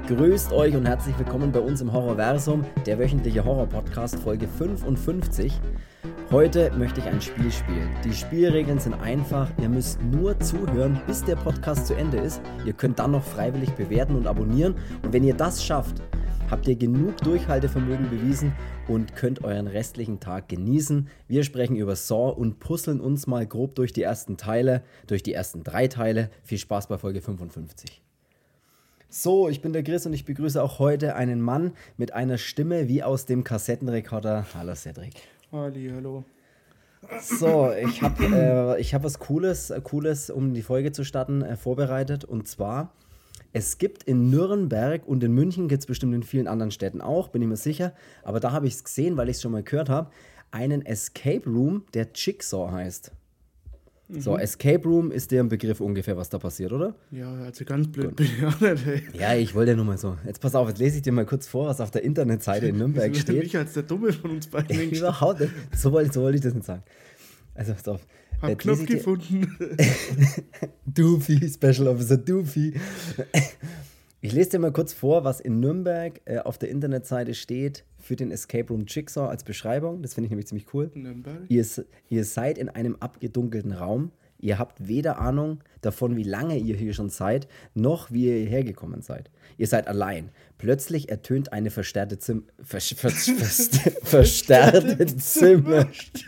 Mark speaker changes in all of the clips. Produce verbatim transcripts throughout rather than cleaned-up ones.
Speaker 1: Grüßt euch und herzlich willkommen bei uns im Horrorversum, der wöchentliche Horror-Podcast, Folge fünfundfünfzig. Heute möchte ich ein Spiel spielen. Die Spielregeln sind einfach, ihr müsst nur zuhören, bis der Podcast zu Ende ist. Ihr könnt dann noch freiwillig bewerten und abonnieren. Und wenn ihr das schafft, habt ihr genug Durchhaltevermögen bewiesen und könnt euren restlichen Tag genießen. Wir sprechen über Saw und puzzeln uns mal grob durch die ersten Teile, durch die ersten drei Teile. Viel Spaß bei Folge fünfundfünfzig. So, ich bin der Chris und ich begrüße auch heute einen Mann mit einer Stimme wie aus dem Kassettenrekorder. Hallo Cedric.
Speaker 2: Halli, hallo.
Speaker 1: So, ich habe äh, ich hab was Cooles, äh, Cooles, um die Folge zu starten, äh, vorbereitet. Und zwar, es gibt in Nürnberg und in München, gibt es bestimmt in vielen anderen Städten auch, bin ich mir sicher. Aber da habe ich es gesehen, weil ich es schon mal gehört habe, einen Escape Room, der Jigsaw heißt. Mhm. So, Escape Room ist dir ein Begriff ungefähr, was da passiert, oder?
Speaker 2: Ja, also ganz blöd Gut. bin ich auch nicht, ey.
Speaker 1: Ja, ich wollte ja nur mal so. Jetzt pass auf, jetzt lese ich dir mal kurz vor, was auf der Internetseite in Nürnberg steht.
Speaker 2: Ich als der Dumme von uns beiden.
Speaker 1: Überhaupt nicht. So wollte so wollt ich das nicht sagen. Also, pass auf.
Speaker 2: Hab jetzt Knopf gefunden.
Speaker 1: Doofy, Special Officer Doofy. Ich lese dir mal kurz vor, was in Nürnberg äh, auf der Internetseite steht für den Escape Room Jigsaw als Beschreibung. Das finde ich nämlich ziemlich cool.
Speaker 2: Nürnberg?
Speaker 1: Ihr, ihr seid in einem abgedunkelten Raum. Ihr habt weder Ahnung davon, wie lange ihr hier schon seid, noch wie ihr hierher gekommen seid. Ihr seid allein. Plötzlich ertönt eine verstärkte Zim- ver- ver- ver- verstärkte Stimme.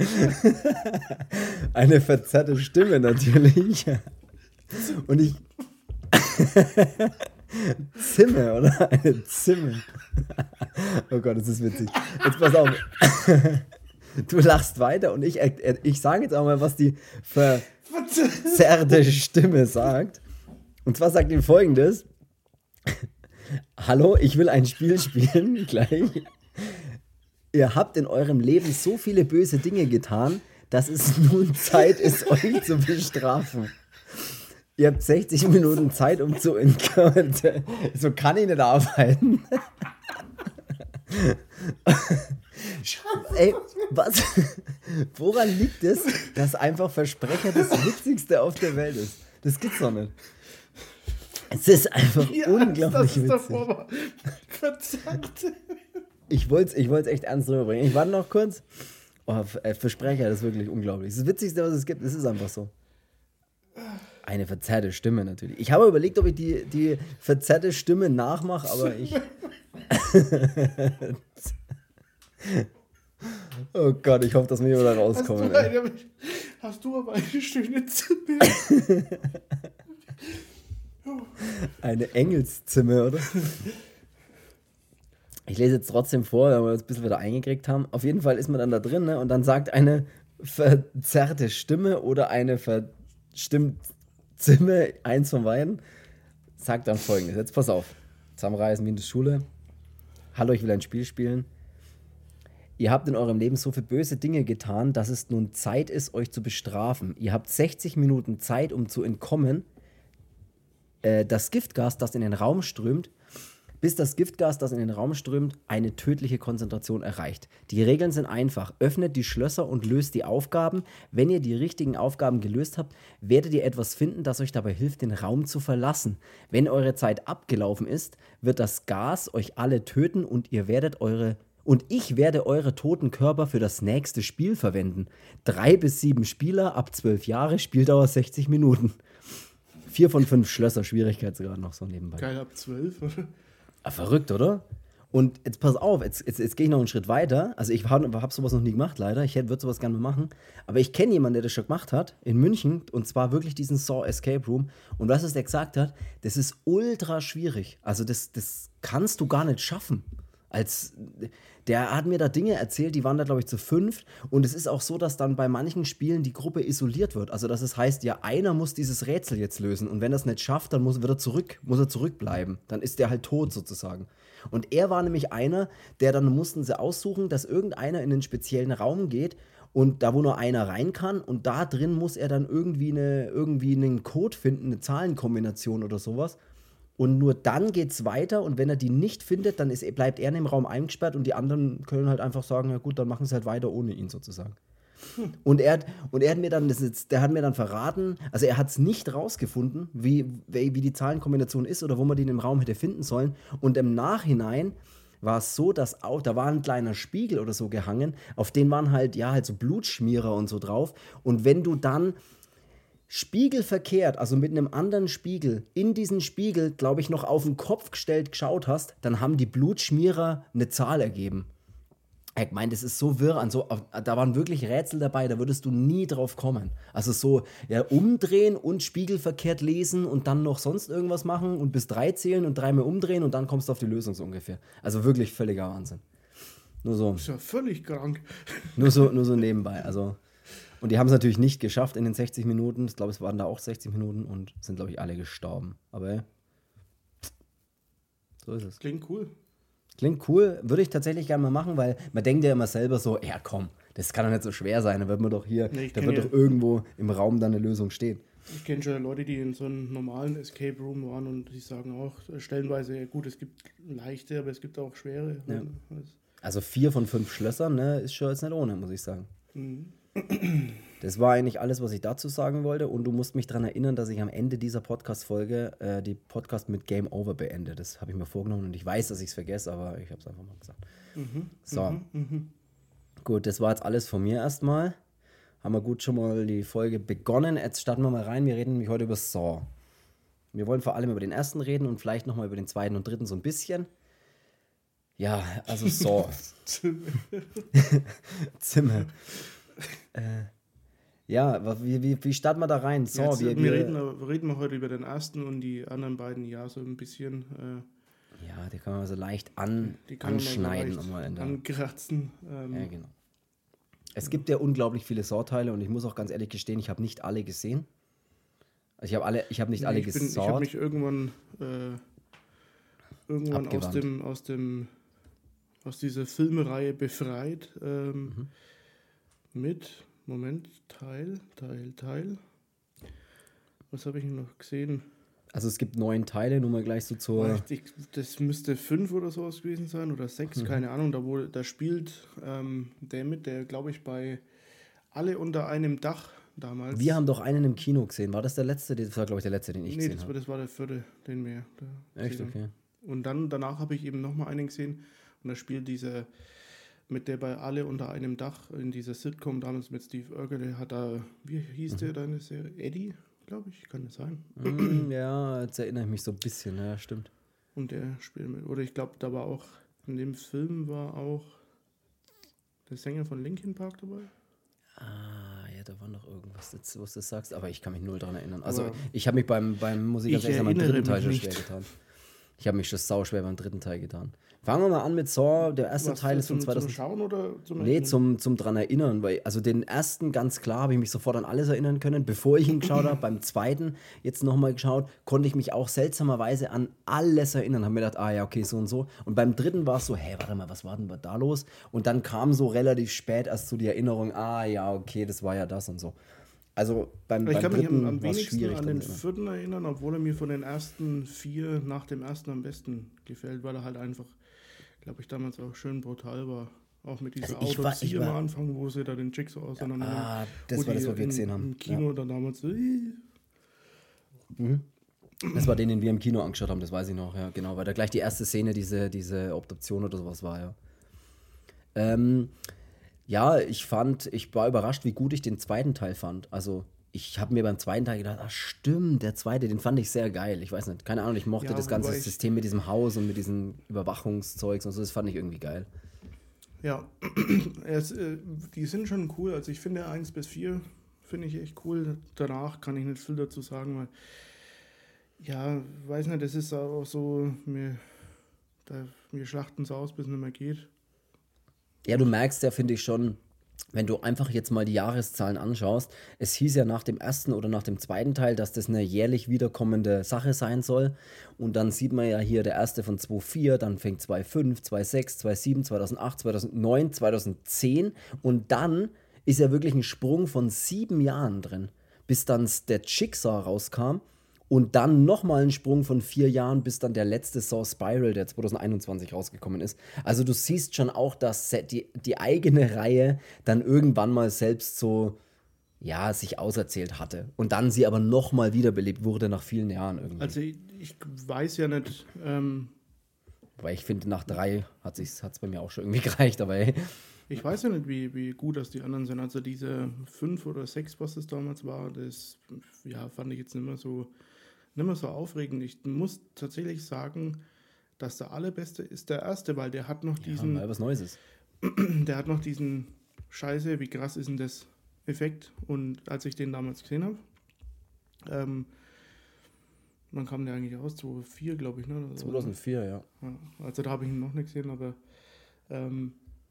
Speaker 1: Eine verzerrte Stimme natürlich. Und ich... Zimmer, oder? Eine Zimmer. Oh Gott, das ist witzig. Jetzt pass auf. Du lachst weiter und ich, ich sage jetzt auch mal, was die verzerrte Stimme sagt. Und zwar sagt ihm Folgendes. Hallo, ich will ein Spiel spielen, gleich. Ihr habt in eurem Leben so viele böse Dinge getan, dass es nun Zeit ist, euch zu bestrafen. Ihr habt sechzig Minuten Zeit, um zu entkommen. So kann ich nicht arbeiten. Ey, was? Woran liegt es, dass einfach Versprecher das Witzigste auf der Welt ist? Das gibt's doch nicht. Es ist einfach ja, unglaublich das ist witzig. Verzerrt. Ich wollte es ich echt ernst rüberbringen. Ich warte noch kurz. Oh, Versprecher, das ist wirklich unglaublich. Das Witzigste, was es gibt, es ist einfach so. Eine verzerrte Stimme natürlich. Ich habe überlegt, ob ich die, die verzerrte Stimme nachmache, aber ich... Oh Gott, ich hoffe, dass wir hier wieder rauskommen.
Speaker 2: Hast du, eine, hast du aber eine schöne Zimmer?
Speaker 1: Eine Engelszimmer, oder? Ich lese jetzt trotzdem vor, weil wir uns ein bisschen wieder eingekriegt haben. Auf jeden Fall ist man dann da drin, ne? Und dann sagt eine verzerrte Stimme oder eine verstimmt Zimmer, eins von beiden, sagt dann Folgendes. Jetzt pass auf. Zusammenreisen wie in der Schule. Hallo, ich will ein Spiel spielen. Ihr habt in eurem Leben so viele böse Dinge getan, dass es nun Zeit ist, euch zu bestrafen. Ihr habt sechzig Minuten Zeit, um zu entkommen. Äh, das Giftgas, das in den Raum strömt, bis das Giftgas, das in den Raum strömt, eine tödliche Konzentration erreicht. Die Regeln sind einfach. Öffnet die Schlösser und löst die Aufgaben. Wenn ihr die richtigen Aufgaben gelöst habt, werdet ihr etwas finden, das euch dabei hilft, den Raum zu verlassen. Wenn eure Zeit abgelaufen ist, wird das Gas euch alle töten und ihr werdet eure und ich werde eure toten Körper für das nächste Spiel verwenden. Drei bis sieben Spieler ab zwölf Jahre, Spieldauer sechzig Minuten. Vier von fünf Schlösser, Schwierigkeitsgrad noch so nebenbei.
Speaker 2: Geil, ab zwölf, oder?
Speaker 1: Ah, verrückt, oder? Und jetzt pass auf, jetzt, jetzt, jetzt gehe ich noch einen Schritt weiter. Also ich habe hab sowas noch nie gemacht, leider. Ich würde sowas gerne mal machen. Aber ich kenne jemanden, der das schon gemacht hat, in München. Und zwar wirklich diesen Saw Escape Room. Und was er gesagt hat, das ist ultra schwierig. Also das, das kannst du gar nicht schaffen. Als, der hat mir da Dinge erzählt, die waren da, glaube ich, zu fünft. Und es ist auch so, dass dann bei manchen Spielen die Gruppe isoliert wird. Also dass es heißt, ja, einer muss dieses Rätsel jetzt lösen. Und wenn er es nicht schafft, dann muss, wird er zurück, muss er zurückbleiben. Dann ist der halt tot sozusagen. Und er war nämlich einer, der dann mussten sie aussuchen, dass irgendeiner in einen speziellen Raum geht und da, wo nur einer rein kann. Und da drin muss er dann irgendwie, eine, irgendwie einen Code finden, eine Zahlenkombination oder sowas. Und nur dann geht's weiter und wenn er die nicht findet, dann ist, bleibt er in dem Raum eingesperrt und die anderen können halt einfach sagen, ja gut, dann machen sie halt weiter ohne ihn sozusagen. Und er, hat- und er hat mir dann, das ist, der hat mir dann verraten, also er hat es nicht rausgefunden, wie, wie, wie die Zahlenkombination ist oder wo man die in dem Raum hätte finden sollen. Und im Nachhinein war es so, dass auch, da war ein kleiner Spiegel oder so gehangen, auf den waren halt, ja, halt so Blutschmierer und so drauf. Und wenn du dann spiegelverkehrt, also mit einem anderen Spiegel, in diesen Spiegel, glaube ich, noch auf den Kopf gestellt geschaut hast, dann haben die Blutschmierer eine Zahl ergeben. Ich meine, das ist so wirr, an so, da waren wirklich Rätsel dabei, da würdest du nie drauf kommen. Also so, ja, umdrehen und spiegelverkehrt lesen und dann noch sonst irgendwas machen und bis drei zählen und dreimal umdrehen und dann kommst du auf die Lösung so ungefähr. Also wirklich völliger Wahnsinn. Nur so,
Speaker 2: Ist ja völlig krank.
Speaker 1: nur so, nur so nebenbei. Also, und die haben es natürlich nicht geschafft in den sechzig Minuten. Ich glaube, es waren da auch sechzig Minuten und sind, glaube ich, alle gestorben. Aber so ist es.
Speaker 2: Klingt cool.
Speaker 1: Klingt cool, würde ich tatsächlich gerne mal machen, weil man denkt ja immer selber so, ja komm, das kann doch nicht so schwer sein, da wird man doch hier,
Speaker 2: Nee, ich
Speaker 1: da
Speaker 2: kenn
Speaker 1: wird
Speaker 2: ja-
Speaker 1: doch irgendwo im Raum dann eine Lösung stehen.
Speaker 2: Ich kenne schon Leute, die in so einem normalen Escape Room waren und die sagen auch äh, stellenweise, ja gut, es gibt leichte, aber es gibt auch schwere.
Speaker 1: Ja.
Speaker 2: Also,
Speaker 1: Also vier von fünf Schlössern, ne, ist schon jetzt nicht ohne, muss ich sagen.
Speaker 2: mhm.
Speaker 1: Das war eigentlich alles, was ich dazu sagen wollte und du musst mich daran erinnern, dass ich am Ende dieser Podcast-Folge äh, die Podcast mit Game Over beende. Das habe ich mir vorgenommen und ich weiß, dass ich es vergesse, aber ich habe es einfach mal gesagt.
Speaker 2: Mhm.
Speaker 1: So,
Speaker 2: Mhm. Mhm.
Speaker 1: gut, das war jetzt alles von mir erstmal. Haben wir gut schon mal die Folge begonnen. Jetzt starten wir mal rein. Wir reden nämlich heute über Saw. Wir wollen vor allem über den ersten reden und vielleicht nochmal über den zweiten und dritten so ein bisschen. Ja, also Saw. Zimmer. äh, ja, wa- wie, wie, wie starten wir da rein? Saw,
Speaker 2: Jetzt,
Speaker 1: wir,
Speaker 2: wir,
Speaker 1: wir,
Speaker 2: reden, aber- reden wir heute über den ersten und die anderen beiden ja so ein bisschen. Äh,
Speaker 1: ja, die können wir so leicht an,
Speaker 2: die kann man mal so
Speaker 1: anschneiden.
Speaker 2: leicht
Speaker 1: Nochmal in der,
Speaker 2: ankratzen. Ähm,
Speaker 1: ja, genau. Es gibt ja unglaublich viele Saw-Teile und ich muss auch ganz ehrlich gestehen, ich habe nicht alle gesehen. Also ich habe alle, ich habe nicht
Speaker 2: nee,
Speaker 1: alle
Speaker 2: ich bin- ich
Speaker 1: gesawt.
Speaker 2: habe mich irgendwann, äh, irgendwann aus
Speaker 1: Abgewandt.
Speaker 2: dem, aus dem, aus dieser Filmereihe befreit. Ähm,
Speaker 1: Mhm.
Speaker 2: Mit, Moment, Teil, Teil, Teil. Was habe ich noch gesehen?
Speaker 1: Also es gibt neun Teile, nur mal gleich so zur.
Speaker 2: Ich, ich, das müsste fünf oder sowas gewesen sein oder sechs,
Speaker 1: Mhm.
Speaker 2: keine Ahnung. Da, wo, da spielt ähm, der mit, der glaube ich bei Alle unter einem Dach damals.
Speaker 1: Wir haben doch einen im Kino gesehen. War das der letzte? Das war, glaube ich, der letzte, den ich
Speaker 2: Nee,
Speaker 1: gesehen
Speaker 2: das war,
Speaker 1: habe.
Speaker 2: das war der vierte, den wir da
Speaker 1: Echt,
Speaker 2: gesehen haben.
Speaker 1: okay.
Speaker 2: Und dann danach habe ich eben nochmal einen gesehen und da spielt dieser, mit der bei Alle unter einem Dach in dieser Sitcom damals mit Steve Urkel, der hat da, wie hieß
Speaker 1: Mhm.
Speaker 2: der deine Serie? Eddie, glaube ich, kann das sein.
Speaker 1: Mm, ja, jetzt erinnere ich mich so ein bisschen, ja, stimmt.
Speaker 2: Und der spielt mit. Oder ich glaube, da war auch, in dem Film war auch der Sänger von Linkin Park dabei.
Speaker 1: Ah, ja, da war noch irgendwas, dazu, was du sagst, aber ich kann mich null daran erinnern. Also,
Speaker 2: Aber
Speaker 1: ich habe mich beim, beim muss ich ganz
Speaker 2: ich
Speaker 1: ehrlich sagen, beim
Speaker 2: erinnere
Speaker 1: dritten Teil schon
Speaker 2: mich
Speaker 1: schwer
Speaker 2: nicht.
Speaker 1: getan. Ich habe mich schon sauschwer beim dritten Teil getan. Fangen wir mal an mit Saw. Der erste
Speaker 2: Was,
Speaker 1: Teil ist von
Speaker 2: zum, zum
Speaker 1: zweitausend.
Speaker 2: Schauen oder zum
Speaker 1: Nee,
Speaker 2: Erinnern?
Speaker 1: zum, zum dran erinnern, weil, also den ersten, ganz klar, habe ich mich sofort an alles erinnern können, bevor ich ihn geschaut habe. Beim zweiten, jetzt nochmal geschaut, konnte ich mich auch seltsamerweise an alles erinnern. Habe mir gedacht, ah ja, okay, so und so. Und beim dritten war es so, hä, warte mal, was war denn da los? Und dann kam so relativ spät erst so die Erinnerung, ah ja, okay, das war ja das und so. Also beim,
Speaker 2: Ich
Speaker 1: beim
Speaker 2: kann mich
Speaker 1: dritten
Speaker 2: am, am
Speaker 1: war es
Speaker 2: wenigsten
Speaker 1: schwierig.
Speaker 2: an
Speaker 1: dran
Speaker 2: den
Speaker 1: zu erinnern.
Speaker 2: vierten erinnern, obwohl er mir von den ersten vier nach dem ersten am besten gefällt, weil er halt einfach, glaube ich, damals auch schön brutal war. Auch mit dieser
Speaker 1: Also ich war-
Speaker 2: Autopsie
Speaker 1: ich war-
Speaker 2: am Anfang, wo sie da den Jigsaw auseinander
Speaker 1: Ah, das
Speaker 2: wo
Speaker 1: war das,
Speaker 2: die
Speaker 1: was wir
Speaker 2: in-
Speaker 1: gesehen haben.
Speaker 2: Im Kino dann damals so, äh,
Speaker 1: Das war den, den wir im Kino angeschaut haben, das weiß ich noch, ja, genau, weil da gleich die erste Szene, diese, diese Obduktion oder sowas war, ja. Ähm, ja, ich fand, ich war überrascht, wie gut ich den zweiten Teil fand. Also, ich habe mir beim zweiten Teil gedacht, ach stimmt, der zweite, den fand ich sehr geil. Ich weiß nicht, keine Ahnung, ich mochte
Speaker 2: Ja,
Speaker 1: das ganze
Speaker 2: wobei ich-
Speaker 1: System mit diesem Haus und mit diesem Überwachungszeugs und so, das fand ich irgendwie geil.
Speaker 2: ja, es, äh, die sind schon cool. Also ich finde eins bis vier finde ich echt cool. Danach kann ich nicht viel dazu sagen, weil ja, weiß nicht, das ist auch so, wir, da, wir schlachten es aus, bis es nicht mehr geht.
Speaker 1: Ja, du merkst ja, finde ich schon, wenn du einfach jetzt mal die Jahreszahlen anschaust, es hieß ja nach dem ersten oder nach dem zweiten Teil, dass das eine jährlich wiederkommende Sache sein soll. Und dann sieht man ja hier der erste von zwei Komma vier, dann fängt zwei Komma fünf, zwei Komma sechs, zwei Komma sieben, zweitausendacht, zweitausendneun, zweitausendzehn und dann ist ja wirklich ein Sprung von sieben Jahren drin, bis dann der Jigsaw rauskam. Und dann nochmal einen Sprung von vier Jahren, bis dann der letzte Saw Spiral, der zwanzig einundzwanzig rausgekommen ist. Also du siehst schon auch, dass die, die eigene Reihe dann irgendwann mal selbst so, ja, sich auserzählt hatte. Und dann sie aber nochmal wiederbelebt wurde nach vielen Jahren irgendwie.
Speaker 2: Also ich, ich weiß ja nicht... Ähm
Speaker 1: Weil ich finde, nach drei hat es bei mir auch schon irgendwie gereicht, aber hey.
Speaker 2: Ich weiß ja nicht, wie, wie gut das die anderen sind. Also diese fünf oder sechs, was es damals war, das ja, fand ich jetzt nicht mehr so... nicht mehr so aufregend. Ich muss tatsächlich sagen, dass der allerbeste ist der erste, weil der hat noch diesen...
Speaker 1: Ja, weil was Neues ist.
Speaker 2: Der hat noch diesen Scheiße, wie krass ist denn das Effekt? Und als ich den damals gesehen habe, ähm, wann kam der eigentlich raus? zweitausendvier, glaube ich, ne?
Speaker 1: zweitausendvier, ja.
Speaker 2: ja. Also da habe ich ihn noch nicht gesehen, aber ähm,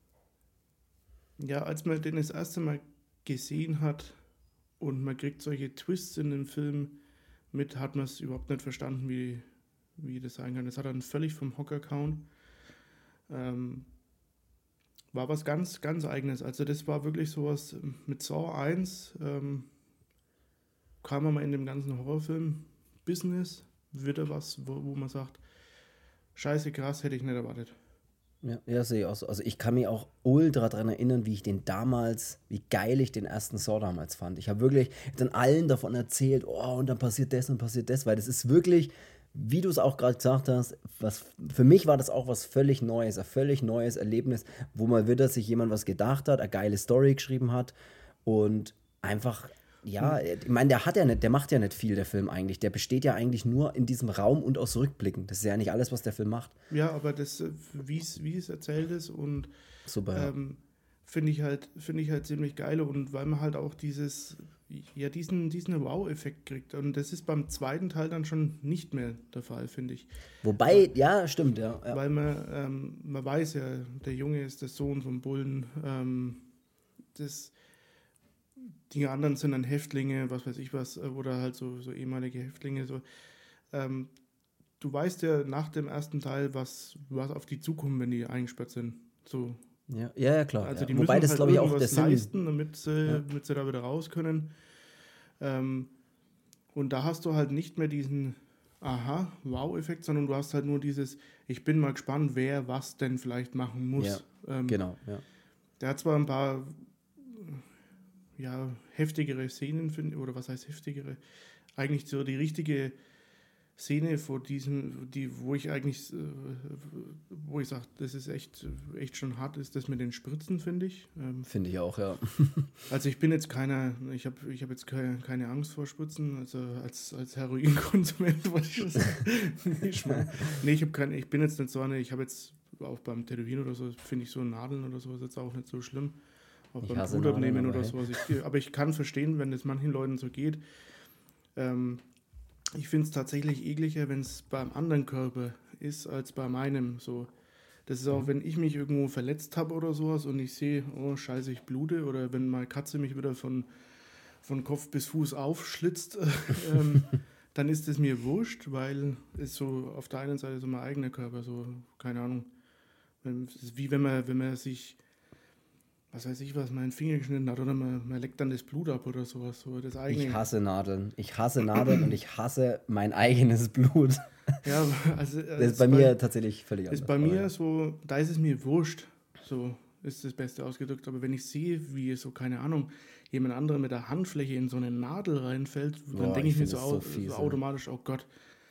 Speaker 2: ja, als man den das erste Mal gesehen hat und man kriegt solche Twists in dem Film mit, hat man es überhaupt nicht verstanden, wie, wie das sein kann. Das hat dann völlig vom Hocker gehauen. Ähm, war was ganz, ganz Eigenes. Also das war wirklich sowas mit Saw eins, ähm, kam man mal in dem ganzen Horrorfilm-Business wieder was, wo, wo man sagt, scheiße krass, hätte ich nicht erwartet.
Speaker 1: Ja, ja, sehe ich auch so. Also ich kann mich auch ultra daran erinnern, wie ich den damals, wie geil ich den ersten Saw damals fand. Ich habe wirklich dann allen davon erzählt, oh, und dann passiert das und passiert das, weil das ist wirklich, wie du es auch gerade gesagt hast, was, für mich war das auch was völlig Neues, ein völlig neues Erlebnis, wo mal wieder sich jemand was gedacht hat, eine geile Story geschrieben hat und einfach... Ja, ich meine, der hat ja nicht, der macht ja nicht viel, der Film eigentlich. Der besteht ja eigentlich nur in diesem Raum und aus Rückblicken. Das ist ja nicht alles, was der Film macht.
Speaker 2: Ja, aber das, wie es erzählt ist und
Speaker 1: super,
Speaker 2: ähm, finde ich halt, finde ich halt ziemlich geil und weil man halt auch dieses, ja, diesen, diesen Wow-Effekt kriegt. Und das ist beim zweiten Teil dann schon nicht mehr der Fall, finde ich.
Speaker 1: Wobei, ja, ja stimmt, ja, ja.
Speaker 2: Weil man, ähm, man weiß ja, der Junge ist der Sohn vom Bullen. Ähm, das Die anderen sind dann Häftlinge, was weiß ich was, oder halt so, so ehemalige Häftlinge. So. Ähm, du weißt ja nach dem ersten Teil, was, was auf die zukommt, wenn die eingesperrt sind. So.
Speaker 1: Ja, ja, ja, klar.
Speaker 2: Also
Speaker 1: ja.
Speaker 2: die
Speaker 1: Wobei
Speaker 2: müssen
Speaker 1: das,
Speaker 2: halt
Speaker 1: glaube ich, auch
Speaker 2: irgendwas
Speaker 1: der Sinn
Speaker 2: leisten, damit sie,
Speaker 1: Ja.
Speaker 2: damit sie da wieder raus können. Ähm, und da hast du halt nicht mehr diesen Aha, Wow-Effekt, sondern du hast halt nur dieses, ich bin mal gespannt, wer was denn vielleicht machen muss.
Speaker 1: Ja,
Speaker 2: ähm,
Speaker 1: genau, ja.
Speaker 2: Der hat zwar ein paar ja, heftigere Szenen, find, oder was heißt heftigere? Eigentlich so die richtige Szene vor diesem, die, wo ich eigentlich, äh, wo ich sage, das ist echt, echt schon hart, ist das mit den Spritzen, finde ich. Ähm,
Speaker 1: Finde ich auch, ja.
Speaker 2: also ich bin jetzt keiner, ich habe ich hab jetzt keine, keine Angst vor Spritzen, also als, als Heroinkonsument wollte ich das sagen. ich mein, nee, ich, hab keine, ich bin jetzt nicht so eine, ich habe jetzt auch beim Tätowieren oder so, finde ich so Nadeln oder so, ist jetzt auch nicht so schlimm. Auch
Speaker 1: Ich
Speaker 2: beim
Speaker 1: hasse
Speaker 2: Blut abnehmen
Speaker 1: Nadeln,
Speaker 2: oder
Speaker 1: aber
Speaker 2: sowas. Ich, aber ich kann verstehen, wenn es manchen Leuten so geht. Ähm, ich finde es tatsächlich ekliger, wenn es beim anderen Körper ist, als bei meinem. So. Das ist auch,
Speaker 1: Mhm.
Speaker 2: wenn ich mich irgendwo verletzt habe oder sowas und ich sehe, oh scheiße, ich blute, oder wenn meine Katze mich wieder von, von Kopf bis Fuß aufschlitzt, ähm, dann ist es mir wurscht, weil es so auf der einen Seite so mein eigener Körper, so, keine Ahnung. Es ist wie wenn man, wenn man sich, was weiß ich was, meinen Finger geschnitten hat oder man, man leckt dann das Blut ab oder sowas. So das eigene.
Speaker 1: Ich hasse Nadeln. Ich hasse Nadeln und ich hasse mein eigenes Blut.
Speaker 2: Ja, also,
Speaker 1: Das ist bei mir tatsächlich völlig anders.
Speaker 2: Ist bei
Speaker 1: aber
Speaker 2: mir
Speaker 1: ja.
Speaker 2: so, da ist es mir wurscht, so ist das Beste ausgedrückt. Aber wenn ich sehe, wie so, keine Ahnung, jemand anderer mit der Handfläche in so eine Nadel reinfällt, dann
Speaker 1: Boah,
Speaker 2: denke
Speaker 1: ich
Speaker 2: ich mir
Speaker 1: find
Speaker 2: so,
Speaker 1: das
Speaker 2: au-
Speaker 1: so fies,
Speaker 2: so
Speaker 1: ja.
Speaker 2: automatisch, oh Gott,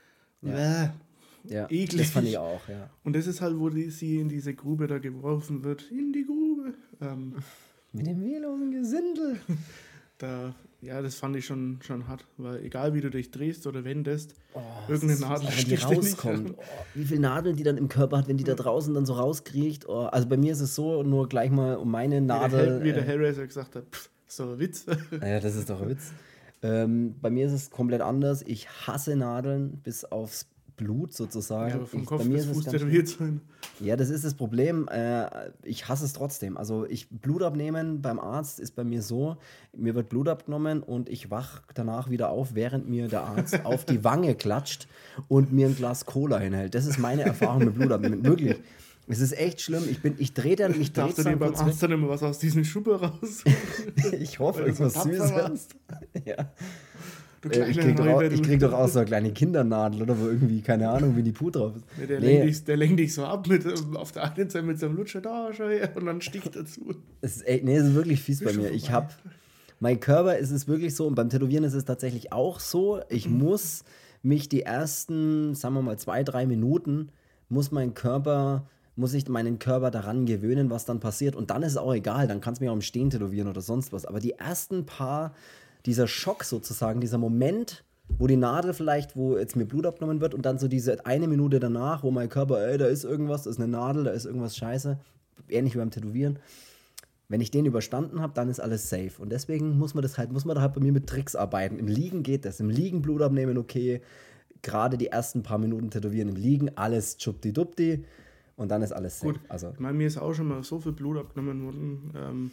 Speaker 1: Ja.
Speaker 2: Bäh,
Speaker 1: Ja,
Speaker 2: eklig.
Speaker 1: das fand ich auch, ja.
Speaker 2: Und das ist halt, wo die, sie in diese Grube da geworfen wird, in die Grube. Ähm,
Speaker 1: Mit dem wehrlosen Gesindel.
Speaker 2: da, ja, das fand ich schon, schon hart, weil egal wie du dich drehst oder wendest,
Speaker 1: Oh,
Speaker 2: irgendeine
Speaker 1: das ist-
Speaker 2: Nadel
Speaker 1: wenn die
Speaker 2: sticht dir nicht
Speaker 1: rauskommt.
Speaker 2: an.
Speaker 1: Oh, wie viele Nadeln die dann im Körper hat, wenn die da draußen dann so rauskriecht. Oh, also bei mir ist es so, nur gleich mal um meine
Speaker 2: Wie der,
Speaker 1: Nadel.
Speaker 2: Hell, wie der
Speaker 1: äh,
Speaker 2: Hellraiser gesagt hat, pff, so ein Witz.
Speaker 1: Ja, das ist doch ein Witz. Ähm, bei mir ist es komplett anders. Ich hasse Nadeln bis aufs Blut sozusagen.
Speaker 2: Ja, aber vom
Speaker 1: ich,
Speaker 2: Kopf
Speaker 1: bei mir
Speaker 2: bis
Speaker 1: ist es
Speaker 2: Fuß
Speaker 1: ganz
Speaker 2: tätowiert sein.
Speaker 1: Ja, das ist das Problem. Äh, ich hasse es trotzdem. Also ich Blut abnehmen beim Arzt ist bei mir so, mir wird Blut abgenommen und ich wach danach wieder auf, während mir der Arzt auf die Wange klatscht und mir ein Glas Cola hinhält. Das ist meine Erfahrung mit Blut abnehmen. Wirklich. Es ist echt schlimm. Ich bin, ich drehe dann, ich drehe
Speaker 2: Darfst du dir
Speaker 1: dann
Speaker 2: beim
Speaker 1: kurz
Speaker 2: Arzt dann immer was aus diesem Schuppe raus?
Speaker 1: weg. Ich hoffe,
Speaker 2: Weil du so
Speaker 1: irgendwas
Speaker 2: tapfer
Speaker 1: Süßes.
Speaker 2: warst.
Speaker 1: Ja. äh, ich, krieg doch auch, ich krieg doch auch so eine kleine Kindernadel, oder wo irgendwie, keine Ahnung, wie die Puh drauf ist.
Speaker 2: Ja, der,
Speaker 1: nee.
Speaker 2: lenkt dich, der lenkt dich so ab mit, auf der einen Seite mit so einem Lutscher, da, schau her, und dann sticht dazu.
Speaker 1: Es ist, nee, es ist wirklich fies bei mir. Ich habe, mein Körper ist es wirklich so, und beim Tätowieren ist es tatsächlich auch so, ich mhm. muss mich die ersten, sagen wir mal, zwei, drei Minuten, muss mein Körper, muss ich meinen Körper daran gewöhnen, was dann passiert. Und dann ist es auch egal, dann kannst du mich auch im Stehen tätowieren oder sonst was. Aber die ersten paar, dieser Schock sozusagen, dieser Moment, wo die Nadel vielleicht, wo jetzt mir Blut abgenommen wird und dann so diese eine Minute danach, wo mein Körper, ey, da ist irgendwas, da ist eine Nadel, da ist irgendwas scheiße, ähnlich wie beim Tätowieren. Wenn ich den überstanden habe, dann ist alles safe. Und deswegen muss man das halt, muss man da halt bei mir mit Tricks arbeiten. Im Liegen geht das, im Liegen Blut abnehmen, okay. Gerade die ersten paar Minuten tätowieren im Liegen, alles tschupti-dupti und dann ist alles safe.
Speaker 2: Gut,
Speaker 1: also,
Speaker 2: ich meine, mir ist auch schon mal so viel Blut abgenommen worden, ähm,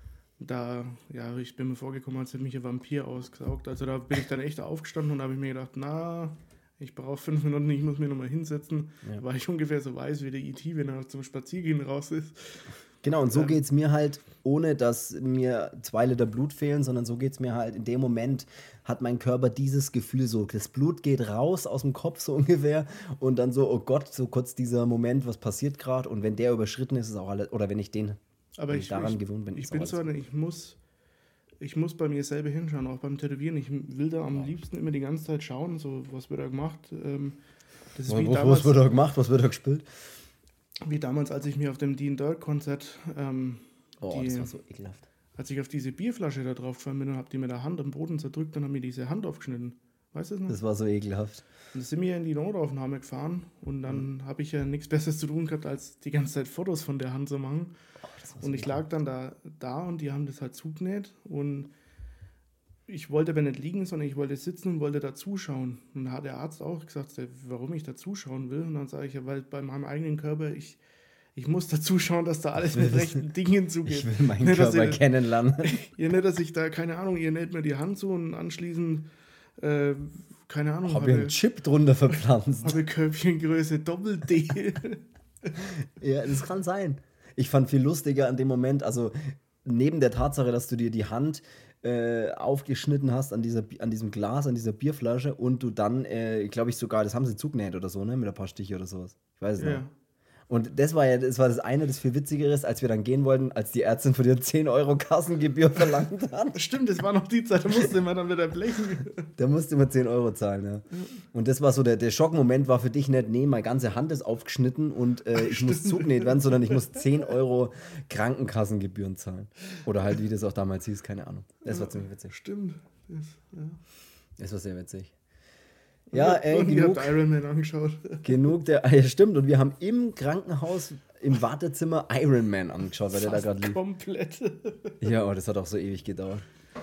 Speaker 2: da, ja, ich bin mir vorgekommen, als hätte mich ein Vampir ausgesaugt. Also da bin ich dann echt aufgestanden und habe ich mir gedacht, na, ich brauche fünf Minuten, ich muss mich nochmal hinsetzen, ja. Weil ich ungefähr so weiß, wie der E T, wenn er zum Spaziergehen raus ist.
Speaker 1: Genau, und so
Speaker 2: ähm,
Speaker 1: geht es mir halt, ohne dass mir zwei Liter Blut fehlen, sondern so geht es mir halt, in dem Moment hat mein Körper dieses Gefühl so, das Blut geht raus aus dem Kopf so ungefähr und dann so, oh Gott, so kurz dieser Moment, was passiert gerade und wenn der überschritten ist, ist auch alles, oder wenn ich den
Speaker 2: aber ich,
Speaker 1: daran
Speaker 2: ich,
Speaker 1: gewohnt bin,
Speaker 2: ich
Speaker 1: ist
Speaker 2: bin
Speaker 1: auch
Speaker 2: so eine, ich muss, ich muss bei mir selber hinschauen, auch beim Tätowieren, ich will da am liebsten immer die ganze Zeit schauen, so, was wird da gemacht, ähm, das ist
Speaker 1: was,
Speaker 2: wie
Speaker 1: was,
Speaker 2: damals,
Speaker 1: was wird da gemacht, was wird da gespielt?
Speaker 2: Wie damals, als ich mir auf dem Dean Dirk-Konzert ähm,
Speaker 1: oh,
Speaker 2: die,
Speaker 1: das war so ekelhaft.
Speaker 2: Als ich auf diese Bierflasche da drauf gefallen bin und habe die mit der Hand am Boden zerdrückt und habe mir diese Hand aufgeschnitten. Weißt du das noch?
Speaker 1: Das war so ekelhaft.
Speaker 2: Und dann sind wir in die Notaufnahme gefahren und dann mhm. habe ich ja nichts Besseres zu tun gehabt, als die ganze Zeit Fotos von der Hand zu machen. Oh, so und ich lag dann da, da und die haben das halt zugenäht und ich wollte aber nicht liegen, sondern ich wollte sitzen und wollte da zuschauen. Und da hat der Arzt auch gesagt, warum ich da zuschauen will. Und dann sage ich ja, weil bei meinem eigenen Körper, ich, ich muss da zuschauen, dass da alles mit rechten Dingen zugeht.
Speaker 1: Ich will meinen nicht, Körper ich, kennenlernen.
Speaker 2: Ja, nicht, dass ich da, keine Ahnung, ihr näht mir die Hand zu und anschließend, äh, keine Ahnung.
Speaker 1: Habe ich einen Chip drunter verpflanzt.
Speaker 2: Habe Körbchengröße Doppel-D.
Speaker 1: Ja, das kann sein. Ich fand viel lustiger an dem Moment, also neben der Tatsache, dass du dir die Hand äh, aufgeschnitten hast an, dieser, an diesem Glas, an dieser Bierflasche und du dann, äh, glaube ich sogar, das haben sie zugenäht oder so, ne, mit ein paar Stiche oder sowas. Ich weiß es
Speaker 2: ja.
Speaker 1: nicht. Und das war ja das, war das eine, das viel witziger ist, als wir dann gehen wollten, als die Ärztin von dir zehn Euro Kassengebühr verlangt hat.
Speaker 2: Stimmt, das war noch die Zeit, da musste man dann wieder blechen.
Speaker 1: Da musste man zehn Euro zahlen, ja. Und das war so, der, der Schockmoment war für dich nicht, nee, meine ganze Hand ist aufgeschnitten und äh, ich muss zugenäht werden, sondern ich muss zehn Euro Krankenkassengebühren zahlen. Oder halt, wie das auch damals hieß, keine Ahnung. Das ja, war ziemlich witzig.
Speaker 2: Stimmt. Das, ja.
Speaker 1: das war sehr witzig. Ja, ey,
Speaker 2: und
Speaker 1: genug,
Speaker 2: ihr habt Iron Man angeschaut.
Speaker 1: Genug der, ja, stimmt. Und wir haben im Krankenhaus, im Wartezimmer Iron Man angeschaut, weil der da gerade lief.
Speaker 2: Komplett.
Speaker 1: Ja, oh, das hat auch so ewig gedauert.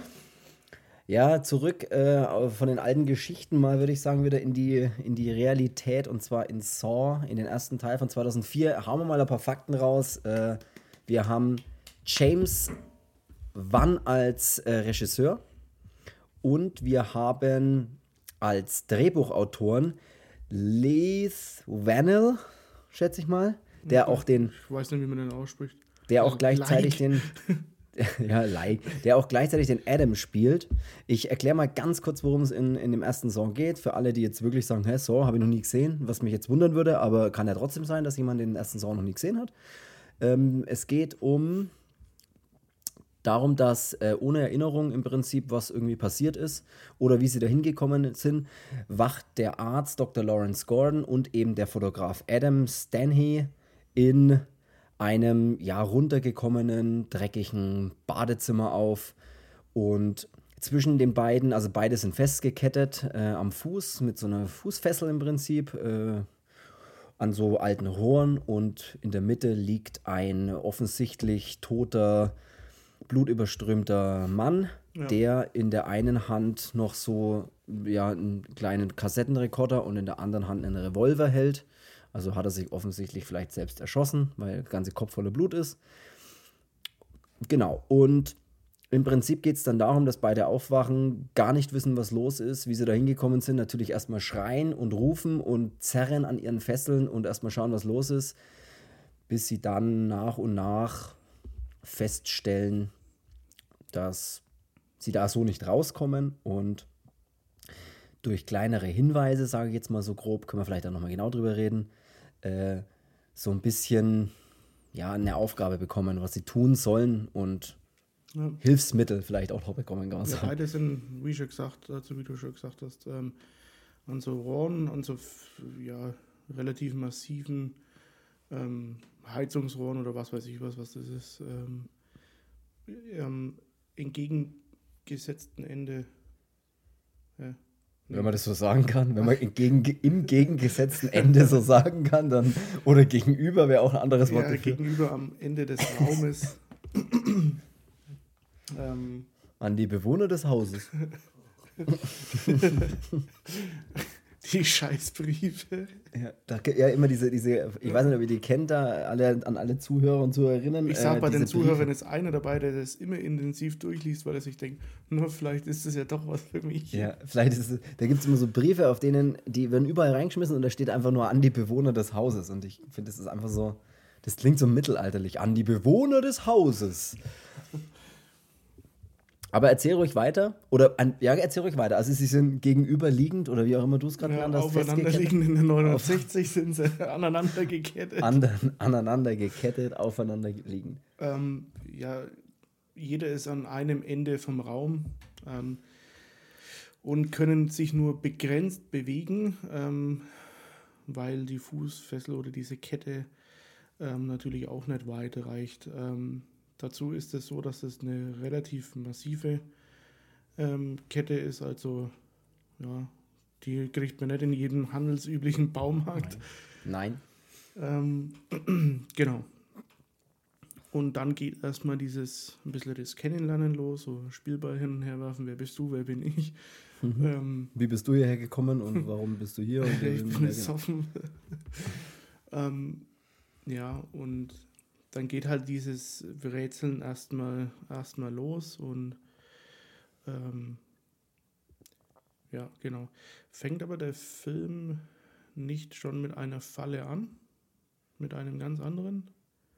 Speaker 1: Ja, zurück äh, von den alten Geschichten mal, würde ich sagen, wieder in die, in die Realität und zwar in Saw, in den ersten Teil von zweitausendvier. Hauen wir mal ein paar Fakten raus. Äh, wir haben James Wan als äh, Regisseur und wir haben als Drehbuchautoren Leith Whannell, schätze ich mal, der okay. auch den...
Speaker 2: Ich weiß nicht, wie man den ausspricht.
Speaker 1: Der auch gleichzeitig like. den... ja, like. Der auch gleichzeitig den Adam spielt. Ich erkläre mal ganz kurz, worum es in, in dem ersten Song geht. Für alle, die jetzt wirklich sagen, hä, Saw, habe ich noch nie gesehen, was mich jetzt wundern würde, aber kann ja trotzdem sein, dass jemand den ersten Saw noch nie gesehen hat. Ähm, es geht um... darum, dass äh, ohne Erinnerung im Prinzip, was irgendwie passiert ist oder wie sie da hingekommen sind, wacht der Arzt Doktor Lawrence Gordon und eben der Fotograf Adam Stanley in einem ja runtergekommenen, dreckigen Badezimmer auf und zwischen den beiden, also beide sind festgekettet äh, am Fuß mit so einer Fußfessel im Prinzip, äh, an so alten Rohren und in der Mitte liegt ein offensichtlich toter, blutüberströmter Mann, ja. der in der einen Hand noch so ja, einen kleinen Kassettenrekorder und in der anderen Hand einen Revolver hält. Also hat er sich offensichtlich vielleicht selbst erschossen, weil der ganze Kopf voller Blut ist. Genau, und im Prinzip geht es dann darum, dass beide aufwachen, gar nicht wissen, was los ist, wie sie da hingekommen sind. Natürlich erstmal schreien und rufen und zerren an ihren Fesseln und erstmal schauen, was los ist, bis sie dann nach und nach feststellen, dass sie da so nicht rauskommen und durch kleinere Hinweise, sage ich jetzt mal so grob, können wir vielleicht auch nochmal genau drüber reden, äh, so ein bisschen ja, eine Aufgabe bekommen, was sie tun sollen und
Speaker 2: Ja.
Speaker 1: Hilfsmittel vielleicht auch noch bekommen. Kann man
Speaker 2: Ja,
Speaker 1: sagen.
Speaker 2: beide sind, wie schon gesagt, also wie du schon gesagt hast, ähm, an so Rohren, an so f- ja, relativ massiven ähm, Heizungsrohren oder was weiß ich was, was das ist, ähm, ähm, entgegengesetzten Ende. Ja, nee.
Speaker 1: Wenn man das so sagen kann, wenn man entgegen, im gegengesetzten Ende so sagen kann, dann oder gegenüber wäre auch ein anderes Wort
Speaker 2: Ja,
Speaker 1: dafür.
Speaker 2: gegenüber am Ende des Raumes. ähm,
Speaker 1: An die Bewohner des Hauses.
Speaker 2: die Scheißbriefe.
Speaker 1: Ja, da, ja immer diese, diese, ich weiß nicht, ob ihr die kennt, da alle, an alle Zuhörer und Zuhörerinnen.
Speaker 2: Ich sag
Speaker 1: äh,
Speaker 2: bei den
Speaker 1: diese
Speaker 2: Zuhörern
Speaker 1: Briefe.
Speaker 2: ist einer dabei, der das immer intensiv durchliest, weil er sich denkt, na, vielleicht ist das ja doch was für mich.
Speaker 1: Ja, vielleicht ist es, da gibt es immer so Briefe, auf denen, die werden überall reingeschmissen und da steht einfach nur an die Bewohner des Hauses. Und ich finde, das ist einfach so, das klingt so mittelalterlich, an die Bewohner des Hauses. Aber erzähl ruhig weiter. Oder, an, ja, erzähl ruhig weiter. Also sie sind gegenüberliegend oder wie auch immer du es gerade
Speaker 2: Ja,
Speaker 1: genannt hast,
Speaker 2: aufeinander
Speaker 1: festgekettet.
Speaker 2: liegen in der neunundsechzig sind sie aneinander gekettet.
Speaker 1: An, aneinander gekettet, aufeinander liegen.
Speaker 2: Ähm, ja, jeder ist an einem Ende vom Raum ähm, und können sich nur begrenzt bewegen, ähm, weil die Fußfessel oder diese Kette ähm, natürlich auch nicht weit reicht. Ähm, dazu ist es so, dass es eine relativ massive ähm, Kette ist, also ja, die kriegt man nicht in jedem handelsüblichen Baumarkt.
Speaker 1: Nein.
Speaker 2: Ähm, genau. Und dann geht erstmal dieses ein bisschen das Kennenlernen los, so Spielball hin und her werfen, wer bist du, wer bin ich.
Speaker 1: Mhm.
Speaker 2: Ähm,
Speaker 1: Wie bist du hierher gekommen und warum bist du hier? Und
Speaker 2: ich bin
Speaker 1: ja, genau.
Speaker 2: besoffen. ähm, ja, und dann geht halt dieses Rätseln erstmal erstmal los und ähm, ja, genau. Fängt aber der Film nicht schon mit einer Falle an? Mit einem ganz anderen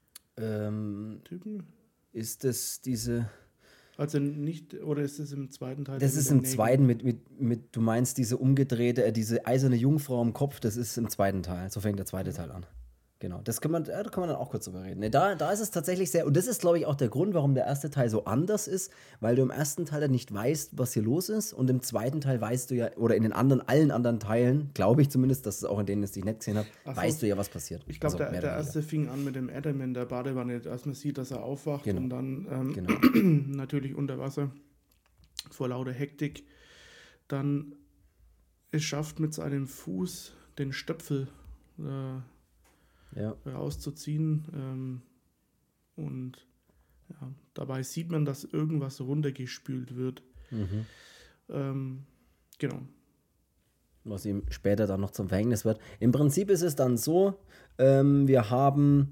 Speaker 1: Ähm,
Speaker 2: Typen?
Speaker 1: ist das diese.
Speaker 2: Also nicht, oder ist es im zweiten Teil?
Speaker 1: Das
Speaker 2: mit
Speaker 1: ist
Speaker 2: den
Speaker 1: im
Speaker 2: Nägeln?
Speaker 1: zweiten mit, mit, mit, du meinst diese umgedrehte, äh, diese eiserne Jungfrau im Kopf, das ist im zweiten Teil. So fängt der zweite Teil an. Genau, das kann man, ja, da kann man dann auch kurz drüber reden. Ne, da, da ist es tatsächlich sehr, und das ist, glaube ich, auch der Grund, warum der erste Teil so anders ist, weil du im ersten Teil dann nicht weißt, was hier los ist, und im zweiten Teil weißt du ja, oder in den anderen, allen anderen Teilen, glaube ich zumindest, dass es auch in denen, die ich nicht gesehen habe,
Speaker 2: Ach so.
Speaker 1: weißt du ja, was passiert.
Speaker 2: Ich glaube,
Speaker 1: Also,
Speaker 2: der,
Speaker 1: mehr
Speaker 2: der
Speaker 1: oder
Speaker 2: erste fing an mit dem Adam in der Badewanne, dass man sieht, dass er aufwacht
Speaker 1: Genau.
Speaker 2: und dann ähm,
Speaker 1: Genau.
Speaker 2: natürlich unter Wasser vor lauter Hektik dann es schafft, mit seinem Fuß den Stöpsel äh,
Speaker 1: Ja.
Speaker 2: rauszuziehen. Ähm, und ja, dabei sieht man, dass irgendwas runtergespült wird.
Speaker 1: Mhm.
Speaker 2: Ähm, genau.
Speaker 1: Was ihm später dann noch zum Verhängnis wird. Im Prinzip ist es dann so, ähm, wir haben,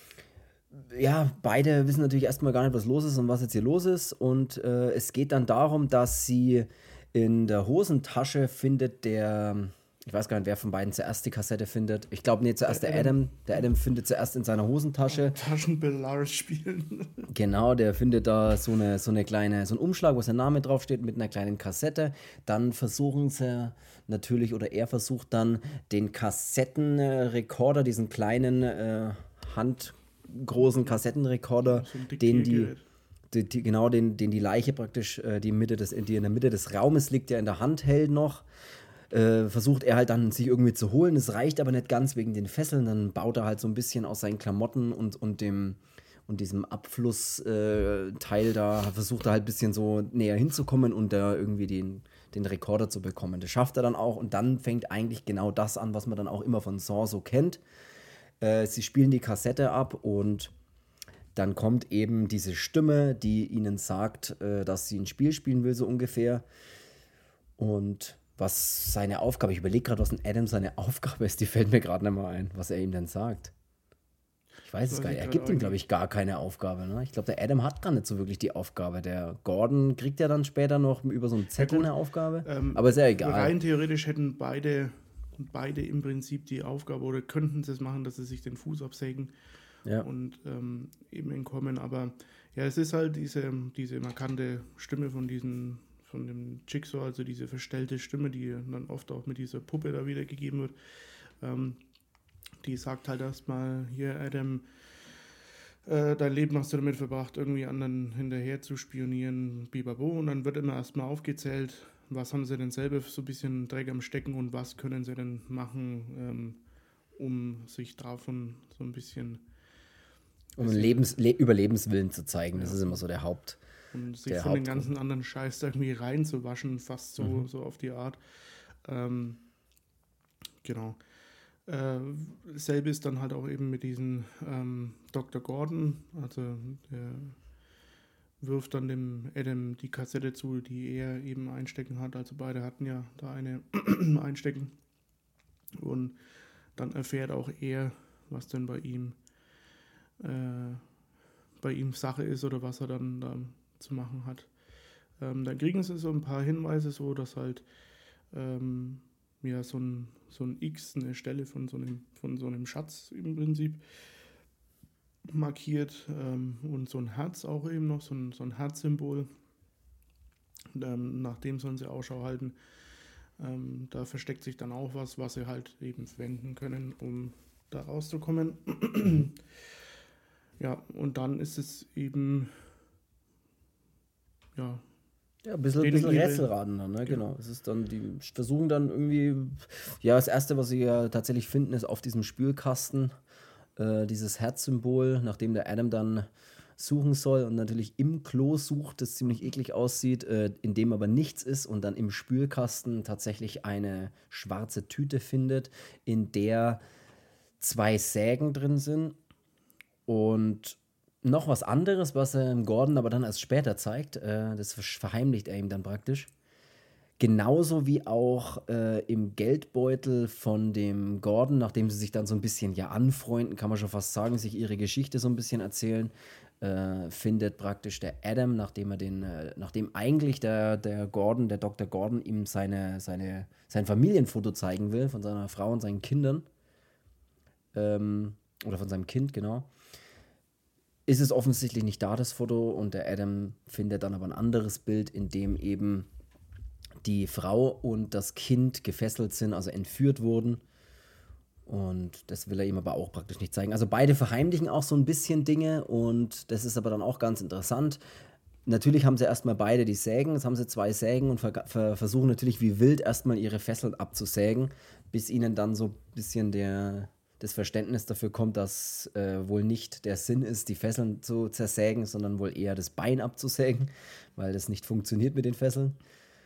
Speaker 1: ja, beide wissen natürlich erstmal gar nicht, was los ist und was jetzt hier los ist. Und äh, es geht dann darum, dass sie in der Hosentasche findet der, ich weiß gar nicht, wer von beiden zuerst die Kassette findet. Ich glaube, nee, zuerst der,
Speaker 2: Der
Speaker 1: Adam.
Speaker 2: Adam.
Speaker 1: Der Adam findet zuerst in seiner Hosentasche.
Speaker 2: Taschenbillard spielen.
Speaker 1: Genau, der findet da so eine, so eine kleine, so einen Umschlag, wo sein Name draufsteht, mit einer kleinen Kassette. Dann versuchen sie natürlich, oder er versucht dann, den Kassettenrekorder, diesen kleinen, äh, handgroßen Kassettenrekorder,
Speaker 2: So ein
Speaker 1: den die,
Speaker 2: Diktiergerät.
Speaker 1: die, die, genau, den, den die Leiche praktisch, äh, die, Mitte des, die in der Mitte des Raumes liegt, der in der Hand hält noch. Äh, versucht er halt dann sich irgendwie zu holen. Es reicht aber nicht ganz wegen den Fesseln. Dann baut er halt so ein bisschen aus seinen Klamotten und, und dem und diesem Abflussteil äh, da, versucht er halt ein bisschen so näher hinzukommen und da irgendwie den, den Rekorder zu bekommen. Das schafft er dann auch und dann fängt eigentlich genau das an, was man dann auch immer von Saw so kennt. Äh, sie spielen die Kassette ab und dann kommt eben diese Stimme, die ihnen sagt, äh, dass sie ein Spiel spielen will, so ungefähr. Und was seine Aufgabe, ich überlege gerade, was ein Adam seine Aufgabe ist, die fällt mir gerade nicht mehr ein, was er ihm denn sagt. Ich weiß es
Speaker 2: Weiß
Speaker 1: gar
Speaker 2: ich
Speaker 1: nicht. Er
Speaker 2: gerade
Speaker 1: gibt
Speaker 2: auch
Speaker 1: ihm,
Speaker 2: nicht.
Speaker 1: glaube ich, gar keine Aufgabe. Ne? Ich glaube, der Adam hat gar nicht so wirklich die Aufgabe. Der Gordon kriegt ja dann später noch über so einen Zettel
Speaker 2: gut,
Speaker 1: eine Aufgabe.
Speaker 2: Ähm,
Speaker 1: Aber ist ja egal.
Speaker 2: Rein theoretisch hätten beide, beide im Prinzip die Aufgabe oder könnten sie es machen, dass sie sich den Fuß absägen
Speaker 1: Ja.
Speaker 2: und ähm, eben entkommen. Aber ja, es ist halt diese, diese markante Stimme von, diesen, von dem Jigsaw, also diese verstellte Stimme, die dann oft auch mit dieser Puppe da wiedergegeben wird, ähm, die sagt halt erstmal, hier Adam, äh, dein Leben hast du damit verbracht, irgendwie anderen hinterher zu spionieren, bibabo, und dann wird immer erstmal aufgezählt, was haben sie denn selber so ein bisschen Dreck am Stecken und was können sie denn machen, ähm, um sich davon so ein bisschen
Speaker 1: Um einen Lebens Le Überlebenswillen zu zeigen, das
Speaker 2: ja,
Speaker 1: ist immer so der Haupt.
Speaker 2: und sich
Speaker 1: der
Speaker 2: von den
Speaker 1: Hauptgrund.
Speaker 2: ganzen anderen Scheiß da irgendwie reinzuwaschen, fast so,
Speaker 1: Mhm.
Speaker 2: so auf die Art. Ähm, genau. Äh, selbe ist dann halt auch eben mit diesem ähm, Doktor Gordon, also der wirft dann dem Adam die Kassette zu, die er eben einstecken hat. Also beide hatten ja da eine einstecken. Und dann erfährt auch er, was denn bei ihm äh, bei ihm Sache ist oder was er dann, dann zu machen hat. Ähm, dann kriegen sie so ein paar Hinweise, so dass halt ähm, ja, so ein, so ein X, eine Stelle von so einem, von so einem Schatz im Prinzip markiert ähm, und so ein Herz auch eben noch, so ein, so ein Herzsymbol. Und, ähm, nach dem sollen sie Ausschau halten. Ähm, da versteckt sich dann auch was, was sie halt eben verwenden können, um da rauszukommen. Ja, und dann ist es eben, ja,
Speaker 1: Ja, ein bisschen,
Speaker 2: denen
Speaker 1: bisschen
Speaker 2: ihre,
Speaker 1: Rätselraten dann, ne?
Speaker 2: genau,
Speaker 1: Genau. Es ist dann, die versuchen dann irgendwie, ja, das Erste, was sie ja tatsächlich finden, ist auf diesem Spülkasten äh, dieses Herzsymbol, nachdem der Adam dann suchen soll und natürlich im Klo sucht, das ziemlich eklig aussieht, äh, in dem aber nichts ist und dann im Spülkasten tatsächlich eine schwarze Tüte findet, in der zwei Sägen drin sind und noch was anderes, was er im Gordon aber dann erst später zeigt. Äh, das verheimlicht er ihm dann praktisch. Genauso wie auch äh, im Geldbeutel von dem Gordon, nachdem sie sich dann so ein bisschen ja anfreunden, kann man schon fast sagen, sich ihre Geschichte so ein bisschen erzählen, äh, findet praktisch der Adam, nachdem er den, äh, nachdem eigentlich der, der Gordon, der Doktor Gordon ihm seine, seine, sein Familienfoto zeigen will von seiner Frau und seinen Kindern, ähm, oder von seinem Kind, genau, ist es offensichtlich nicht da, das Foto, und der Adam findet dann aber ein anderes Bild, in dem eben die Frau und das Kind gefesselt sind, also entführt wurden. Und das will er ihm aber auch praktisch nicht zeigen. Also beide verheimlichen auch so ein bisschen Dinge und das ist aber dann auch ganz interessant. Natürlich haben sie erstmal beide die Sägen, jetzt haben sie zwei Sägen und ver ver versuchen natürlich wie wild erstmal ihre Fesseln abzusägen, bis ihnen dann so ein bisschen der, das Verständnis dafür kommt, dass äh, wohl nicht der Sinn ist, die Fesseln zu zersägen, sondern wohl eher das Bein abzusägen, weil das nicht funktioniert mit den Fesseln.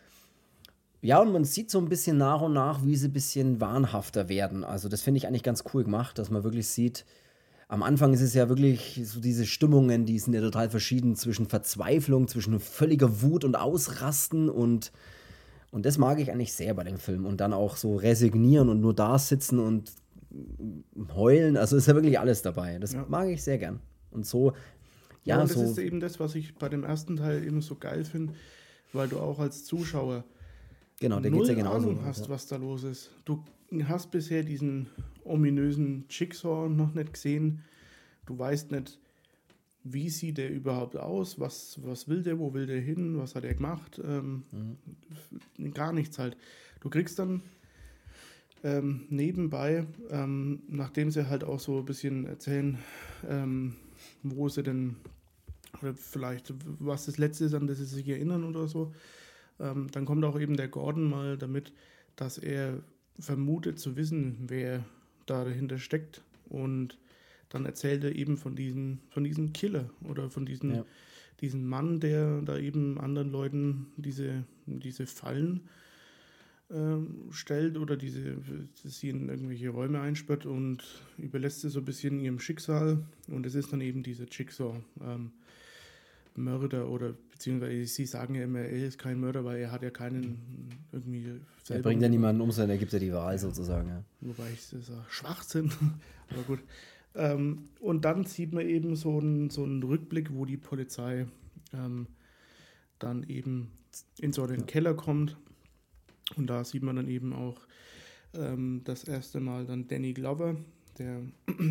Speaker 1: Ja, und man sieht so ein bisschen nach und nach, wie sie ein bisschen wahnhafter werden. Also das finde ich eigentlich ganz cool gemacht, dass man wirklich sieht, am Anfang ist es ja wirklich so diese Stimmungen, die sind ja total verschieden zwischen Verzweiflung, zwischen völliger Wut und Ausrasten und, und das mag ich eigentlich sehr bei dem Film. Und dann auch so resignieren und nur da sitzen und heulen. Also ist ja wirklich alles dabei. Das
Speaker 2: ja.
Speaker 1: mag ich sehr gern. Und so,
Speaker 2: Ja,
Speaker 1: ja,
Speaker 2: und das
Speaker 1: so,
Speaker 2: ist eben das, was ich bei dem ersten Teil eben so geil finde, weil du auch als Zuschauer
Speaker 1: genau, der geht ja
Speaker 2: null
Speaker 1: genauso
Speaker 2: Ahnung
Speaker 1: los. Ja.
Speaker 2: hast, was da los ist. Du hast bisher diesen ominösen Jigsaw noch nicht gesehen. Du weißt nicht, wie sieht der überhaupt aus, was, was will der, wo will der hin, was hat er gemacht. Ähm, mhm. Gar nichts halt. Du kriegst dann ähm, nebenbei, ähm, nachdem sie halt auch so ein bisschen erzählen, ähm, wo sie denn, oder vielleicht was das Letzte ist, an das sie sich erinnern oder so, ähm, dann kommt auch eben der Gordon mal damit, dass er vermutet zu wissen, wer da dahinter steckt, und dann erzählt er eben von diesem, von diesem Killer oder von diesem,
Speaker 1: Ja.
Speaker 2: diesem Mann, der da eben anderen Leuten diese, diese Fallen ähm, stellt oder diese, sie in irgendwelche Räume einsperrt und überlässt sie so ein bisschen ihrem Schicksal, und es ist dann eben dieser Jigsaw. Ähm, Mörder, oder beziehungsweise sie sagen ja immer, er ist kein Mörder, weil er hat ja keinen irgendwie
Speaker 1: Er
Speaker 2: selber
Speaker 1: bringt ja
Speaker 2: umgebracht.
Speaker 1: niemanden um, sondern er gibt ja die Wahl
Speaker 2: Ja.
Speaker 1: sozusagen. Ja.
Speaker 2: Wobei ich das auch Schwachsinn, aber gut. Ähm, und dann sieht man eben so einen, so einen Rückblick, wo die Polizei ähm, dann eben in so einen
Speaker 1: Ja.
Speaker 2: Keller kommt, und da sieht man dann eben auch ähm, das erste Mal dann Danny Glover, der,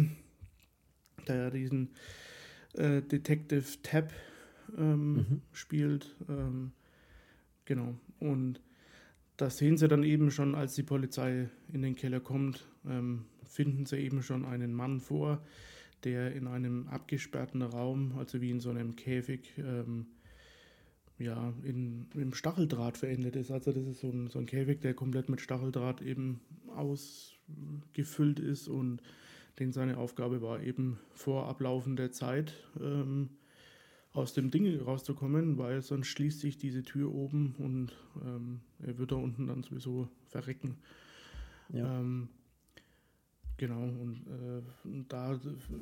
Speaker 2: der diesen äh, Detective Tapp ähm,
Speaker 1: Mhm.
Speaker 2: spielt. Ähm, genau. Und das sehen sie dann eben schon, als die Polizei in den Keller kommt, ähm, finden sie eben schon einen Mann vor, der in einem abgesperrten Raum, also wie in so einem Käfig, ähm, ja, in, im Stacheldraht verendet ist. Also das ist so ein, so ein Käfig, der komplett mit Stacheldraht eben ausgefüllt ist und den seine Aufgabe war, eben vor ablaufender Zeit ähm, aus dem Ding rauszukommen, weil sonst schließt sich diese Tür oben und ähm, er wird da unten dann sowieso verrecken.
Speaker 1: Ja.
Speaker 2: Ähm, genau, und, äh, und da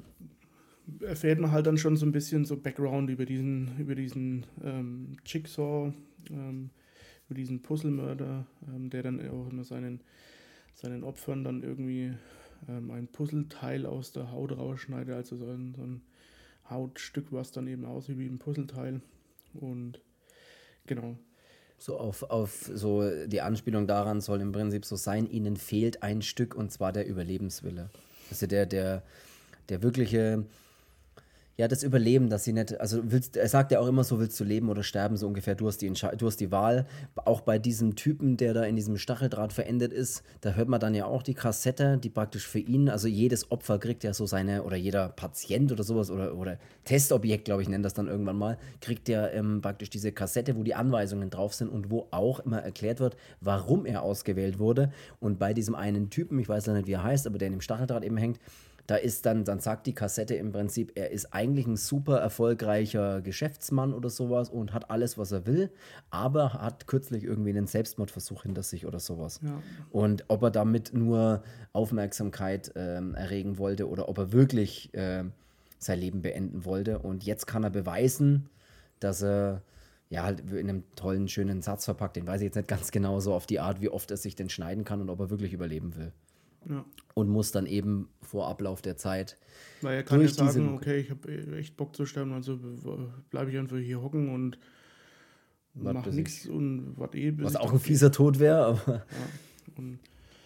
Speaker 2: erfährt man halt dann schon so ein bisschen so Background über diesen, über diesen ähm, Jigsaw, ähm, über diesen Puzzlemörder, ähm, der dann auch immer seinen, seinen Opfern dann irgendwie ähm, ein Puzzleteil aus der Haut rausschneidet, also so ein, so ein Hautstück, was dann eben aussieht wie ein Puzzleteil. Und genau.
Speaker 1: So auf, auf so die Anspielung daran soll im Prinzip so sein, ihnen fehlt ein Stück und zwar der Überlebenswille. Also der, der, der wirkliche, ja, das Überleben, dass sie nicht, also willst, er sagt ja auch immer so, willst du leben oder sterben, so ungefähr, du hast die, Entsche- du hast die Wahl. Auch bei diesem Typen, der da in diesem Stacheldraht verendet ist, da hört man dann ja auch die Kassette, die praktisch für ihn, also jedes Opfer kriegt ja so seine, oder jeder Patient oder sowas, oder, oder Testobjekt, glaube ich, nennt das dann irgendwann mal, kriegt ja ähm, praktisch diese Kassette, wo die Anweisungen drauf sind und wo auch immer erklärt wird, warum er ausgewählt wurde. Und bei diesem einen Typen, ich weiß ja nicht, wie er heißt, aber der in dem Stacheldraht eben hängt, da ist dann, dann sagt die Kassette im Prinzip, er ist eigentlich ein super erfolgreicher Geschäftsmann oder sowas und hat alles, was er will, aber hat kürzlich irgendwie einen Selbstmordversuch hinter sich oder sowas.
Speaker 2: Ja.
Speaker 1: Und ob er damit nur Aufmerksamkeit ähm, erregen wollte oder ob er wirklich äh, sein Leben beenden wollte. Und jetzt kann er beweisen, dass er ja halt in einem tollen, schönen Satz verpackt, den weiß ich jetzt nicht ganz genau so auf die Art, wie oft er sich denn schneiden kann und ob er wirklich überleben will.
Speaker 2: Ja.
Speaker 1: Und muss dann eben vor Ablauf der Zeit
Speaker 2: Weil er kann ja
Speaker 1: durch diese
Speaker 2: sagen,
Speaker 1: Luke.
Speaker 2: okay, ich habe echt Bock zu sterben, also bleibe ich einfach hier hocken und
Speaker 1: Wart,
Speaker 2: mach
Speaker 1: bis
Speaker 2: nichts
Speaker 1: ich-
Speaker 2: und warte eh, bis
Speaker 1: Was
Speaker 2: ich
Speaker 1: auch
Speaker 2: dann
Speaker 1: ein fieser Tod wäre, aber
Speaker 2: Ja, und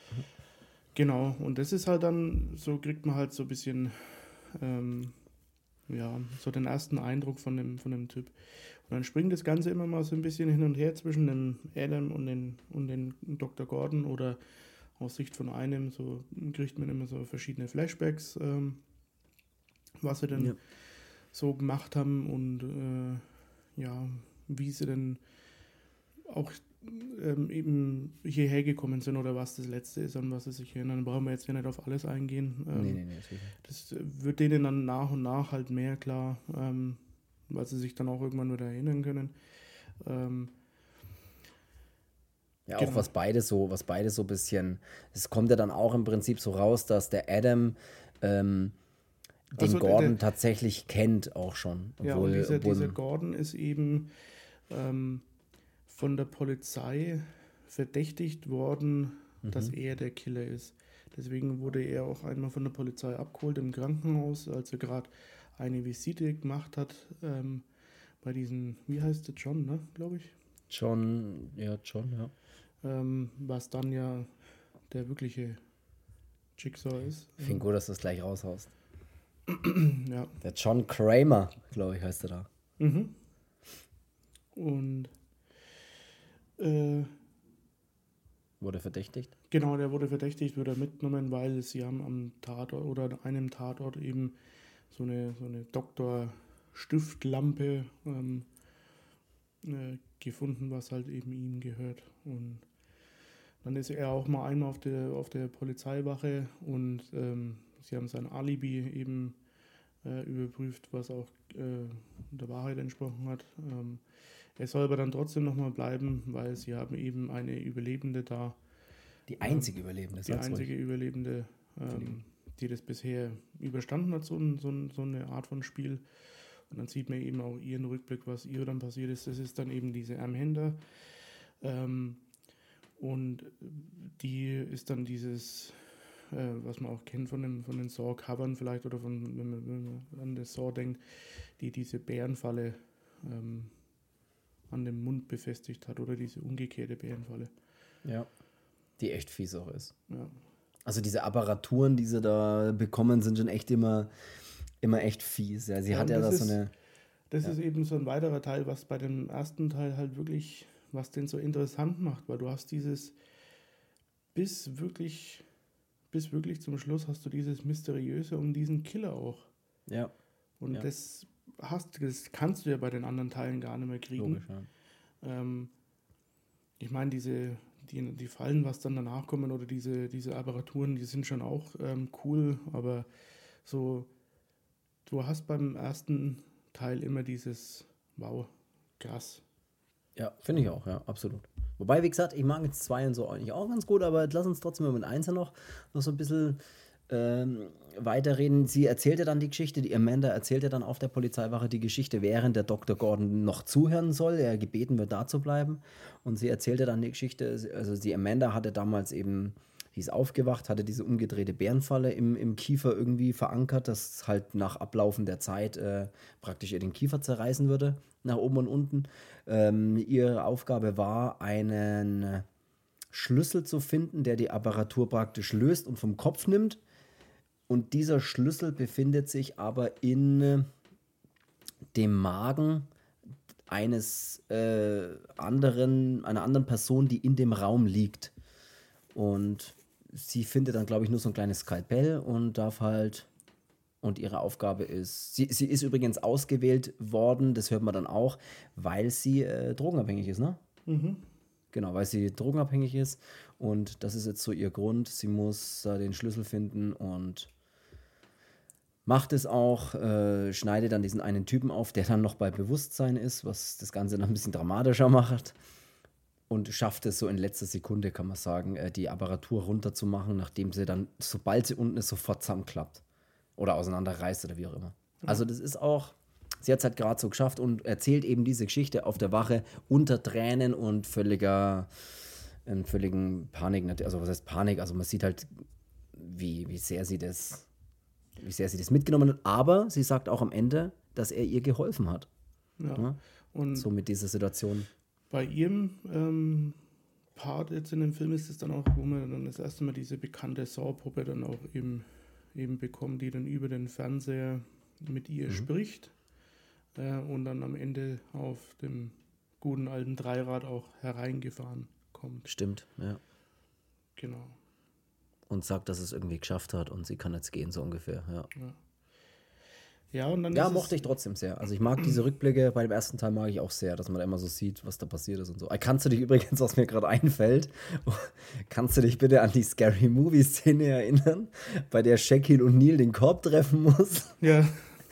Speaker 2: genau, und das ist halt dann, so kriegt man halt so ein bisschen, ähm, ja, so den ersten Eindruck von dem, von dem Typ. Und dann springt das Ganze immer mal so ein bisschen hin und her zwischen dem Adam und den, und den Doktor Gordon oder aus Sicht von einem, so kriegt man immer so verschiedene Flashbacks, ähm, was sie denn
Speaker 1: ja.
Speaker 2: so gemacht haben und äh, ja, wie sie denn auch ähm, eben hierher gekommen sind oder was das Letzte ist, an was sie sich erinnern. Brauchen wir jetzt ja nicht auf alles eingehen. Ähm,
Speaker 1: Nee, nee, nee, natürlich nicht.
Speaker 2: Das wird denen dann nach und nach halt mehr klar, ähm, weil sie sich dann auch irgendwann wieder erinnern können. Ähm,
Speaker 1: Ja,
Speaker 2: Genau.
Speaker 1: auch was beide so, was beide so ein bisschen, es kommt ja dann auch im Prinzip so raus, dass der Adam ähm, den
Speaker 2: Also der-
Speaker 1: Gordon
Speaker 2: der-
Speaker 1: tatsächlich kennt auch schon.
Speaker 2: ja,
Speaker 1: Obwohl,
Speaker 2: und dieser,
Speaker 1: obwohl,
Speaker 2: dieser Gordon ist eben ähm, von der Polizei verdächtigt worden, dass er der Killer ist. Deswegen wurde er auch einmal von der Polizei abgeholt im Krankenhaus, als er gerade eine Visite gemacht hat ähm, bei diesem, wie heißt der, John, ne, glaube ich.
Speaker 1: John, ja, John, ja.
Speaker 2: Ähm, was dann ja der wirkliche Jigsaw ist.
Speaker 1: Ich finde gut, dass du das gleich raushaust.
Speaker 2: Ja.
Speaker 1: Der John Kramer, glaube ich, heißt er da.
Speaker 2: Mhm. Und äh,
Speaker 1: Wurde verdächtigt.
Speaker 2: genau, der wurde verdächtigt, wurde mitgenommen, weil sie haben am Tatort oder an einem Tatort eben so eine, so eine Doktor-Stiftlampe ähm, äh, gefunden, was halt eben ihm gehört. Und dann ist er auch mal einmal auf der, auf der Polizeiwache und ähm, sie haben sein Alibi eben äh, überprüft, was auch äh, der Wahrheit entsprochen hat. Ähm, er soll aber dann trotzdem nochmal bleiben, weil sie haben eben eine Überlebende da,
Speaker 1: Die einzige Überlebende,
Speaker 2: die
Speaker 1: sag's
Speaker 2: einzige
Speaker 1: ruhig.
Speaker 2: Überlebende, ähm, die das bisher überstanden hat, so, ein, so, ein, so eine Art von Spiel. Und dann sieht man eben auch ihren Rückblick, was ihr dann passiert ist. Das ist dann eben diese Amhender. Ähm, und die ist dann dieses, äh, was man auch kennt von, dem, von den Saw-Covern vielleicht oder von, wenn man, wenn man an das Saw denkt, die diese Bärenfalle ähm, an dem Mund befestigt hat oder diese umgekehrte Bärenfalle.
Speaker 1: Ja. Die echt fies auch ist.
Speaker 2: Ja.
Speaker 1: Also diese Apparaturen, die sie da bekommen, sind schon echt immer, immer echt fies. Ja, sie
Speaker 2: Ja,
Speaker 1: hat
Speaker 2: und
Speaker 1: ja
Speaker 2: das
Speaker 1: da so
Speaker 2: ist-
Speaker 1: eine.
Speaker 2: Das
Speaker 1: Ja.
Speaker 2: ist eben so ein weiterer Teil, was bei dem ersten Teil halt wirklich was den so interessant macht, weil du hast dieses, bis wirklich, bis wirklich zum Schluss hast du dieses Mysteriöse um diesen Killer auch.
Speaker 1: Ja.
Speaker 2: Und
Speaker 1: ja.
Speaker 2: das hast das kannst du ja bei den anderen Teilen gar nicht mehr kriegen.
Speaker 1: Logisch, ja.
Speaker 2: Ähm, ich meine, diese, die, die Fallen, was dann danach kommen, oder diese, diese Apparaturen, die sind schon auch ähm, cool, aber so, du hast beim ersten Teil immer dieses, wow, krass.
Speaker 1: Ja, finde ich auch, ja, absolut. Wobei, wie gesagt, ich mag jetzt zwei und so eigentlich auch ganz gut, aber lass uns trotzdem mit eins noch, noch so ein bisschen ähm, weiterreden. Sie erzählte dann die Geschichte, die Amanda erzählte dann auf der Polizeiwache die Geschichte, während der Doktor Gordon noch zuhören soll, er gebeten wird, da zu bleiben. Und sie erzählte dann die Geschichte, also die Amanda hatte damals eben, die ist aufgewacht, hatte diese umgedrehte Bärenfalle im, im Kiefer irgendwie verankert, das halt nach Ablaufen der Zeit äh, praktisch ihr den Kiefer zerreißen würde, nach oben und unten. Ähm, ihre Aufgabe war, einen Schlüssel zu finden, der die Apparatur praktisch löst und vom Kopf nimmt. Und dieser Schlüssel befindet sich aber in dem Magen eines äh, anderen, einer anderen Person, die in dem Raum liegt. Und sie findet dann, glaube ich, nur so ein kleines Skalpell und darf halt, und ihre Aufgabe ist, sie, sie ist übrigens ausgewählt worden, das hört man dann auch, weil sie äh, drogenabhängig ist, ne?
Speaker 2: Mhm.
Speaker 1: Genau, weil sie drogenabhängig ist und das ist jetzt so ihr Grund. Sie muss äh, den Schlüssel finden und macht es auch, äh, schneidet dann diesen einen Typen auf, der dann noch bei Bewusstsein ist, was das Ganze noch ein bisschen dramatischer macht. Und schafft es so in letzter Sekunde, kann man sagen, äh, die Apparatur runterzumachen, nachdem sie dann, sobald sie unten ist, sofort zusammenklappt. Oder auseinanderreißt oder wie auch immer. Ja. Also das ist auch, sie hat es halt gerade so geschafft und erzählt eben diese Geschichte auf der Wache unter Tränen und völliger, in völligen Panik. Also was heißt Panik? Also man sieht halt, wie, wie sehr sie das, wie sehr sie das mitgenommen hat. Aber sie sagt auch am Ende, dass er ihr geholfen hat.
Speaker 2: Ja.
Speaker 1: Ja?
Speaker 2: Und
Speaker 1: so mit dieser Situation.
Speaker 2: Bei ihrem ähm, Part jetzt in dem Film ist es dann auch, wo man dann das erste Mal diese bekannte Saw-Puppe dann auch eben, eben bekommt, die dann über den Fernseher mit ihr mhm. spricht äh, und dann am Ende auf dem guten alten Dreirad auch hereingefahren kommt.
Speaker 1: Stimmt, ja.
Speaker 2: Genau.
Speaker 1: Und sagt, dass es irgendwie geschafft hat und sie kann jetzt gehen, so ungefähr, ja.
Speaker 2: Ja. Ja, und dann
Speaker 1: ja
Speaker 2: ist
Speaker 1: mochte ich trotzdem sehr. Also ich mag diese Rückblicke, bei dem ersten Teil mag ich auch sehr, dass man da immer so sieht, was da passiert ist und so. Kannst du dich übrigens, was mir gerade einfällt, kannst du dich bitte an die Scary Movie-Szene erinnern, bei der Shaquille O'Neal den Korb treffen muss?
Speaker 2: Ja.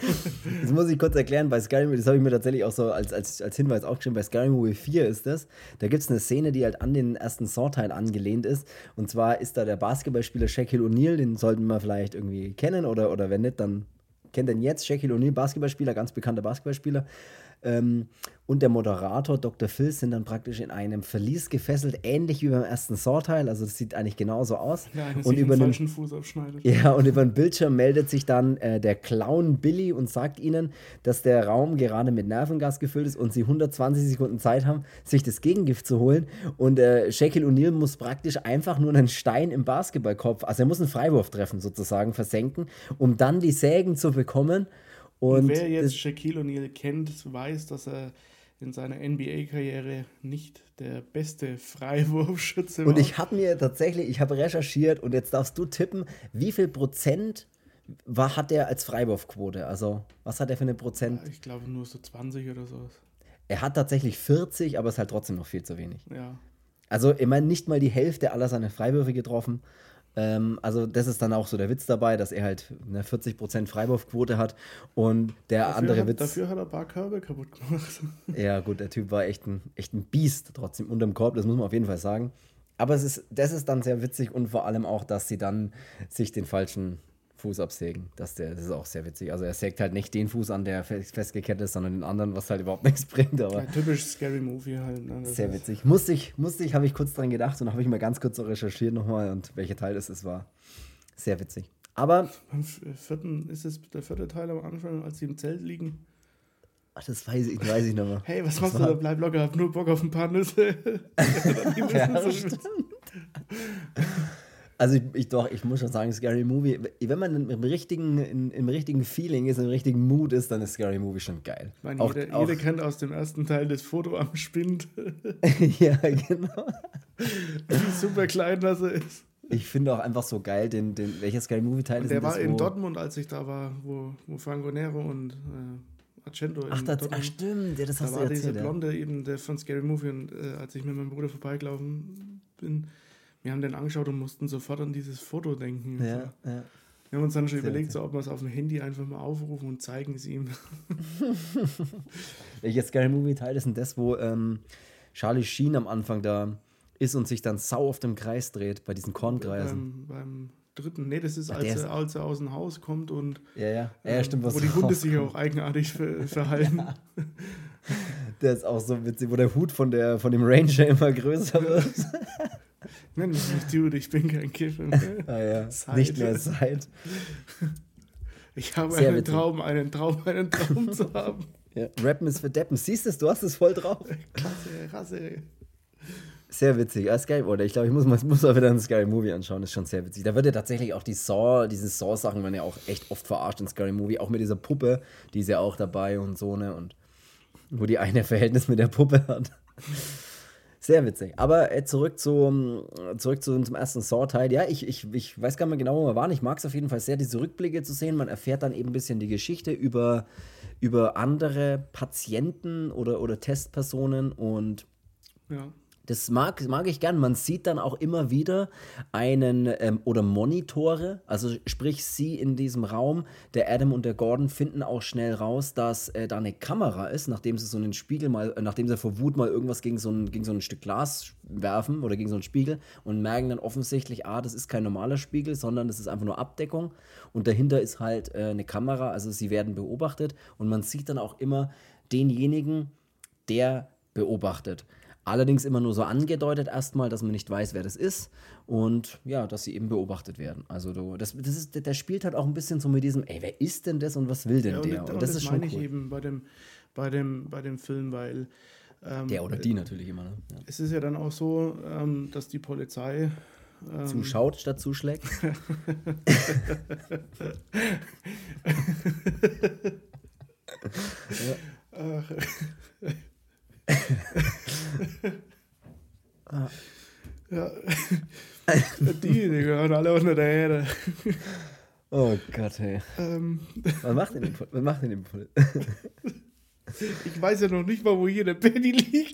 Speaker 1: Das muss ich kurz erklären, bei Scary Movie, das habe ich mir tatsächlich auch so als, als, als Hinweis aufgeschrieben, bei Scary Movie vier ist das, da gibt es eine Szene, die halt an den ersten Saw-Teil angelehnt ist, und zwar ist da der Basketballspieler Shaquille O'Neal, den sollten wir vielleicht irgendwie kennen, oder, oder wenn nicht, dann kennt denn jetzt Shaquille O'Neal, Basketballspieler, ganz bekannter Basketballspieler. Ähm, und der Moderator Doktor Phil sind dann praktisch in einem Verlies gefesselt, ähnlich wie beim ersten Saw-Teil. Also das sieht eigentlich genauso aus.
Speaker 2: Ja, einer
Speaker 1: und
Speaker 2: sich
Speaker 1: über
Speaker 2: den
Speaker 1: einen
Speaker 2: falschen Fuß abschneidet.
Speaker 1: Ja, und über den Bildschirm meldet sich dann äh, der Clown Billy und sagt ihnen, dass der Raum gerade mit Nervengas gefüllt ist und sie hundertzwanzig Sekunden Zeit haben, sich das Gegengift zu holen. Und äh, Shaquille O'Neal muss praktisch einfach nur einen Stein im Basketballkopf, also er muss einen Freiwurf treffen sozusagen, versenken, um dann die Sägen zu bekommen. Und,
Speaker 2: und wer jetzt Shaquille O'Neal kennt, weiß, dass er in seiner N B A-Karriere nicht der beste Freiwurfschütze war.
Speaker 1: Und ich habe mir tatsächlich, ich habe recherchiert und jetzt darfst du tippen, wie viel Prozent war, hat er als Freiwurfquote? Also, was hat er für eine Prozent?
Speaker 2: Ja, ich glaube nur so zwanzig oder so.
Speaker 1: Er hat tatsächlich vierzig, aber ist halt trotzdem noch viel zu wenig.
Speaker 2: Ja.
Speaker 1: Also, ich meine, nicht mal die Hälfte aller seiner Freiwürfe getroffen. Ähm, also, das ist dann auch so der Witz dabei, dass er halt eine vierzig Prozent Freiwurfquote hat und der
Speaker 2: dafür
Speaker 1: andere
Speaker 2: hat,
Speaker 1: Witz.
Speaker 2: Dafür hat er ein paar Körbe kaputt gemacht.
Speaker 1: Ja, gut, der Typ war echt ein, echt ein Biest trotzdem unterm Korb, das muss man auf jeden Fall sagen. Aber es ist, das ist dann sehr witzig und vor allem auch, dass sie dann sich den falschen Fuß absägen. Das, der, das ist auch sehr witzig. Also er sägt halt nicht den Fuß an, der festgekettet ist, sondern den anderen, was halt überhaupt nichts bringt. Aber
Speaker 2: ja, typisch Scary Movie halt. Ne?
Speaker 1: Sehr witzig. Musste ich, musste ich, habe ich kurz dran gedacht und habe ich mal ganz kurz so recherchiert nochmal und welcher Teil das ist, war sehr witzig. Aber
Speaker 2: beim vierten ist es der vierte Teil am Anfang, als sie im Zelt liegen.
Speaker 1: Ach, das weiß ich, weiß ich noch mal.
Speaker 2: Hey, was machst was du da? Bleib locker, hab nur Bock auf ein paar Nüsse.
Speaker 1: Ja, stimmt. Also ich, ich doch, ich muss schon sagen, Scary Movie, wenn man im richtigen, in, im richtigen Feeling ist, im richtigen Mood ist, dann ist Scary Movie schon geil.
Speaker 2: Ich meine,
Speaker 1: Auch,
Speaker 2: jeder,
Speaker 1: auch,
Speaker 2: jeder kennt aus dem ersten Teil das Foto am Spind,
Speaker 1: ja, genau.
Speaker 2: wie super klein das er ist.
Speaker 1: Ich finde auch einfach so geil, den, den, welcher Scary Movie Teil
Speaker 2: Und
Speaker 1: ist
Speaker 2: der
Speaker 1: denn
Speaker 2: war
Speaker 1: das,
Speaker 2: in
Speaker 1: wo...
Speaker 2: Dortmund, als ich da war, wo, wo Franco Nero und äh, Argento
Speaker 1: Ach,
Speaker 2: in
Speaker 1: das,
Speaker 2: Dortmund.
Speaker 1: ach stimmt, ja, das
Speaker 2: Da
Speaker 1: hast du
Speaker 2: war diese
Speaker 1: erzählt, ja.
Speaker 2: Blonde eben der von Scary Movie und äh, als ich mit meinem Bruder vorbeigelaufen bin, wir haben den angeschaut und mussten sofort an dieses Foto denken.
Speaker 1: Ja,
Speaker 2: So.
Speaker 1: ja.
Speaker 2: Wir haben uns dann schon
Speaker 1: Sehr
Speaker 2: überlegt,
Speaker 1: witzig.
Speaker 2: so, ob wir es auf dem Handy einfach mal aufrufen und zeigen es ihm.
Speaker 1: Welcher Scary Movie Teil ist denn das, wo ähm, Charlie Sheen am Anfang da ist und sich dann sau auf dem Kreis dreht, bei diesen Kornkreisen?
Speaker 2: beim, beim dritten, nee, das ist,
Speaker 1: Ach,
Speaker 2: als
Speaker 1: der ist-
Speaker 2: er, als er aus dem Haus kommt und
Speaker 1: Ja, ja. Ja, ja,
Speaker 2: ähm,
Speaker 1: stimmt, was
Speaker 2: wo die Hunde sich
Speaker 1: rauskommt.
Speaker 2: auch eigenartig ver verhalten.
Speaker 1: Der ist auch so witzig, wo der Hut von, der, von dem Ranger immer größer wird.
Speaker 2: Nenn mich nicht Dude, ich bin kein Kiffer.
Speaker 1: Ah ja,
Speaker 2: Zeit.
Speaker 1: nicht mehr Zeit.
Speaker 2: Ich habe
Speaker 1: Sehr
Speaker 2: einen
Speaker 1: witzig.
Speaker 2: Traum, einen Traum, einen Traum zu haben.
Speaker 1: Ja. Rappen ist für Deppen. Siehst du es, du hast es voll drauf.
Speaker 2: Klasse, Rasse.
Speaker 1: Sehr witzig. Ah, Sky, oder ich glaube, ich muss mal, muss mal wieder einen Scary Movie anschauen. Das ist schon sehr witzig. Da wird ja tatsächlich auch die Saw, diese Saw-Sachen werden ja auch echt oft verarscht in Scary Movie. Auch mit dieser Puppe, die ist ja auch dabei und so, ne? Und wo die eine Verhältnis mit der Puppe hat. Sehr witzig. Aber äh, zurück, zum, zurück zu, zum ersten Saw-Teil. Ja, ich, ich, ich weiß gar nicht mehr genau, wo wir waren. Ich mag es auf jeden Fall sehr, diese Rückblicke zu sehen. Man erfährt dann eben ein bisschen die Geschichte über, über andere Patienten oder, oder Testpersonen und
Speaker 2: Ja.
Speaker 1: das mag, mag ich gern. Man sieht dann auch immer wieder einen ähm, oder Monitore, also sprich sie in diesem Raum, der Adam und der Gordon finden auch schnell raus, dass äh, da eine Kamera ist, nachdem sie so einen Spiegel mal, äh, nachdem sie vor Wut mal irgendwas gegen so, ein, gegen so ein Stück Glas werfen oder gegen so einen Spiegel und merken dann offensichtlich, ah, das ist kein normaler Spiegel, sondern das ist einfach nur Abdeckung und dahinter ist halt äh, eine Kamera, also sie werden beobachtet und man sieht dann auch immer denjenigen, der beobachtet. Allerdings immer nur so angedeutet erstmal, dass man nicht weiß, wer das ist und ja, dass sie eben beobachtet werden. Also du, das, das ist, der spielt halt auch ein bisschen so mit diesem, ey, wer ist denn das und was will denn
Speaker 2: Ja, und,
Speaker 1: der?
Speaker 2: und,
Speaker 1: Und das
Speaker 2: das
Speaker 1: ist schon
Speaker 2: meine ich
Speaker 1: cool.
Speaker 2: eben bei dem, bei dem, bei dem Film, weil ähm,
Speaker 1: Der oder die natürlich immer, ne? Ja.
Speaker 2: es ist ja dann auch so, ähm, dass die Polizei ähm,
Speaker 1: Zuschaut statt zuschlägt.
Speaker 2: Ach, ja. Die, die gehören alle unter der Erde.
Speaker 1: Oh Gott, hey.
Speaker 2: Ähm,
Speaker 1: Was macht denn die Pol- Was macht denn die Pol-
Speaker 2: ich weiß ja noch nicht mal, wo hier der Penny liegt.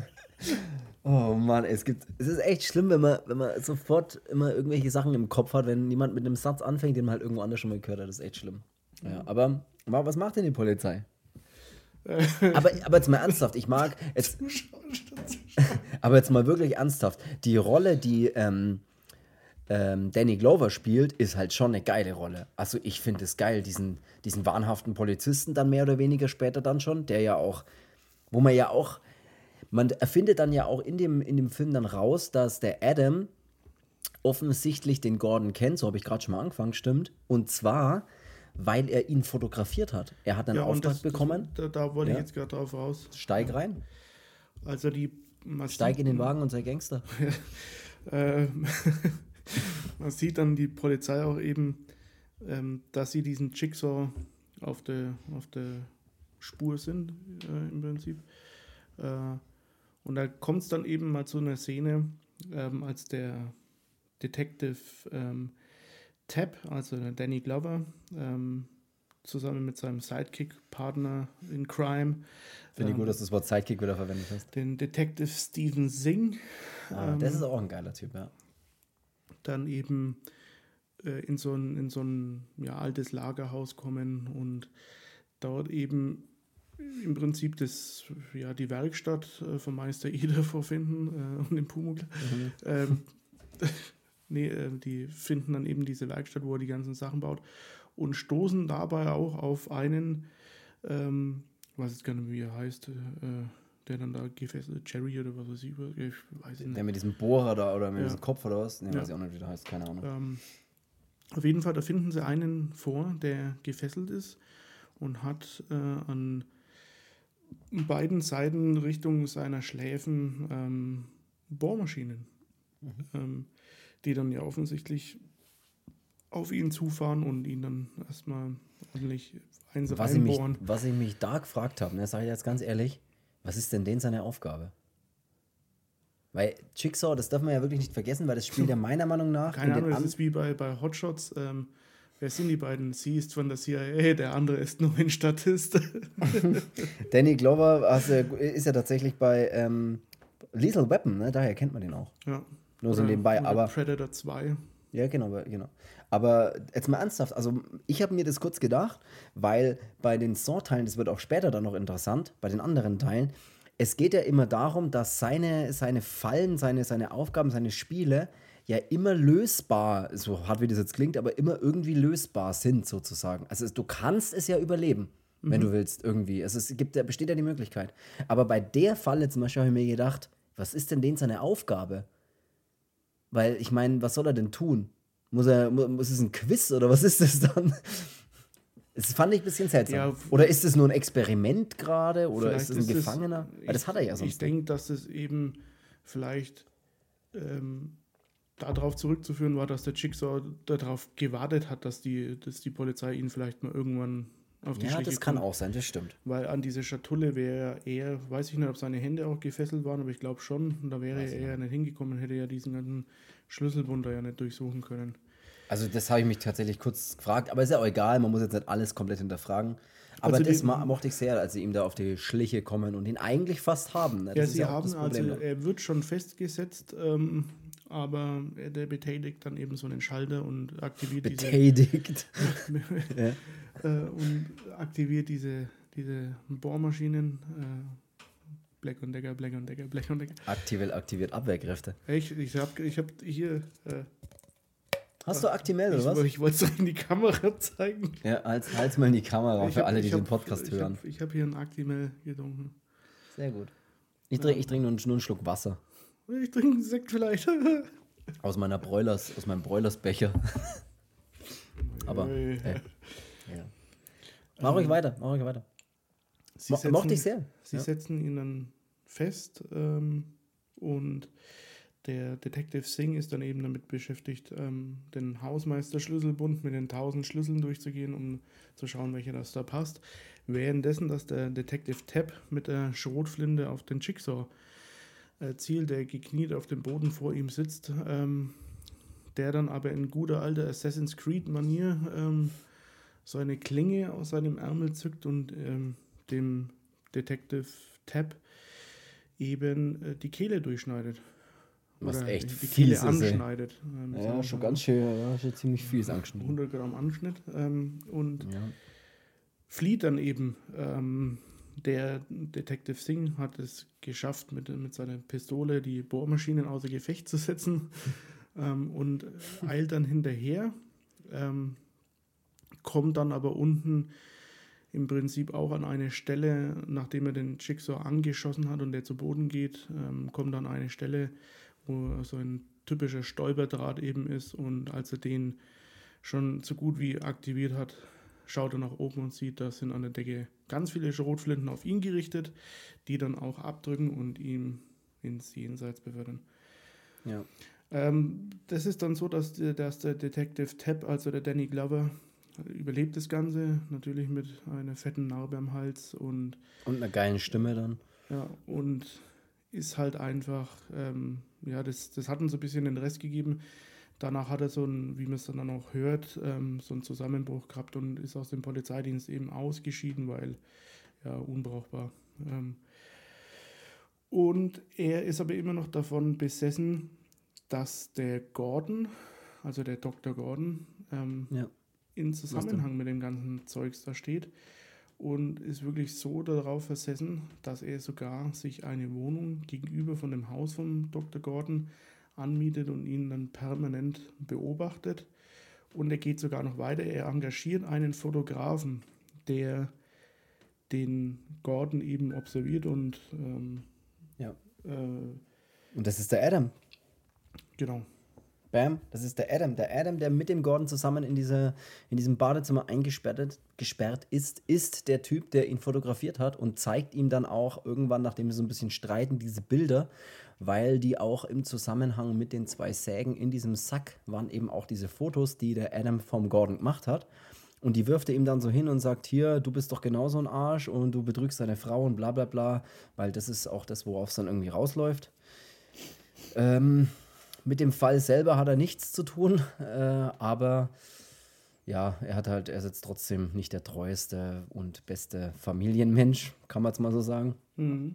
Speaker 1: Oh Mann, es gibt, es ist echt schlimm, wenn man, wenn man sofort immer irgendwelche Sachen im Kopf hat, wenn jemand mit einem Satz anfängt, den man halt irgendwo anders schon mal gehört hat. Das ist echt schlimm. Ja, aber, aber was macht denn die Polizei? aber, aber jetzt mal ernsthaft, ich mag, jetzt, aber jetzt mal wirklich ernsthaft, die Rolle, die ähm, ähm, Danny Glover spielt, ist halt schon eine geile Rolle. Also ich finde es geil, diesen, diesen wahnhaften Polizisten dann mehr oder weniger später dann schon, der ja auch, wo man ja auch, man erfindet dann ja auch in dem, in dem Film dann raus, dass der Adam offensichtlich den Gordon kennt, so habe ich gerade schon mal angefangen, stimmt, und zwar, weil er ihn fotografiert hat. Er hat einen
Speaker 2: Ja, und
Speaker 1: Auftrag
Speaker 2: das,
Speaker 1: bekommen,
Speaker 2: Das, da, da wollte
Speaker 1: Ja.
Speaker 2: ich jetzt gerade drauf raus.
Speaker 1: steig rein,
Speaker 2: Also die man
Speaker 1: steig
Speaker 2: sieht-
Speaker 1: in den Wagen und sei Gangster.
Speaker 2: Ähm, man sieht dann die Polizei auch eben, ähm, dass sie diesen Jigsaw auf der, auf der Spur sind, äh, im Prinzip. Äh, und da kommt es dann eben mal zu einer Szene, ähm, als der Detective ähm, Tab, also der Danny Glover, ähm, zusammen mit seinem Sidekick-Partner in Crime,
Speaker 1: Finde ich
Speaker 2: ähm,
Speaker 1: gut, dass du das Wort Sidekick wieder verwendet hast.
Speaker 2: den Detective Stephen Singh,
Speaker 1: Ah,
Speaker 2: ähm,
Speaker 1: das ist auch ein geiler Typ, ja.
Speaker 2: dann eben äh, in so ein, in so ein ja, altes Lagerhaus kommen und dort eben im Prinzip das, ja, die Werkstatt äh, vom Meister Eder vorfinden äh, und den Pumuckl.
Speaker 1: Mhm.
Speaker 2: Ähm, nee, äh, die finden dann eben diese Werkstatt, wo er die ganzen Sachen baut und stoßen dabei auch auf einen, ähm, ich weiß jetzt gar nicht, wie er heißt, äh, der dann da gefesselt, Jerry oder was weiß ich, ich weiß es nicht.
Speaker 1: Der mit diesem Bohrer da oder mit
Speaker 2: Ja.
Speaker 1: diesem Kopf oder was? Nee,
Speaker 2: Ja.
Speaker 1: weiß ich auch nicht, wie der heißt, keine Ahnung.
Speaker 2: Ähm, auf jeden Fall, da finden sie einen vor, der gefesselt ist und hat äh, an beiden Seiten Richtung seiner Schläfen ähm, Bohrmaschinen, ähm, die dann ja offensichtlich auf ihn zufahren und ihn dann erstmal ordentlich eins
Speaker 1: Was ich, mich,
Speaker 2: reinbohren.
Speaker 1: was ich mich da gefragt habe, ne, sage ich jetzt ganz ehrlich, was ist denn denn seine Aufgabe? Weil Jigsaw, das darf man ja wirklich nicht vergessen, weil das spielt ja meiner Meinung nach
Speaker 2: Keine
Speaker 1: in
Speaker 2: Ahnung,
Speaker 1: den
Speaker 2: das
Speaker 1: an-
Speaker 2: ist wie bei, bei Hotshots. Ähm, wer sind die beiden? Sie ist von der C I A, der andere ist nur ein Statist.
Speaker 1: Danny Glover also, ist ja tatsächlich bei ähm, Lethal Weapon, ne? Daher kennt man den auch.
Speaker 2: Ja.
Speaker 1: Nur so
Speaker 2: Oder,
Speaker 1: nebenbei,
Speaker 2: oder
Speaker 1: aber
Speaker 2: Predator zwei.
Speaker 1: ja, genau, aber- genau. Aber jetzt mal ernsthaft, also ich habe mir das kurz gedacht, weil bei den Saw-Teilen, das wird auch später dann noch interessant, bei den anderen Teilen, es geht ja immer darum, dass seine, seine Fallen, seine, seine Aufgaben, seine Spiele ja immer lösbar, so hart wie das jetzt klingt, aber immer irgendwie lösbar sind sozusagen. Also du kannst es ja überleben, wenn du willst irgendwie. Also es gibt, da besteht ja die Möglichkeit. Aber bei der Falle zum Beispiel habe ich mir gedacht, was ist denn denn seine Aufgabe? Weil ich meine, was soll er denn tun? Muss er, mu- muss es ein Quiz oder was ist das dann? Das fand ich ein bisschen seltsam.
Speaker 2: Ja,
Speaker 1: Oder ist es nur ein Experiment gerade? Oder
Speaker 2: Vielleicht
Speaker 1: ist es ein
Speaker 2: ist es-
Speaker 1: Gefangener? Weil das
Speaker 2: ich-
Speaker 1: hat er ja
Speaker 2: Ich
Speaker 1: sonst nicht.
Speaker 2: denke, dass es eben vielleicht ähm, darauf zurückzuführen war, dass der Jigsaw darauf gewartet hat, dass die, dass die Polizei ihn vielleicht mal irgendwann auf die
Speaker 1: Ja,
Speaker 2: Schliche
Speaker 1: das kann
Speaker 2: kommt.
Speaker 1: auch sein, das stimmt.
Speaker 2: Weil an diese Schatulle wäre er, weiß ich nicht, ob seine Hände auch gefesselt waren, aber ich glaube schon. Und da wäre
Speaker 1: Weiß ich
Speaker 2: er ja nicht hingekommen, hätte ja diesen ganzen Schlüsselbund da ja nicht durchsuchen können.
Speaker 1: Also das habe ich mich tatsächlich kurz gefragt, aber ist ja auch egal, man muss jetzt nicht alles komplett hinterfragen. Aber
Speaker 2: Also die-
Speaker 1: das ma- mochte ich sehr, als sie ihm da auf die Schliche kommen und ihn eigentlich fast haben. Ne? Das
Speaker 2: Ja,
Speaker 1: ist
Speaker 2: sie
Speaker 1: ja auch
Speaker 2: haben,
Speaker 1: das Problem.
Speaker 2: also
Speaker 1: da.
Speaker 2: er wird schon festgesetzt, ähm, aber der betätigt dann eben so einen Schalter und aktiviert diese
Speaker 1: Betätigt. ja.
Speaker 2: äh, und aktiviert diese, diese Bohrmaschinen. Äh, Black und Decker, Black und Decker, Black und Decker.
Speaker 1: Aktiviert, aktiviert Abwehrkräfte.
Speaker 2: Ich, ich habe ich hab hier. Äh,
Speaker 1: Hast du Aktimel
Speaker 2: ich
Speaker 1: oder was?
Speaker 2: ich wollte es in die Kamera zeigen.
Speaker 1: Ja, halt's, halt's mal in die Kamera
Speaker 2: Ich
Speaker 1: für
Speaker 2: hab-
Speaker 1: alle, die
Speaker 2: ich
Speaker 1: den
Speaker 2: hab-
Speaker 1: Podcast
Speaker 2: ich
Speaker 1: hören.
Speaker 2: Hab, ich habe hier ein Actimel getrunken.
Speaker 1: Sehr gut. Ich trinke ich trink nur, einen- nur einen Schluck Wasser.
Speaker 2: Ich trinke einen Sekt vielleicht.
Speaker 1: Aus meiner Broilers, aus meinem Broilers-Becher. Aber,
Speaker 2: Ui.
Speaker 1: äh, ja. Mach ruhig weiter, mach ruhig weiter.
Speaker 2: Sie
Speaker 1: Mo
Speaker 2: setzen-
Speaker 1: mochte ich sehr.
Speaker 2: Sie
Speaker 1: Ja.
Speaker 2: setzen ihn dann fest ähm, und der Detective Singh ist dann eben damit beschäftigt, ähm, den Hausmeister-Schlüsselbund mit den tausend Schlüsseln durchzugehen, um zu schauen, welcher das da passt. Währenddessen, dass der Detective Tapp mit der Schrotflinte auf den Jigsaw äh, zielt, der gekniet auf dem Boden vor ihm sitzt, ähm, der dann aber in guter alter Assassin's Creed-Manier ähm, so eine Klinge aus seinem Ärmel zückt und ähm, dem Detective Tapp eben äh, die Kehle durchschneidet.
Speaker 1: Was
Speaker 2: Oder
Speaker 1: echt
Speaker 2: die, die
Speaker 1: fies
Speaker 2: Kehle
Speaker 1: ist, ey.
Speaker 2: anschneidet. Ähm, sagen
Speaker 1: Ja,
Speaker 2: wir
Speaker 1: schon
Speaker 2: mal.
Speaker 1: ganz schön, ja, schon ziemlich fies angeschnitten.
Speaker 2: hundert Gramm Anschnitt. Ähm, und
Speaker 1: Ja.
Speaker 2: flieht dann eben. Ähm, der Detective Singh hat es geschafft, mit, mit seiner Pistole die Bohrmaschinen außer Gefecht zu setzen ähm, und eilt dann hinterher. Ähm, kommt dann aber unten im Prinzip auch an eine Stelle, nachdem er den Jigsaw angeschossen hat und der zu Boden geht, ähm, kommt dann eine Stelle, wo so ein typischer Stolperdraht eben ist und als er den schon so gut wie aktiviert hat, schaut er nach oben und sieht, da sind an der Decke ganz viele Schrotflinten auf ihn gerichtet, die dann auch abdrücken und ihn ins Jenseits befördern.
Speaker 1: Ja.
Speaker 2: Ähm, das ist dann so, dass, der- dass der Detective Tapp, also der Danny Glover, überlebt das Ganze, natürlich mit einer fetten Narbe am Hals und,
Speaker 1: Und einer geilen Stimme dann.
Speaker 2: ja, und ist halt einfach, ähm, ja, das, das hat uns so ein bisschen den Rest gegeben. Danach hat er so ein, wie man es dann auch hört, ähm, so einen Zusammenbruch gehabt und ist aus dem Polizeidienst eben ausgeschieden, weil ja unbrauchbar. Ähm, und er ist aber immer noch davon besessen, dass der Gordon, also der Doktor Gordon, ähm,
Speaker 1: Ja.
Speaker 2: in Zusammenhang mit dem ganzen Zeugs da steht und ist wirklich so darauf versessen, dass er sogar sich eine Wohnung gegenüber von dem Haus von Doktor Gordon anmietet und ihn dann permanent beobachtet. Und er geht sogar noch weiter, er engagiert einen Fotografen, der den Gordon eben observiert und ähm,
Speaker 1: Ja.
Speaker 2: äh,
Speaker 1: Und das ist der Adam.
Speaker 2: genau.
Speaker 1: Bam, das ist der Adam. Der Adam, der mit dem Gordon zusammen in, diese, in diesem Badezimmer eingesperrt gesperrt ist, ist der Typ, der ihn fotografiert hat und zeigt ihm dann auch irgendwann, nachdem sie so ein bisschen streiten, diese Bilder, weil die auch im Zusammenhang mit den zwei Sägen in diesem Sack waren eben auch diese Fotos, die der Adam vom Gordon gemacht hat. Und die wirft er ihm dann so hin und sagt, hier, du bist doch genauso ein Arsch und du betrügst deine Frau und bla bla bla, weil das ist auch das, worauf es dann irgendwie rausläuft. Ähm, mit dem Fall selber hat er nichts zu tun, äh, aber ja, er hat halt, er ist jetzt trotzdem nicht der treueste und beste Familienmensch, kann man es mal so sagen.
Speaker 2: Mhm.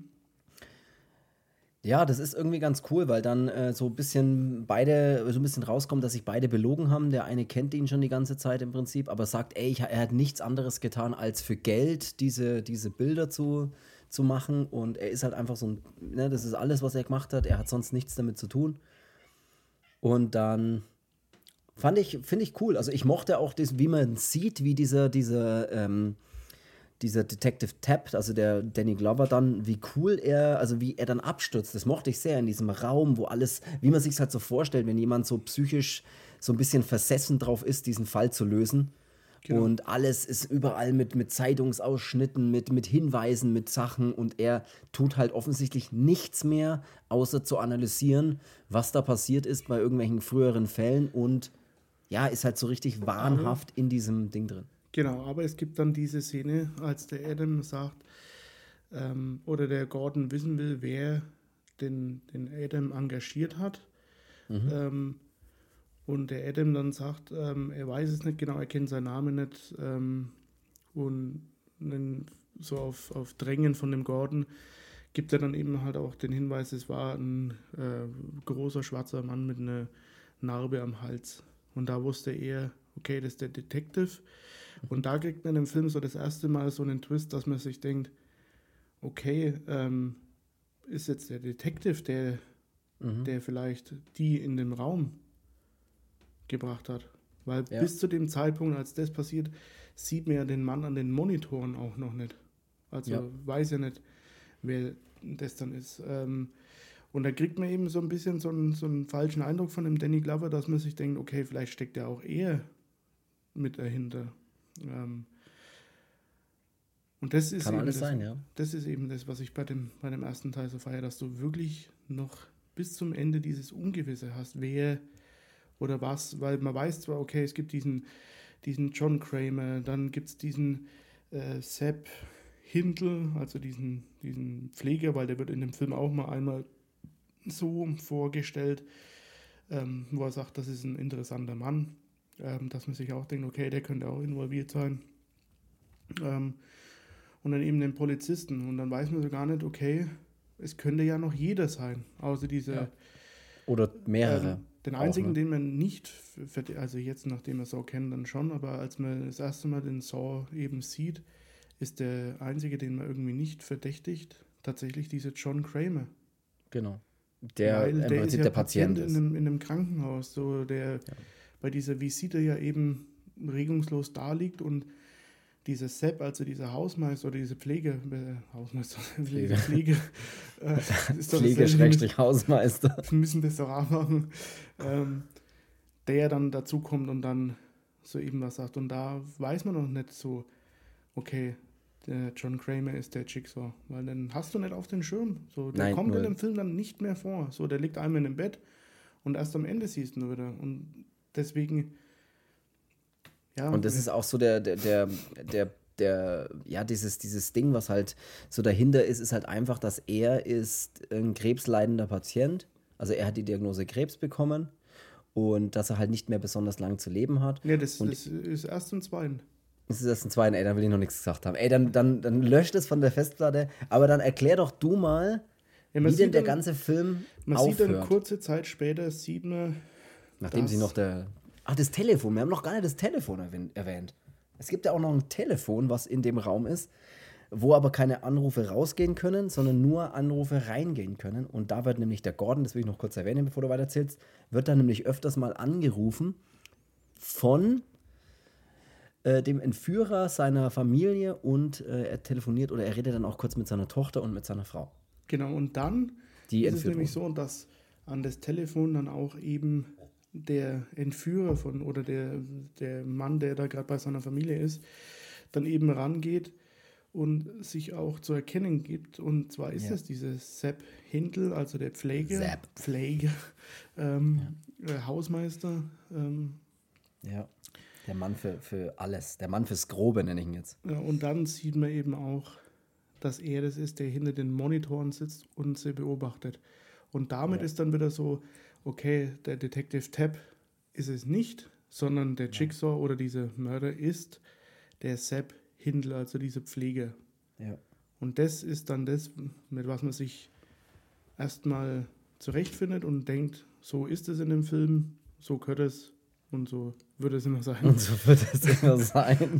Speaker 1: Ja, das ist irgendwie ganz cool, weil dann äh, so ein bisschen beide, so ein bisschen rauskommt, dass sich beide belogen haben. Der eine kennt ihn schon die ganze Zeit im Prinzip, aber sagt, ey, ich, er hat nichts anderes getan, als für Geld diese, diese Bilder zu, zu machen. Und er ist halt einfach so ein, ne, das ist alles, was er gemacht hat. Er hat sonst nichts damit zu tun. Und dann fand ich, finde ich cool. Also ich mochte auch das, wie man sieht, wie dieser, dieser, ähm, dieser Detective Tapp, also der Danny Glover dann, wie cool er, also wie er dann abstürzt, das mochte ich sehr in diesem Raum, wo alles, wie man sich halt so vorstellt, wenn jemand so psychisch so ein bisschen versessen drauf ist, diesen Fall zu lösen. Genau. Und alles ist überall mit, mit Zeitungsausschnitten, mit, mit Hinweisen, mit Sachen und er tut halt offensichtlich nichts mehr, außer zu analysieren, was da passiert ist bei irgendwelchen früheren Fällen und ja, ist halt so richtig wahnhaft in diesem Ding drin.
Speaker 2: Genau, aber es gibt dann diese Szene, als der Adam sagt, ähm, oder der Gordon wissen will, wer den, den Adam engagiert hat. Mhm. Ähm, und der Adam dann sagt, ähm, er weiß es nicht genau, er kennt seinen Namen nicht. Ähm, und dann so auf, auf Drängen von dem Gordon gibt er dann eben halt auch den Hinweis, es war ein äh, großer schwarzer Mann mit einer Narbe am Hals. Und da wusste er, okay, das ist der Detective. Und da kriegt man im Film so das erste Mal so einen Twist, dass man sich denkt, okay, ähm, ist jetzt der Detective, der, mhm. der vielleicht die in den Raum gebracht hat. Weil ja. bis zu dem Zeitpunkt, als das passiert, sieht man ja den Mann an den Monitoren auch noch nicht. Also ja. weiß ja nicht, wer das dann ist. Ähm, und da kriegt man eben so ein bisschen so einen, so einen falschen Eindruck von dem Danny Glover, dass man sich denkt, okay, vielleicht steckt er auch eher mit dahinter. Ähm, und das ist,
Speaker 1: Kann
Speaker 2: eben
Speaker 1: alles
Speaker 2: das,
Speaker 1: sein, ja.
Speaker 2: das ist eben das, was ich bei dem, bei dem ersten Teil so feiere, dass du wirklich noch bis zum Ende dieses Ungewisse hast, wer oder was, weil man weiß zwar, okay, es gibt diesen, diesen John Kramer, dann gibt es diesen äh, Sepp Hindle, also diesen, diesen Pfleger, weil der wird in dem Film auch mal einmal so vorgestellt, ähm, wo er sagt, das ist ein interessanter Mann. Ähm, dass man sich auch denkt, okay, der könnte auch involviert sein. Ähm, und dann eben den Polizisten. Und dann weiß man so gar nicht, okay, es könnte ja noch jeder sein, außer diese...
Speaker 1: Ja. Oder mehrere.
Speaker 2: Ähm, den einzigen,
Speaker 1: auch, ne?
Speaker 2: den man nicht, also jetzt, nachdem wir Saw kennen, dann schon, aber als man das erste Mal den Saw eben sieht, ist der einzige, den man irgendwie nicht verdächtigt, tatsächlich dieser John Kramer.
Speaker 1: Genau. Der
Speaker 2: Weil
Speaker 1: im
Speaker 2: der
Speaker 1: Prinzip
Speaker 2: ist ja
Speaker 1: der
Speaker 2: Patient,
Speaker 1: Patient ist.
Speaker 2: In, einem, in einem Krankenhaus, so der... Ja. Bei dieser Visite ja eben regungslos da liegt und dieser Sepp, also dieser Hausmeister oder diese Pflege, äh, Hausmeister, Pflege, Pflege, äh, ist doch
Speaker 1: Pflege-Schrägstrich Hausmeister.
Speaker 2: Wir müssen das doch auch machen, ähm, der dann dazukommt und dann so eben was sagt. Und da weiß man noch nicht so, okay, der John Kramer ist der Jigsaw, weil dann hast du nicht auf den Schirm. So, der
Speaker 1: Nein,
Speaker 2: kommt
Speaker 1: null.
Speaker 2: in dem Film dann nicht mehr vor. So, der liegt einmal in dem Bett und erst am Ende siehst du ihn wieder. Und deswegen, ja.
Speaker 1: Und das ist auch so der, der, der, der, der, ja, dieses, dieses Ding, was halt so dahinter ist, ist halt einfach, dass er ist ein krebsleidender Patient. Also er hat die Diagnose Krebs bekommen und dass er halt nicht mehr besonders lang zu leben hat.
Speaker 2: Nee, das,
Speaker 1: und
Speaker 2: das ist erst im Zweiten.
Speaker 1: Das ist erst im Zweiten, ey, dann will ich noch nichts gesagt haben. Ey, dann, dann, dann löscht es von der Festplatte, aber dann erklär doch du mal, ja, wie denn der dann, ganze Film
Speaker 2: man
Speaker 1: aufhört.
Speaker 2: Man sieht dann kurze Zeit später, sieht man,
Speaker 1: Nachdem sie noch der... Ach, das Telefon. Wir haben noch gar nicht das Telefon erwähnt. Es gibt ja auch noch ein Telefon, was in dem Raum ist, wo aber keine Anrufe rausgehen können, sondern nur Anrufe reingehen können. Und da wird nämlich der Gordon, das will ich noch kurz erwähnen, bevor du weiterzählst, wird dann nämlich öfters mal angerufen von äh, dem Entführer seiner Familie und äh, er telefoniert oder er redet dann auch kurz mit seiner Tochter und mit seiner Frau.
Speaker 2: Genau, und dann
Speaker 1: Die
Speaker 2: ist es nämlich
Speaker 1: wurden.
Speaker 2: so, dass an das Telefon dann auch eben der Entführer von oder der, der Mann, der da gerade bei seiner Familie ist, dann eben rangeht und sich auch zu erkennen gibt. Und zwar ist
Speaker 1: Ja.
Speaker 2: das dieses Sepp Hindl, also der Pfleger,
Speaker 1: Sepp.
Speaker 2: Pfleger, ähm, äh, Hausmeister. Ähm,
Speaker 1: Ja. Der Mann für, für alles. Der Mann fürs Grobe, nenne ich ihn jetzt.
Speaker 2: ja, und dann sieht man eben auch, dass er das ist, der hinter den Monitoren sitzt und sie beobachtet. Und damit
Speaker 1: Ja.
Speaker 2: ist dann wieder so, okay, der Detective Tapp ist es nicht, sondern der Jigsaw oder dieser Mörder ist der Sepp Hindl, also dieser Pfleger.
Speaker 1: Ja.
Speaker 2: Und das ist dann das, mit was man sich erstmal zurechtfindet und denkt, so ist es in dem Film, so gehört es und so wird es immer sein.
Speaker 1: Und so wird es immer sein.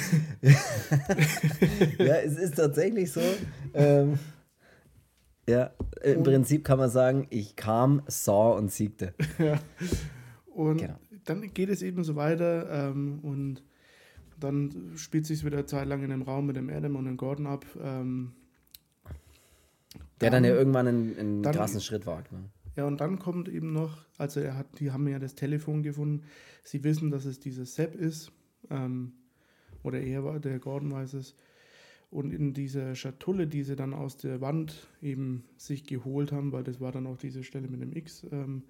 Speaker 1: Ja, es ist tatsächlich so. Ähm, ja, im
Speaker 2: Und-
Speaker 1: Prinzip kann man sagen, ich kam, sah und siegte.
Speaker 2: Ja. Und
Speaker 1: Genau.
Speaker 2: dann geht es eben so weiter ähm, und dann spielt sich wieder eine Zeit lang in dem Raum mit dem Adam und dem Gordon ab. Ähm,
Speaker 1: Der dann,
Speaker 2: Dann-
Speaker 1: ja irgendwann einen, einen
Speaker 2: dann-
Speaker 1: krassen Schritt wagt. Ne?
Speaker 2: ja, und dann kommt eben noch, also er hat, die haben ja das Telefon gefunden. Sie wissen, dass es dieses Sepp ist. Ähm, oder er war, der Gordon weiß es. Und in dieser Schatulle, die sie dann aus der Wand eben sich geholt haben, weil das war dann auch diese Stelle mit dem X, ähm,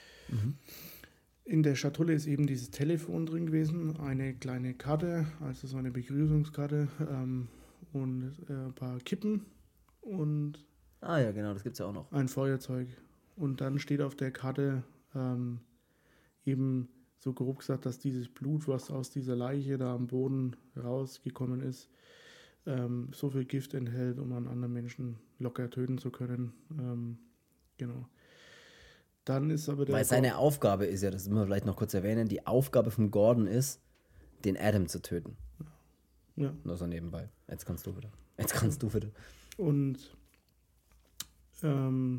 Speaker 2: in der Schatulle ist eben dieses Telefon drin gewesen, eine kleine Karte, also so eine Begrüßungskarte ähm, und äh, ein paar Kippen und
Speaker 1: Ah ja, genau, das gibt es ja auch noch.
Speaker 2: ein Feuerzeug. Und dann steht auf der Karte ähm, eben so grob gesagt, dass dieses Blut, was aus dieser Leiche da am Boden rausgekommen ist, ähm, so viel Gift enthält, um einen anderen Menschen locker töten zu können. Ähm, genau. Dann ist aber der
Speaker 1: Weil seine Aufgabe ist ja, das müssen wir vielleicht noch kurz erwähnen, die Aufgabe von Gordon ist, den Adam zu töten.
Speaker 2: ja.
Speaker 1: Nur so nebenbei. Jetzt kannst du wieder. Jetzt kannst du wieder.
Speaker 2: Und ähm,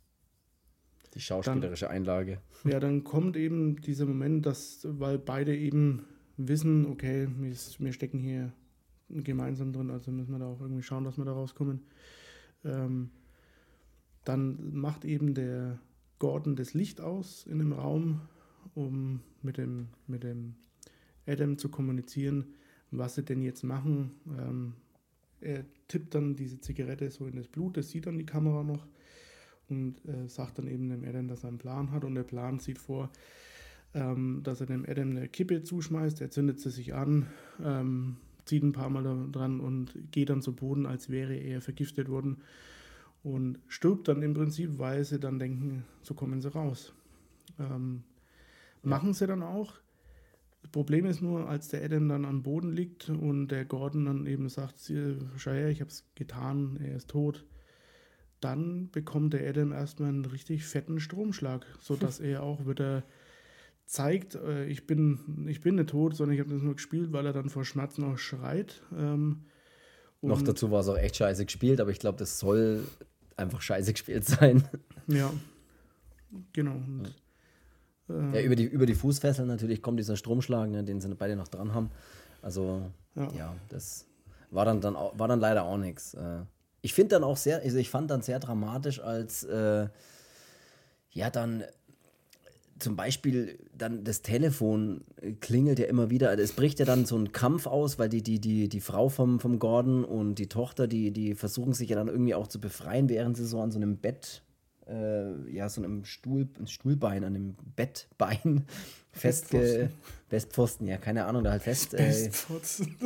Speaker 1: Die schauspielerische Einlage.
Speaker 2: ja, dann kommt eben dieser Moment, dass, weil beide eben wissen, okay, wir, wir stecken hier gemeinsam drin, also müssen wir da auch irgendwie schauen, dass wir da rauskommen. Ähm, dann macht eben der Gordon das Licht aus in dem Raum, um mit dem, mit dem Adam zu kommunizieren, was sie denn jetzt machen. Ähm, er tippt dann diese Zigarette so in das Blut, das sieht dann die Kamera noch und äh, sagt dann eben dem Adam, dass er einen Plan hat und der Plan sieht vor, ähm, dass er dem Adam eine Kippe zuschmeißt, er zündet sie sich an, ähm, zieht ein paar Mal da dran und geht dann zu Boden, als wäre er vergiftet worden und stirbt dann im Prinzip, weil sie dann denken, so kommen sie raus. Ähm,
Speaker 1: Ja.
Speaker 2: Machen sie dann auch. Das Problem ist nur, als der Adam dann am Boden liegt und der Gordon dann eben sagt, schau her, ich habe es getan, er ist tot, dann bekommt der Adam erstmal einen richtig fetten Stromschlag, sodass er auch wieder zeigt, äh, ich bin, ich bin nicht tot, sondern ich habe das nur gespielt, weil er dann vor Schmerzen auch schreit. Ähm,
Speaker 1: Noch
Speaker 2: und-
Speaker 1: dazu war es auch echt scheiße gespielt, aber ich glaube, das soll einfach scheiße gespielt sein.
Speaker 2: Ja, genau. Und, äh,
Speaker 1: Ja, über die, über die Fußfesseln natürlich kommt dieser Stromschlag, ne, den sie beide noch dran haben. Also,
Speaker 2: Ja.
Speaker 1: ja, das war dann, dann, auch, war dann leider auch nichts. Äh, ich finde dann auch sehr, also ich fand dann sehr dramatisch, als äh, ja dann zum Beispiel dann das Telefon äh, klingelt ja immer wieder. Also es bricht ja dann so ein Kampf aus, weil die, die, die, die Frau vom, vom Gordon und die Tochter, die, die versuchen sich ja dann irgendwie auch zu befreien, während sie so an so einem Bett, äh, ja, so einem Stuhl, ein Stuhlbein, an dem Bettbein festge...
Speaker 2: Bettpfosten.
Speaker 1: Bestpfosten, ja, keine Ahnung, da halt fest... Äh,
Speaker 2: Bestfotzen.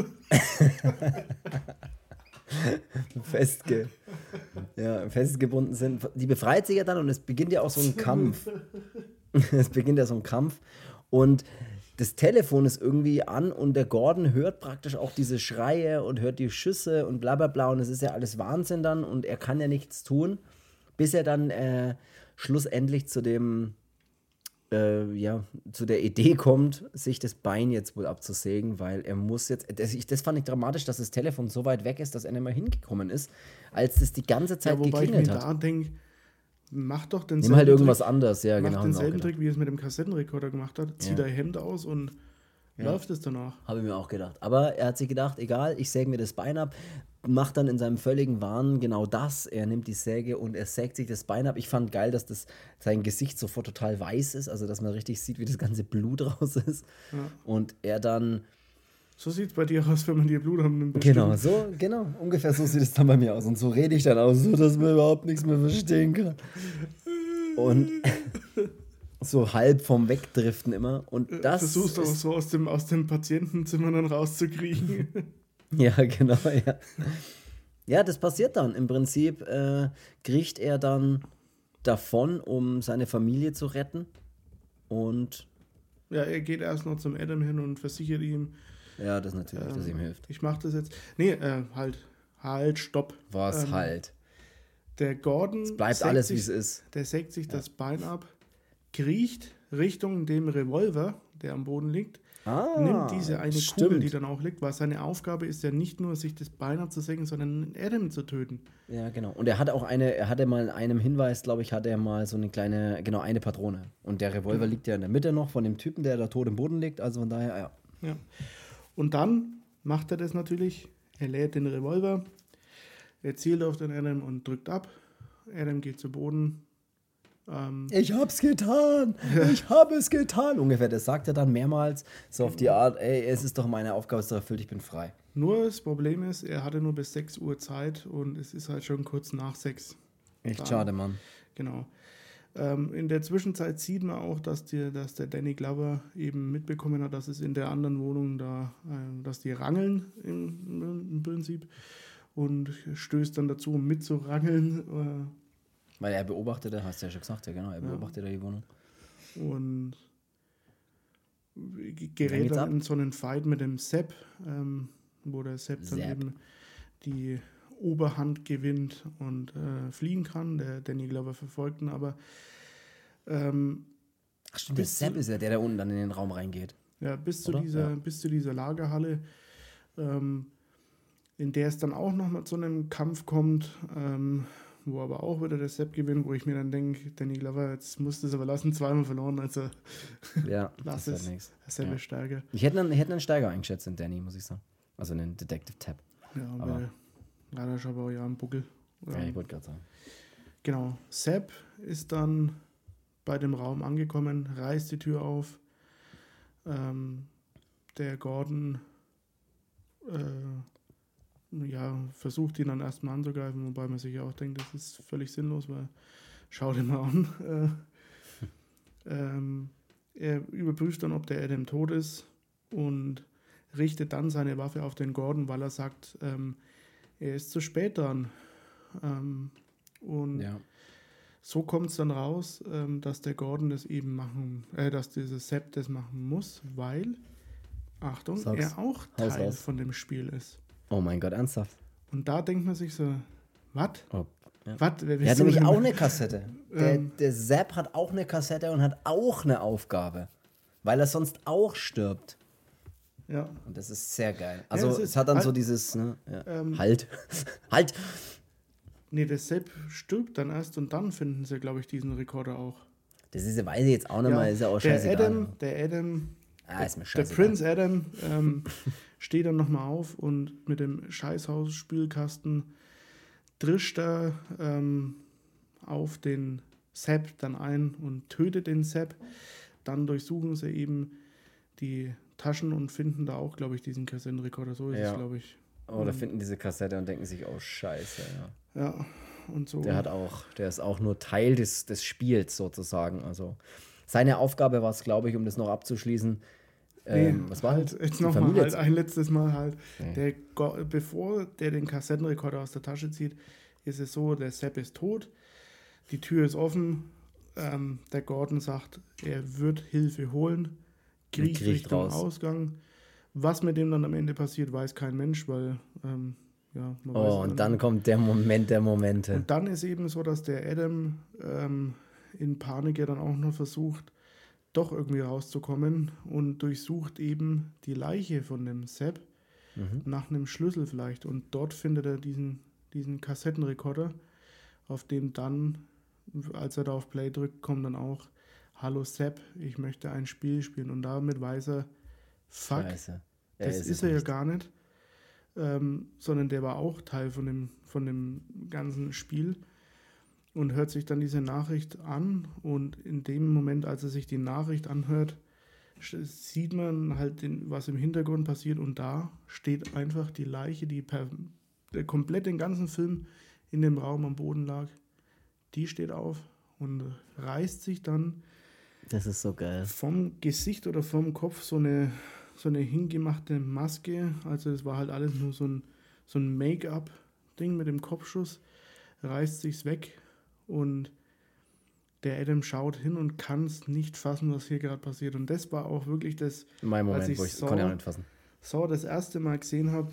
Speaker 1: festge, ja, festgebunden sind. Die befreit sich ja dann und es beginnt ja auch so ein Kampf. Es beginnt ja so ein Kampf und das Telefon ist irgendwie an und der Gordon hört praktisch auch diese Schreie und hört die Schüsse und bla bla bla und es ist ja alles Wahnsinn dann und er kann ja nichts tun, bis er dann äh, schlussendlich zu dem äh, ja, zu der Idee kommt, sich das Bein jetzt wohl abzusägen, weil er muss jetzt, das, ich, das fand ich dramatisch, dass das Telefon so weit weg ist, dass er nicht mehr hingekommen ist, als das die ganze Zeit
Speaker 2: Ja, wobei ich mir
Speaker 1: geklingelt hat.
Speaker 2: da denke, mach doch den
Speaker 1: Nimm halt irgendwas anderes, ja,
Speaker 2: Macht
Speaker 1: genau. haben wir auch
Speaker 2: denselben
Speaker 1: gedacht.
Speaker 2: Trick, wie er es mit dem Kassettenrekorder gemacht hat. Zieht
Speaker 1: Ja.
Speaker 2: er Hemd aus und
Speaker 1: Ja.
Speaker 2: läuft es danach.
Speaker 1: Habe ich mir auch gedacht. Aber er hat sich gedacht, egal, ich säge mir das Bein ab. macht dann in seinem völligen Wahn genau das. Er nimmt die Säge und er sägt sich das Bein ab. Ich fand geil, dass das sein Gesicht sofort total weiß ist, also dass man richtig sieht, wie das ganze Blut raus ist.
Speaker 2: Ja.
Speaker 1: Und er dann.
Speaker 2: So sieht es bei dir aus, wenn man dir Blut nimmt.
Speaker 1: Genau, so, genau, ungefähr so sieht es dann bei mir aus. Und so rede ich dann auch, so dass man überhaupt nichts mehr verstehen kann. Und so halb vom Wegdriften immer. Und das.
Speaker 2: Versuchst du auch so aus dem, aus dem Patientenzimmer dann rauszukriegen.
Speaker 1: Ja, genau, ja. Ja, das passiert dann. Im Prinzip äh, kriecht er dann davon, um seine Familie zu retten. Und.
Speaker 2: Ja, er geht erst noch zum Adam hin und versichert ihm.
Speaker 1: Ja, das natürlich, ähm, dass ihm hilft.
Speaker 2: Ich mach das jetzt. Nee, äh, halt. Halt, stopp.
Speaker 1: Was
Speaker 2: ähm,
Speaker 1: halt?
Speaker 2: Der Gordon.
Speaker 1: Es bleibt alles, wie es ist.
Speaker 2: Der sägt sich
Speaker 1: ja.
Speaker 2: das Bein ab, kriecht Richtung dem Revolver, der am Boden liegt.
Speaker 1: Ah,
Speaker 2: nimmt diese eine
Speaker 1: stimmt.
Speaker 2: Kugel, die dann auch liegt, weil seine Aufgabe ist ja nicht nur, sich das Bein abzusägen, sondern Adam zu töten.
Speaker 1: Ja, genau. Und er hat auch eine, er hatte mal in einem Hinweis, glaube ich, hatte er mal so eine kleine, genau, eine Patrone. Und der Revolver
Speaker 2: Mhm.
Speaker 1: liegt ja in der Mitte noch von dem Typen, der da tot im Boden liegt. Also von daher, ja.
Speaker 2: Ja. Und dann macht er das natürlich. Er lädt den Revolver, er zielt auf den Adam und drückt ab. Adam geht zu Boden. Ähm,
Speaker 1: ich hab's getan! Ich hab es getan! Ungefähr, das sagt er dann mehrmals, so auf die Art, ey, es ist doch meine Aufgabe, es ist doch erfüllt, ich bin frei.
Speaker 2: Nur das Problem ist, er hatte nur bis sechs Uhr Zeit und es ist halt schon kurz nach sechs.
Speaker 1: Echt
Speaker 2: Dann,
Speaker 1: schade, Mann.
Speaker 2: Genau. Ähm, in der Zwischenzeit sieht man auch, dass, die, dass der Danny Glover eben mitbekommen hat, dass es in der anderen Wohnung da, äh, dass die rangeln im, im Prinzip und stößt dann dazu, um mitzurangeln. Äh,
Speaker 1: Weil er beobachtete, hast du ja schon gesagt, ja genau, er beobachtete ja. die Wohnung.
Speaker 2: Und gerät dann in so einen Fight mit dem Sepp, ähm, wo der Sepp dann
Speaker 1: Sepp.
Speaker 2: eben die Oberhand gewinnt und äh, fliehen kann. Der Danny Glover verfolgt ihn, aber ähm,
Speaker 1: Ach stimmt, der Sepp ist ja der, der unten dann in den Raum reingeht.
Speaker 2: Ja, bis zu,
Speaker 1: Oder?
Speaker 2: dieser,
Speaker 1: Ja.
Speaker 2: bis zu dieser Lagerhalle, ähm, in der es dann auch nochmal zu einem Kampf kommt, ähm, wo aber auch wieder der Sepp gewinnt, wo ich mir dann denke, Danny Glover, jetzt musst du es aber lassen, zweimal verloren, also
Speaker 1: Ja,
Speaker 2: lass
Speaker 1: das
Speaker 2: es,
Speaker 1: wird nix.
Speaker 2: der Sepp
Speaker 1: Ja.
Speaker 2: ist stärker.
Speaker 1: Ich hätte einen, ich hätte einen Steiger eingeschätzt in Danny, muss ich sagen. Also einen Detective Tab.
Speaker 2: Ja,
Speaker 1: Aber-
Speaker 2: aber leider ist aber auch ja ein Buckel.
Speaker 1: Ja,
Speaker 2: Ähm,
Speaker 1: ich wollte gerade sagen.
Speaker 2: Genau, Sepp ist dann bei dem Raum angekommen, reißt die Tür auf. Ähm, der Gordon äh, ja, versucht ihn dann erstmal anzugreifen, wobei man sich ja auch denkt, das ist völlig sinnlos, weil schau dir mal an. Äh, ähm, er überprüft dann, ob der Adam tot ist und richtet dann seine Waffe auf den Gordon, weil er sagt, ähm, er ist zu spät dran. Ähm, und
Speaker 1: Ja.
Speaker 2: so kommt es dann raus, ähm, dass der Gordon das eben machen, äh, dass dieser Sepp das machen muss, weil, Achtung,
Speaker 1: Sag's.
Speaker 2: er auch
Speaker 1: Haus
Speaker 2: Teil
Speaker 1: raus.
Speaker 2: von dem Spiel ist.
Speaker 1: Oh mein Gott, ernsthaft?
Speaker 2: Und da denkt man sich so, was?
Speaker 1: Oh. Ja.
Speaker 2: Was? Wer
Speaker 1: Der
Speaker 2: bist
Speaker 1: hat
Speaker 2: du
Speaker 1: nämlich
Speaker 2: denn?
Speaker 1: auch eine Kassette. Der,
Speaker 2: Ähm.
Speaker 1: der Sepp hat auch eine Kassette und hat auch eine Aufgabe. Weil er sonst auch stirbt.
Speaker 2: Ja.
Speaker 1: Und das ist sehr geil. Also
Speaker 2: es
Speaker 1: es
Speaker 2: ist
Speaker 1: hat dann
Speaker 2: halt-
Speaker 1: so dieses, ne, ja.
Speaker 2: Ähm.
Speaker 1: halt, halt.
Speaker 2: Nee, der Sepp stirbt dann erst und dann finden sie, glaube ich, diesen Rekorder auch.
Speaker 1: Das ist, weiß ich jetzt auch nicht mal, ist ja auch
Speaker 2: der
Speaker 1: scheißegal.
Speaker 2: Adam, der Adam,
Speaker 1: ah, ist mir
Speaker 2: der
Speaker 1: scheißegal.
Speaker 2: Prince Adam ähm, steht dann nochmal auf und mit dem Scheißhaus-Spülkasten drischt er ähm, auf den Sepp dann ein und tötet den Sepp. Dann durchsuchen sie eben die Taschen und finden da auch, glaube ich, diesen Kassettenrekorder. So ist
Speaker 1: Ja.
Speaker 2: es, glaube ich.
Speaker 1: Oder finden diese Kassette und denken sich, oh scheiße, ja.
Speaker 2: Ja, und so.
Speaker 1: Der hat auch, der ist auch nur Teil des, des Spiels sozusagen. Also seine Aufgabe war es, glaube ich, um das noch abzuschließen. Ähm,
Speaker 2: Nee,
Speaker 1: was war
Speaker 2: halt,
Speaker 1: das?
Speaker 2: jetzt
Speaker 1: Die
Speaker 2: nochmal
Speaker 1: Familie
Speaker 2: halt
Speaker 1: zu-
Speaker 2: ein letztes Mal halt.
Speaker 1: Nee.
Speaker 2: Der, Go- bevor der den Kassettenrekorder aus der Tasche zieht, ist es so, der Sepp ist tot, die Tür ist offen, ähm, der Gordon sagt, er wird Hilfe holen, kriecht
Speaker 1: kriecht
Speaker 2: Richtung
Speaker 1: raus.
Speaker 2: Ausgang. Was mit dem dann am Ende passiert, weiß kein Mensch, weil ähm, ja, man weiß
Speaker 1: Oh,
Speaker 2: es
Speaker 1: und dann
Speaker 2: nicht.
Speaker 1: kommt der Moment der Momente.
Speaker 2: Und dann ist eben so, dass der Adam ähm, in Panik ja dann auch noch versucht, doch irgendwie rauszukommen und durchsucht eben die Leiche von dem Sepp
Speaker 1: Mhm.
Speaker 2: nach einem Schlüssel vielleicht. Und dort findet er diesen, diesen Kassettenrekorder, auf dem dann, als er da auf Play drückt, kommt dann auch, hallo Sepp, ich möchte ein Spiel spielen. Und damit weiß er, fuck,
Speaker 1: Scheiße. Er
Speaker 2: das
Speaker 1: ist
Speaker 2: ist
Speaker 1: es
Speaker 2: er ja
Speaker 1: nicht.
Speaker 2: gar nicht. ähm, sondern der war auch Teil von dem, von dem ganzen Spiel und hört sich dann diese Nachricht an und in dem Moment, als er sich die Nachricht anhört, sieht man halt, den, was im Hintergrund passiert und da steht einfach die Leiche, die per, der komplett den ganzen Film in dem Raum am Boden lag, die steht auf und reißt sich dann
Speaker 1: das ist so geil.
Speaker 2: vom Gesicht oder vom Kopf so eine, so eine hingemachte Maske, also es war halt alles nur so ein, so ein Make-up-Ding mit dem Kopfschuss, reißt sich's weg und der Adam schaut hin und kann es nicht fassen, was hier gerade passiert. Und das war auch wirklich das,
Speaker 1: mein Moment,
Speaker 2: als ich
Speaker 1: wo ich
Speaker 2: Saw,
Speaker 1: konnte ja nicht fassen.
Speaker 2: Saw das erste Mal gesehen habe,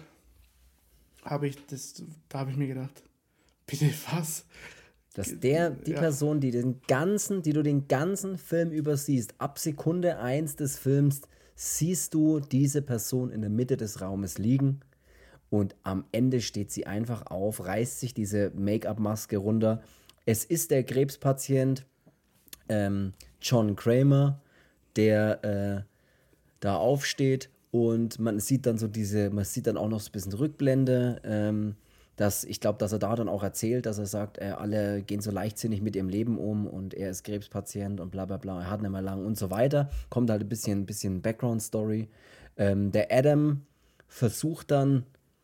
Speaker 2: habe ich das, da habe ich mir gedacht, bitte was?
Speaker 1: Dass der, die
Speaker 2: Ja.
Speaker 1: Person, die den ganzen, die du den ganzen Film übersiehst, ab Sekunde eins des Films, siehst du diese Person in der Mitte des Raumes liegen und am Ende steht sie einfach auf, reißt sich diese Make-up-Maske runter. Es ist der Krebspatient ähm, John Kramer, der äh, da aufsteht und man sieht dann so diese, man sieht dann auch noch so ein bisschen Rückblende, ähm, dass ich glaube, dass er da dann auch erzählt, dass er sagt, äh, alle gehen so leichtsinnig mit ihrem Leben um und er ist Krebspatient und bla bla bla, er hat nicht mehr lang und so weiter. Kommt halt ein bisschen, ein bisschen Background-Story. Ähm, der Adam versucht dann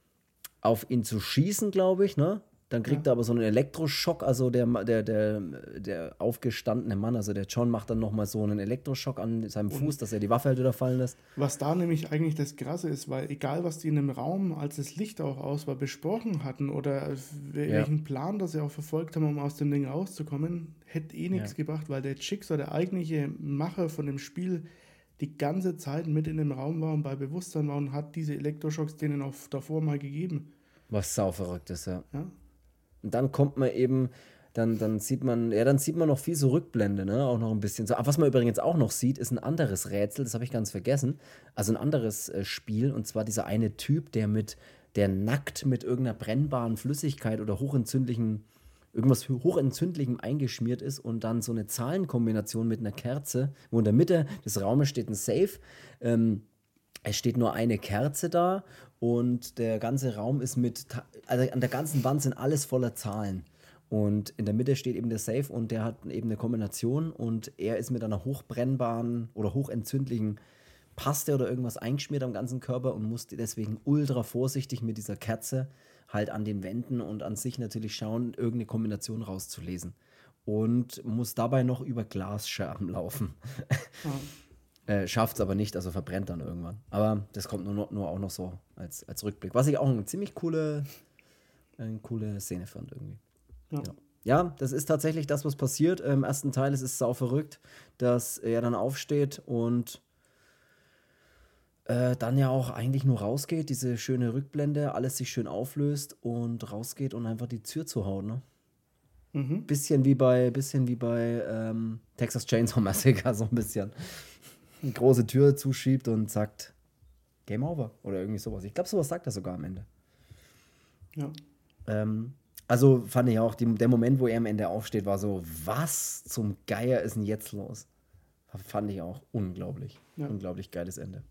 Speaker 1: auf ihn zu schießen, glaube ich, ne? Dann kriegt er aber so einen Elektroschock, also der, der, der, der aufgestandene Mann, also der John macht dann nochmal so einen Elektroschock an seinem Fuß, dass er die Waffe halt wieder fallen lässt.
Speaker 2: Was da nämlich eigentlich das Krasse ist, weil egal, was die in dem Raum, als das Licht auch aus war, besprochen hatten oder wel-
Speaker 1: Ja.
Speaker 2: welchen Plan, das sie auch verfolgt haben, um aus dem Ding rauszukommen, hätte eh nichts
Speaker 1: Ja.
Speaker 2: gebracht, weil der Jigsaw, der eigentliche Macher von dem Spiel, die ganze Zeit mit in dem Raum war und bei Bewusstsein war und hat diese Elektroschocks denen auch davor mal gegeben.
Speaker 1: Was sau verrückt ist, ja.
Speaker 2: Ja?
Speaker 1: Und dann kommt man eben, dann, dann sieht man, ja, dann sieht man noch viel so Rückblende, ne? Auch noch ein bisschen so. Aber was man übrigens auch noch sieht, ist ein anderes Rätsel, das habe ich ganz vergessen. Also ein anderes äh, Spiel, und zwar dieser eine Typ, der mit, der nackt mit irgendeiner brennbaren Flüssigkeit oder hochentzündlichen, irgendwas hochentzündlichem eingeschmiert ist und dann so eine Zahlenkombination mit einer Kerze, wo in der Mitte des Raumes steht ein Safe. Ähm, Es steht nur eine Kerze da und der ganze Raum ist mit, ta- also an der ganzen Wand sind alles voller Zahlen. Und in der Mitte steht eben der Safe und der hat eben eine Kombination und er ist mit einer hochbrennbaren oder hochentzündlichen Paste oder irgendwas eingeschmiert am ganzen Körper und musste deswegen ultra vorsichtig mit dieser Kerze halt an den Wänden und an sich natürlich schauen, irgendeine Kombination rauszulesen. Und muss dabei noch über Glasscherben laufen.
Speaker 2: Ja.
Speaker 1: Äh, Schafft es aber nicht, also verbrennt dann irgendwann. Aber das kommt nur, noch- nur auch noch so als, als Rückblick. Was ich auch eine ziemlich coole, eine coole Szene fand irgendwie.
Speaker 2: Ja.
Speaker 1: Ja. Ja, das ist tatsächlich das, was passiert. Im ersten Teil es ist sau verrückt, dass er dann aufsteht und äh, dann ja auch eigentlich nur rausgeht, diese schöne Rückblende, alles sich schön auflöst und rausgeht und einfach die Tür zuhaut, ne?
Speaker 2: Mhm.
Speaker 1: Bisschen wie bei, bisschen wie bei ähm, Texas Chainsaw Massacre, so ein bisschen. Eine große Tür zuschiebt und sagt, Game over oder irgendwie sowas. Ich glaube, sowas sagt er sogar am Ende.
Speaker 2: Ja.
Speaker 1: Ähm, also fand ich auch, die, der Moment, wo er am Ende aufsteht, war so, was zum Geier ist denn jetzt los? Fand ich auch unglaublich.
Speaker 2: Ja.
Speaker 1: Unglaublich geiles Ende.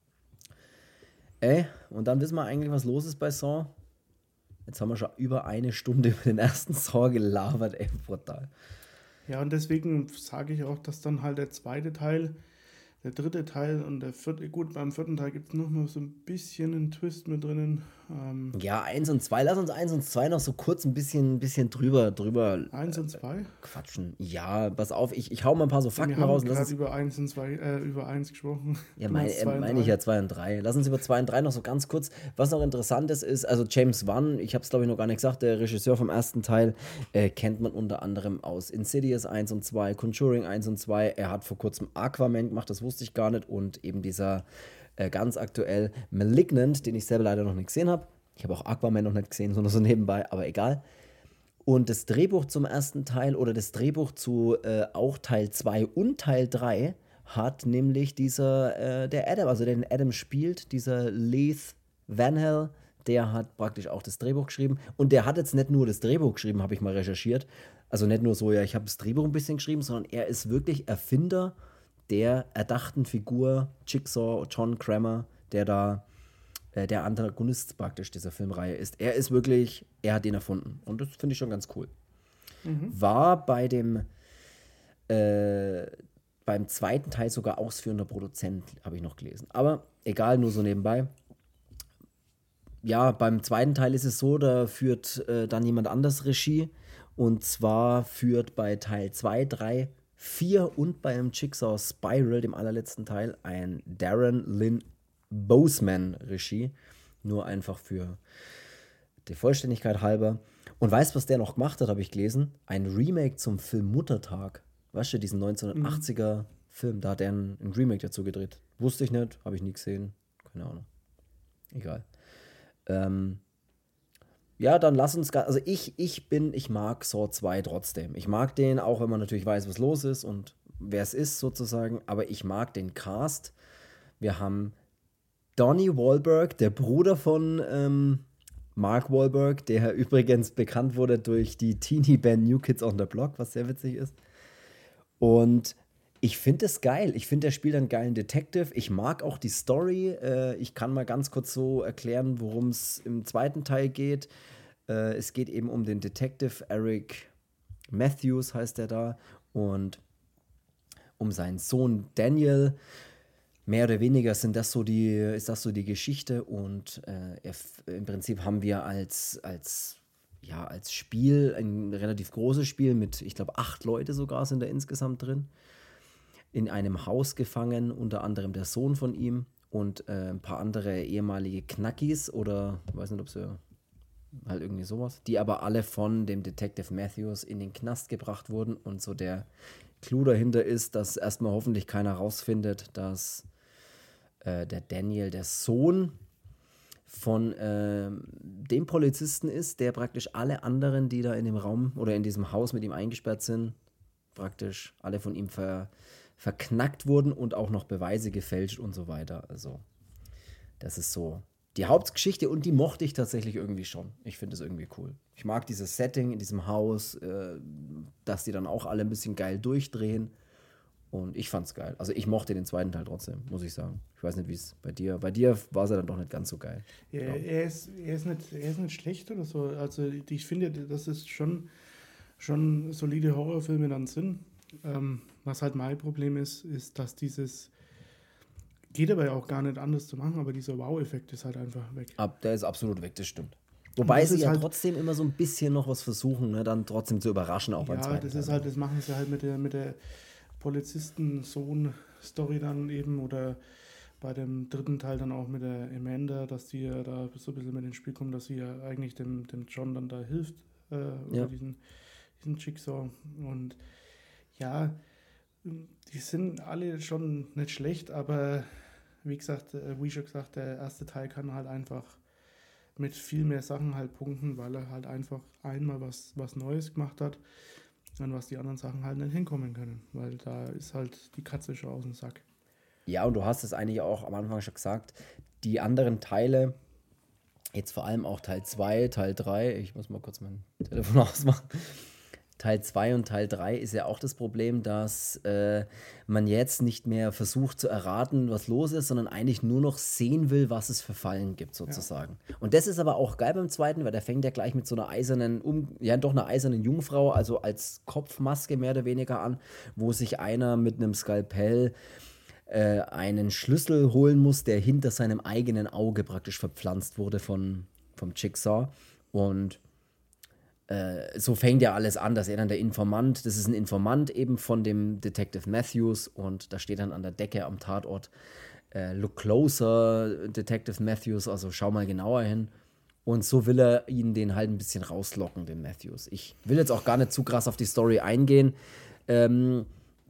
Speaker 1: Ey, und dann wissen wir eigentlich, was los ist bei Saw. Jetzt haben wir schon über eine Stunde über den ersten Saw gelabert, ey, brutal.
Speaker 2: Ja, und deswegen sage ich auch, dass dann halt der zweite Teil, der dritte Teil und der vierte, gut, beim vierten Teil gibt es noch mal so ein bisschen einen Twist mit drinnen. Ähm,
Speaker 1: Ja, eins und zwei, lass uns eins und zwei noch so kurz ein bisschen, bisschen drüber, drüber
Speaker 2: eins und zwei.
Speaker 1: quatschen. Ja, pass auf, ich, ich hau mal ein paar so
Speaker 2: Wir
Speaker 1: Fakten
Speaker 2: haben
Speaker 1: raus. und Lass
Speaker 2: gerade
Speaker 1: uns,
Speaker 2: über eins und zwei, äh, über eins gesprochen.
Speaker 1: ja,
Speaker 2: Du
Speaker 1: meine
Speaker 2: meinst zwei und
Speaker 1: mein ich
Speaker 2: drei.
Speaker 1: ja zwei und drei. Lass uns über zwei und drei noch so ganz kurz. Was noch interessant ist, ist, also James Wan, ich habe es glaube ich noch gar nicht gesagt, der Regisseur vom ersten Teil, äh, kennt man unter anderem aus Insidious eins und zwei, Conjuring eins und zwei. Er hat vor kurzem Aquaman gemacht, das wusste ich gar nicht. Und eben dieser äh, ganz aktuell Malignant, den ich selber leider noch nicht gesehen habe. Ich habe auch Aquaman noch nicht gesehen, sondern so nebenbei, aber egal. Und das Drehbuch zum ersten Teil oder das Drehbuch zu äh, auch Teil zwei und Teil drei hat nämlich dieser, äh, der Adam, also den Adam spielt, dieser Leith Van der hat praktisch auch das Drehbuch geschrieben. Und der hat jetzt nicht nur das Drehbuch geschrieben, habe ich mal recherchiert. Also nicht nur so, ja, ich habe das Drehbuch ein bisschen geschrieben, sondern er ist wirklich Erfinder der erdachten Figur Jigsaw, John Kramer, der da äh, der Antagonist praktisch dieser Filmreihe ist. Er ist wirklich, er hat den erfunden. Und das finde ich schon ganz cool.
Speaker 2: Mhm.
Speaker 1: War bei dem äh, beim zweiten Teil sogar ausführender Produzent, habe ich noch gelesen. Aber egal, nur so nebenbei. Ja, beim zweiten Teil ist es so, da führt äh, dann jemand anders Regie. Und zwar führt bei Teil zwei, drei, vier und beim Jigsaw Spiral, dem allerletzten Teil, ein Darren Lynn Boseman Regie. Nur einfach für die Vollständigkeit halber. Und weißt du, was der noch gemacht hat, habe ich gelesen? Ein Remake zum Film Muttertag. Weißt du, diesen
Speaker 2: Mhm.
Speaker 1: neunzehnhundertachtziger Film, da hat er ein, ein Remake dazu gedreht. Wusste ich nicht, habe ich nie gesehen. Keine Ahnung. Egal. Ähm, ja, dann lass uns, ga- also ich, ich bin, ich mag Saw zwei trotzdem. Ich mag den, auch wenn man natürlich weiß, was los ist und wer es ist sozusagen, aber ich mag den Cast. Wir haben Donnie Wahlberg, der Bruder von ähm, Mark Wahlberg, der übrigens bekannt wurde durch die Teenie-Band New Kids on the Block, was sehr witzig ist. Und ich finde es geil. Ich finde, der spielt einen geilen Detective. Ich mag auch die Story. Äh, ich kann mal ganz kurz so erklären, worum es im zweiten Teil geht. Äh, es geht eben um den Detective Eric Matthews, heißt er da, und um seinen Sohn Daniel. Mehr oder weniger sind das so die, ist das so die Geschichte. Und äh, er, im Prinzip haben wir als, als, ja, als Spiel ein relativ großes Spiel mit, ich glaube, acht Leute sogar sind da insgesamt drin, in einem Haus gefangen, unter anderem der Sohn von ihm und äh, ein paar andere ehemalige Knackis oder ich weiß nicht, ob sie halt irgendwie sowas, die aber alle von dem Detective Matthews in den Knast gebracht wurden und so der Clou dahinter ist, dass erstmal hoffentlich keiner rausfindet, dass äh, der Daniel der Sohn von äh, dem Polizisten ist, der praktisch alle anderen, die da in dem Raum oder in diesem Haus mit ihm eingesperrt sind, praktisch alle von ihm ver verknackt wurden und auch noch Beweise gefälscht und so weiter. Also, das ist so die Hauptgeschichte und die mochte ich tatsächlich irgendwie schon. Ich finde es irgendwie cool. Ich mag dieses Setting in diesem Haus, äh, dass die dann auch alle ein bisschen geil durchdrehen. Und ich fand's geil. Also ich mochte den zweiten Teil trotzdem, muss ich sagen. Ich weiß nicht, wie es bei dir. Bei dir war es ja dann doch nicht ganz so geil,
Speaker 2: Ja,
Speaker 1: glaube ich.
Speaker 2: er ist, er ist nicht, er ist nicht schlecht oder so. Also ich finde, das ist schon, schon solide Horrorfilme dann sind. Ähm, was halt mein Problem ist, ist, dass dieses, geht aber ja auch gar nicht anders zu machen, aber dieser Wow-Effekt ist halt einfach weg.
Speaker 1: Ab, der ist absolut weg, das stimmt.
Speaker 2: Und
Speaker 1: Wobei
Speaker 2: das
Speaker 1: sie
Speaker 2: ist
Speaker 1: ja
Speaker 2: halt,
Speaker 1: trotzdem immer so ein bisschen noch was versuchen, ne, dann trotzdem zu überraschen, auch beim
Speaker 2: ja,
Speaker 1: zweiten
Speaker 2: das
Speaker 1: Teil
Speaker 2: ist
Speaker 1: und
Speaker 2: halt,
Speaker 1: so.
Speaker 2: das machen sie halt mit der, mit der Polizisten-Sohn-Story dann eben oder bei dem dritten Teil dann auch mit der Amanda, dass die ja da so ein bisschen mit ins Spiel kommen, dass sie ja eigentlich dem, dem John dann da hilft äh, oder
Speaker 1: Ja.
Speaker 2: diesen, diesen Jigsaw. Und ja, die sind alle schon nicht schlecht, aber wie gesagt, äh, wie schon gesagt, der erste Teil kann halt einfach mit viel mehr Sachen halt punkten, weil er halt einfach einmal was, was Neues gemacht hat, an was die anderen Sachen halt nicht hinkommen können, weil da ist halt die Katze schon aus dem Sack.
Speaker 1: Ja, und du hast es eigentlich auch am Anfang schon gesagt, die anderen Teile, jetzt vor allem auch Teil zwei, Teil drei, ich muss mal kurz mein Telefon ausmachen. Teil zwei und Teil drei ist ja auch das Problem, dass äh, man jetzt nicht mehr versucht zu erraten, was los ist, sondern eigentlich nur noch sehen will, was es für Fallen gibt,
Speaker 2: Ja.
Speaker 1: sozusagen. Und das ist aber auch geil beim zweiten, weil der fängt ja gleich mit so einer eisernen, um, ja doch einer eisernen Jungfrau, also als Kopfmaske mehr oder weniger an, wo sich einer mit einem Skalpell äh, einen Schlüssel holen muss, der hinter seinem eigenen Auge praktisch verpflanzt wurde von, vom Jigsaw. Und äh, so fängt ja alles an, dass er dann der Informant, das ist ein Informant eben von dem Detective Matthews und da steht dann an der Decke am Tatort, äh, look closer, Detective Matthews, also schau mal genauer hin. Und so will er ihn den halt ein bisschen rauslocken, den Matthews. Ich will jetzt auch gar nicht zu krass auf die Story eingehen. Ähm,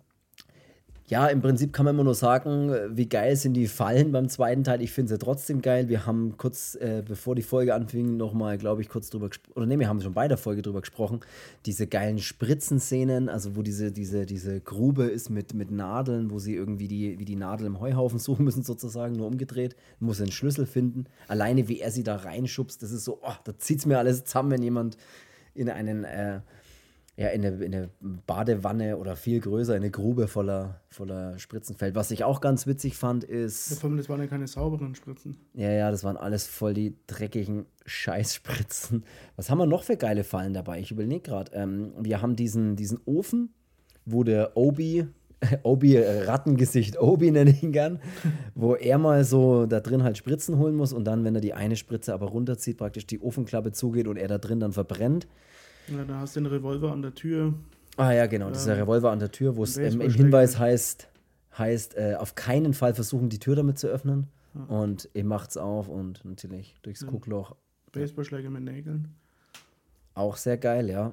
Speaker 1: ja, im Prinzip kann man immer nur sagen, äh, wie geil sind die Fallen beim zweiten Teil. Ich finde sie trotzdem geil. Wir haben kurz, äh, bevor die Folge anfing, nochmal, glaube ich, kurz drüber gesprochen. Oder ne, wir haben schon bei der Folge drüber gesprochen. Diese geilen Spritzenszenen, also wo diese, diese, diese Grube ist mit, mit Nadeln, wo sie irgendwie die, wie die Nadel im Heuhaufen suchen müssen, sozusagen, nur umgedreht. Muss einen Schlüssel finden. Alleine, wie er sie da reinschubst, das ist so, oh, da zieht es mir alles zusammen, wenn jemand in einen, äh, ja, in eine, in eine Badewanne oder viel größer, in eine Grube voller, voller Spritzen fällt. Was ich auch ganz witzig fand,
Speaker 2: Ja,
Speaker 1: ist,
Speaker 2: vor allem, das waren ja keine sauberen Spritzen.
Speaker 1: ja, ja, das waren alles voll die dreckigen Scheißspritzen. Was haben wir noch für geile Fallen dabei? Ich überlege gerade. Ähm, wir haben diesen, diesen Ofen, wo der Obi, Obi, äh, Rattengesicht Obi nenne ich ihn gern, wo er mal so da drin halt Spritzen holen muss und dann, wenn er die eine Spritze aber runterzieht, praktisch die Ofenklappe zugeht und er da drin dann verbrennt.
Speaker 2: Ja, da hast du den Revolver an der Tür.
Speaker 1: Ah ja, genau,
Speaker 2: Ja.
Speaker 1: dieser Revolver an der Tür, wo es ähm, im
Speaker 2: Baseballschläger
Speaker 1: Hinweis
Speaker 2: mit-
Speaker 1: heißt, heißt äh, auf keinen Fall versuchen, die Tür damit zu öffnen. Und er macht's auf und natürlich durchs
Speaker 2: Ja.
Speaker 1: Guckloch.
Speaker 2: Baseballschläger mit Nägeln.
Speaker 1: Auch sehr geil, ja.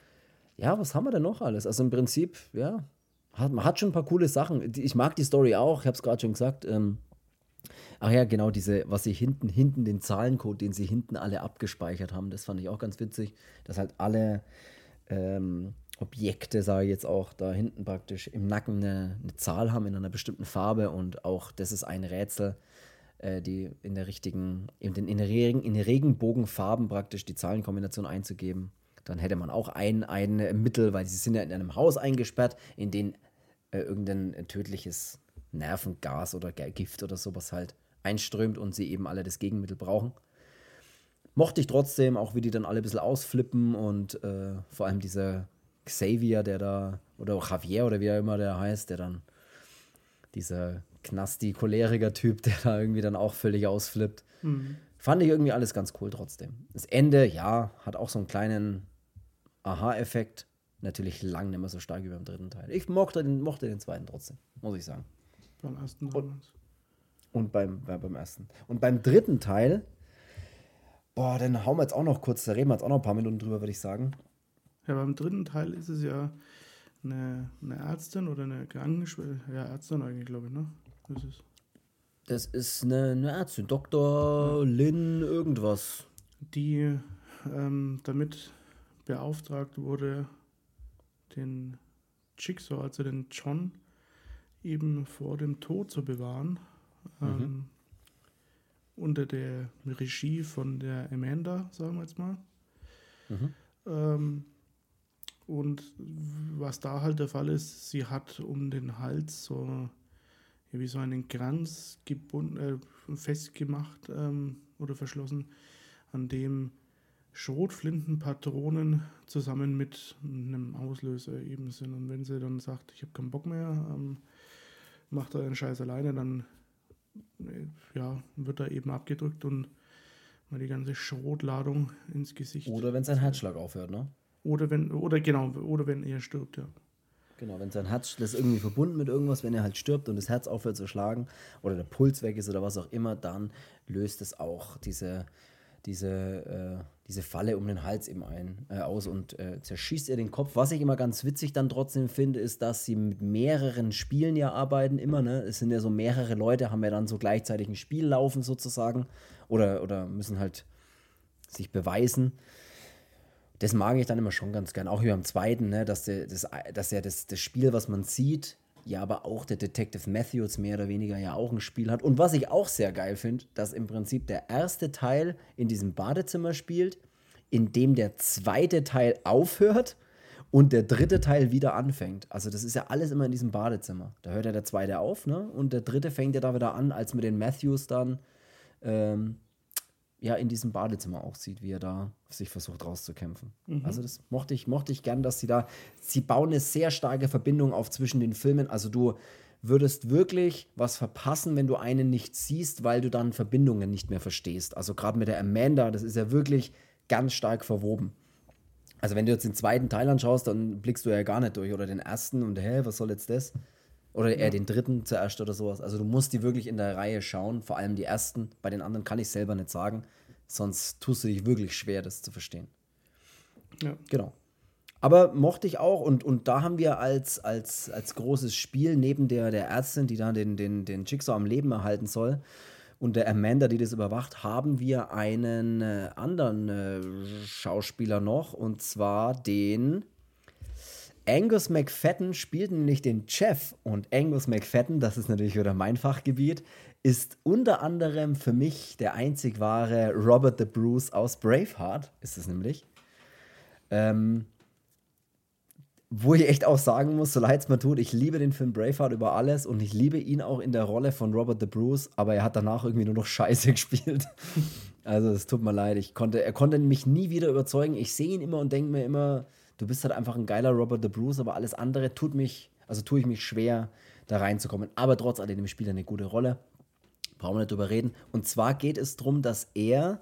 Speaker 1: Ja, was haben wir denn noch alles? Also im Prinzip, ja, hat, man hat schon ein paar coole Sachen. Die- Ich mag die Story auch, ich habe es gerade schon gesagt. Ähm, ach ja, genau, diese, was sie hinten, hinten, den Zahlencode, den sie hinten alle abgespeichert haben, das fand ich auch ganz witzig, dass halt alle ähm, Objekte, sage ich jetzt auch, da hinten praktisch im Nacken eine, eine Zahl haben in einer bestimmten Farbe und auch das ist ein Rätsel, äh, die in der richtigen, in den, in der Regen, in den Regenbogenfarben praktisch die Zahlenkombination einzugeben. Dann hätte man auch ein, ein Mittel, weil sie sind ja in einem Haus eingesperrt, in dem äh, irgendein äh, tödliches Nervengas oder Ge- Gift oder sowas halt einströmt und sie eben alle das Gegenmittel brauchen. Mochte ich trotzdem, auch wie die dann alle ein bisschen ausflippen und äh, vor allem dieser Xavier, der da, oder auch Javier oder wie er immer der heißt, der dann dieser Knasti-Choleriker-Typ, der da irgendwie dann auch völlig ausflippt.
Speaker 2: Mhm.
Speaker 1: Fand ich irgendwie alles ganz cool trotzdem. Das Ende, ja, hat auch so einen kleinen Aha-Effekt. Natürlich lang nicht mehr so stark wie beim dritten Teil. Ich mochte den, mochte den zweiten trotzdem, muss ich sagen.
Speaker 2: Beim ersten damals.
Speaker 1: Und beim, bei, beim ersten. Und beim dritten Teil, boah, den hauen wir jetzt auch noch kurz, da reden wir jetzt auch noch ein paar Minuten drüber, würde ich sagen.
Speaker 2: Ja, beim dritten Teil ist es ja eine, eine Ärztin oder eine Krankenschwester. Ja, Ärztin eigentlich, glaube ich, ne? Das ist
Speaker 1: Das ist eine, eine Ärztin, Doktor Lin irgendwas.
Speaker 2: die ähm, damit beauftragt wurde, den Jigsaw, also den John, eben vor dem Tod zu bewahren. Ähm, unter der Regie von der Amanda, sagen wir jetzt mal.
Speaker 1: Mhm.
Speaker 2: Ähm, und was da halt der Fall ist, sie hat um den Hals so ja, wie so einen Kranz gebunden, äh, festgemacht ähm, oder verschlossen, an dem Schrotflintenpatronen zusammen mit einem Auslöser eben sind. Und wenn sie dann sagt, ich habe keinen Bock mehr, ähm, macht er den Scheiß alleine, dann äh, ja, wird er eben abgedrückt und mal die ganze Schrotladung ins Gesicht.
Speaker 1: Oder wenn sein Herzschlag aufhört, ne?
Speaker 2: Oder wenn, oder genau, oder wenn er stirbt, ja.
Speaker 1: Genau, wenn sein Herz, das ist irgendwie verbunden mit irgendwas, wenn er halt stirbt und das Herz aufhört zu schlagen oder der Puls weg ist oder was auch immer, dann löst es auch diese, diese, äh, diese Falle um den Hals eben ein, äh, aus und äh, zerschießt ihr den Kopf. Was ich immer ganz witzig dann trotzdem finde, ist, dass sie mit mehreren Spielen ja arbeiten, immer, ne? Es sind ja so mehrere Leute, haben ja dann so gleichzeitig ein Spiel laufen sozusagen oder, oder müssen halt sich beweisen. Das mag ich dann immer schon ganz gern, auch wie beim zweiten, ne, dass, der, das, dass ja das, das Spiel, was man sieht, ja aber auch der Detective Matthews mehr oder weniger ja auch ein Spiel hat. Und was ich auch sehr geil finde, dass im Prinzip der erste Teil in diesem Badezimmer spielt, in dem der zweite Teil aufhört und der dritte Teil wieder anfängt. Also das ist ja alles immer in diesem Badezimmer. Da hört ja der zweite auf, ne? Und der dritte fängt ja da wieder an, als man den Matthews dann ähm, ja in diesem Badezimmer auch sieht, wie er da sich versucht rauszukämpfen.
Speaker 2: Mhm.
Speaker 1: Also das mochte ich, mochte ich gern, dass sie da, sie bauen eine sehr starke Verbindung auf zwischen den Filmen. Also du würdest wirklich was verpassen, wenn du einen nicht siehst, weil du dann Verbindungen nicht mehr verstehst. Also gerade mit der Amanda, das ist ja wirklich ganz stark verwoben. Also wenn du jetzt den zweiten Teil anschaust, dann blickst du ja gar nicht durch. Oder den ersten und hä, was soll jetzt das? Oder eher
Speaker 2: Ja.
Speaker 1: den dritten zuerst oder sowas. Also du musst die wirklich in der Reihe schauen, vor allem die ersten. Bei den anderen kann ich selber nicht sagen, sonst tust du dich wirklich schwer, das zu verstehen.
Speaker 2: Ja.
Speaker 1: Genau. Aber mochte ich auch und, und da haben wir als, als, als großes Spiel neben der, der Ärztin, die da den, den, den Jigsaw am Leben erhalten soll, und der Amanda, die das überwacht, haben wir einen äh, anderen äh, Schauspieler noch, und zwar den Angus McFadden spielt nämlich den Chef. Und Angus McFadden, das ist natürlich wieder mein Fachgebiet, ist unter anderem für mich der einzig wahre Robert the Bruce aus Braveheart, ist es nämlich. Ähm, wo ich echt auch sagen muss, so leid es mir tut, ich liebe den Film Braveheart über alles und ich liebe ihn auch in der Rolle von Robert the Bruce, aber er hat danach irgendwie nur noch Scheiße gespielt. Also es tut mir leid, ich konnte, er konnte mich nie wieder überzeugen. Ich sehe ihn immer und denke mir immer, du bist halt einfach ein geiler Robert the Bruce, aber alles andere tut mich, also tue ich mich schwer, da reinzukommen. Aber trotz alledem spielt er eine gute Rolle. Brauchen wir nicht drüber reden. Und zwar geht es darum, dass er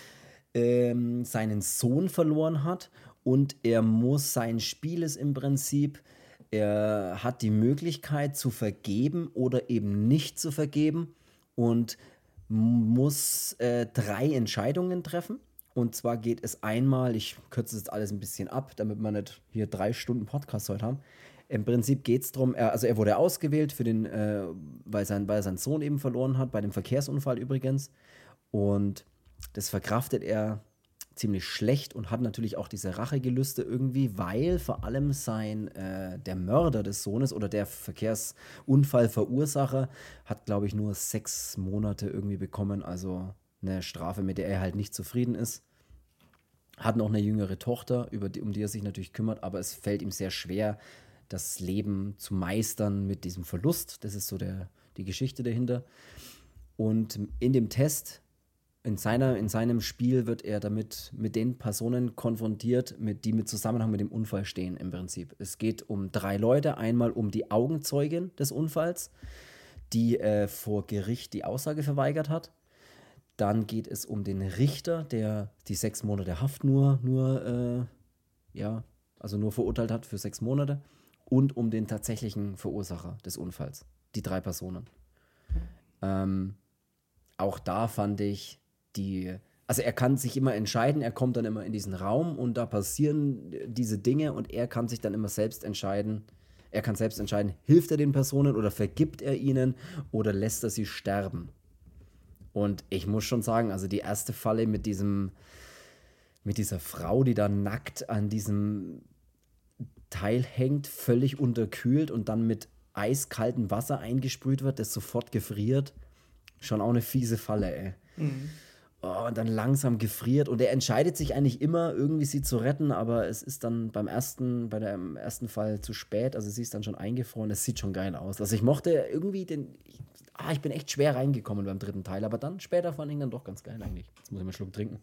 Speaker 1: ähm, seinen Sohn verloren hat und er muss, sein Spiel ist im Prinzip, er hat die Möglichkeit zu vergeben oder eben nicht zu vergeben und muss äh, drei Entscheidungen treffen. Und zwar geht es einmal, ich kürze jetzt alles ein bisschen ab, damit wir nicht hier drei Stunden Podcast heute haben. Im Prinzip geht es darum, er, also er wurde ausgewählt, für den, äh, weil, sein, weil er seinen Sohn eben verloren hat, bei dem Verkehrsunfall übrigens. Und das verkraftet er ziemlich schlecht und hat natürlich auch diese Rachegelüste irgendwie, weil vor allem sein, äh, der Mörder des Sohnes oder der Verkehrsunfallverursacher hat, glaube ich, nur sechs Monate irgendwie bekommen, also eine Strafe, mit der er halt nicht zufrieden ist. Hat noch eine jüngere Tochter, über die, um die er sich natürlich kümmert, aber es fällt ihm sehr schwer, das Leben zu meistern mit diesem Verlust. Das ist so der, die Geschichte dahinter. Und in dem Test, in, seiner, in seinem Spiel wird er damit mit den Personen konfrontiert, mit, die mit Zusammenhang mit dem Unfall stehen im Prinzip. Es geht um drei Leute. Einmal um die Augenzeugin des Unfalls, die äh, vor Gericht die Aussage verweigert hat. Dann geht es um den Richter, der die sechs Monate Haft nur, nur äh, ja, also nur verurteilt hat für sechs Monate. Und um den tatsächlichen Verursacher des Unfalls. Die drei Personen. Ähm, auch da fand ich die, also er kann sich immer entscheiden, er kommt dann immer in diesen Raum und da passieren diese Dinge und er kann sich dann immer selbst entscheiden, er kann selbst entscheiden, hilft er den Personen oder vergibt er ihnen oder lässt er sie sterben. Und ich muss schon sagen, also die erste Falle mit diesem, mit dieser Frau, die da nackt an diesem Teil hängt, völlig unterkühlt und dann mit eiskaltem Wasser eingesprüht wird, das sofort gefriert. Schon auch eine fiese Falle, ey. Mhm. Oh, und dann langsam gefriert und er entscheidet sich eigentlich immer, irgendwie sie zu retten, aber es ist dann beim ersten, bei dem ersten Fall zu spät, also sie ist dann schon eingefroren, es sieht schon geil aus. Also ich mochte irgendwie den, ich, ah, ich bin echt schwer reingekommen beim dritten Teil, aber dann später fand ich ihn dann doch ganz geil eigentlich. Jetzt muss ich mal einen Schluck trinken.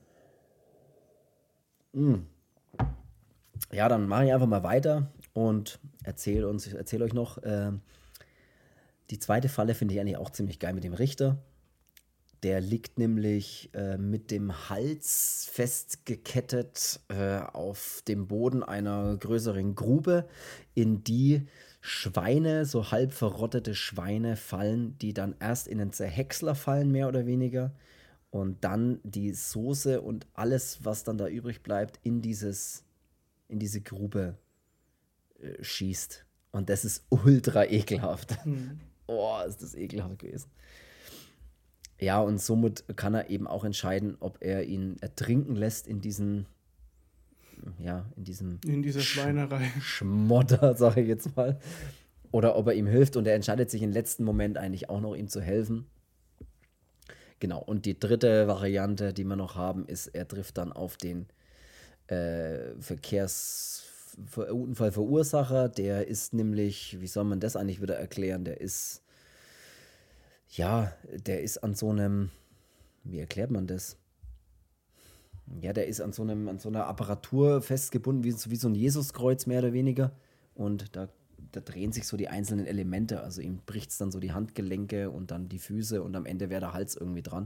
Speaker 1: Mm. Ja, dann mache ich einfach mal weiter und erzähle uns, ich erzähle euch noch, äh, die zweite Falle finde ich eigentlich auch ziemlich geil mit dem Richter. Der liegt nämlich äh, mit dem Hals festgekettet äh, auf dem Boden einer größeren Grube, in die Schweine, so halb verrottete Schweine fallen, die dann erst in den Zerhäcksler fallen, mehr oder weniger, und dann die Soße und alles, was dann da übrig bleibt, in dieses, in diese Grube äh, schießt. Und das ist ultra ekelhaft. Mhm. Oh, ist das ekelhaft gewesen. Ja, und somit kann er eben auch entscheiden, ob er ihn ertrinken lässt in diesen, ja, in diesem
Speaker 2: in dieser Schweinerei.
Speaker 1: Schmodder, sage ich jetzt mal. Oder ob er ihm hilft und er entscheidet sich im letzten Moment eigentlich auch noch, ihm zu helfen. Genau, und die dritte Variante, die wir noch haben, ist, er trifft dann auf den äh, Verkehrsunfallverursacher. Der ist nämlich, wie soll man das eigentlich wieder erklären, der ist Ja, der ist an so einem, wie erklärt man das? Ja, der ist an so einem, an so einer Apparatur festgebunden, wie, wie so ein Jesuskreuz mehr oder weniger. Und da, da drehen sich so die einzelnen Elemente. Also ihm bricht es dann so die Handgelenke und dann die Füße und am Ende wäre der Hals irgendwie dran.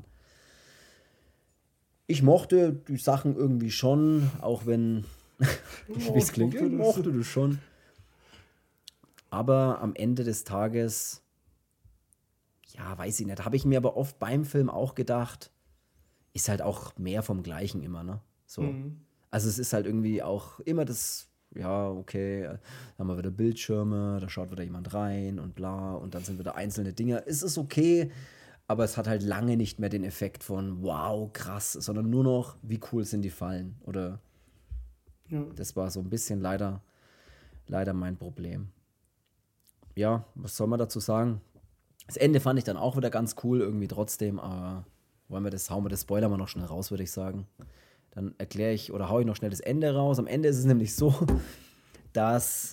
Speaker 1: Ich mochte die Sachen irgendwie schon, auch wenn, wie es klingt, ich mochte das schon. Aber am Ende des Tages, ja, weiß ich nicht. Habe ich mir aber oft beim Film auch gedacht, ist halt auch mehr vom Gleichen immer, ne? So. Mhm. Also es ist halt irgendwie auch immer das, ja, okay, da haben wir wieder Bildschirme, da schaut wieder jemand rein und bla und dann sind wieder einzelne Dinge. Es ist okay, aber es hat halt lange nicht mehr den Effekt von wow, krass, sondern nur noch, wie cool sind die Fallen. Oder ja. Das war so ein bisschen leider, leider mein Problem. Ja, was soll man dazu sagen? Das Ende fand ich dann auch wieder ganz cool, irgendwie trotzdem, aber wollen wir das, hauen wir das Spoiler mal noch schnell raus, würde ich sagen. Dann erkläre ich oder haue ich noch schnell das Ende raus. Am Ende ist es nämlich so, dass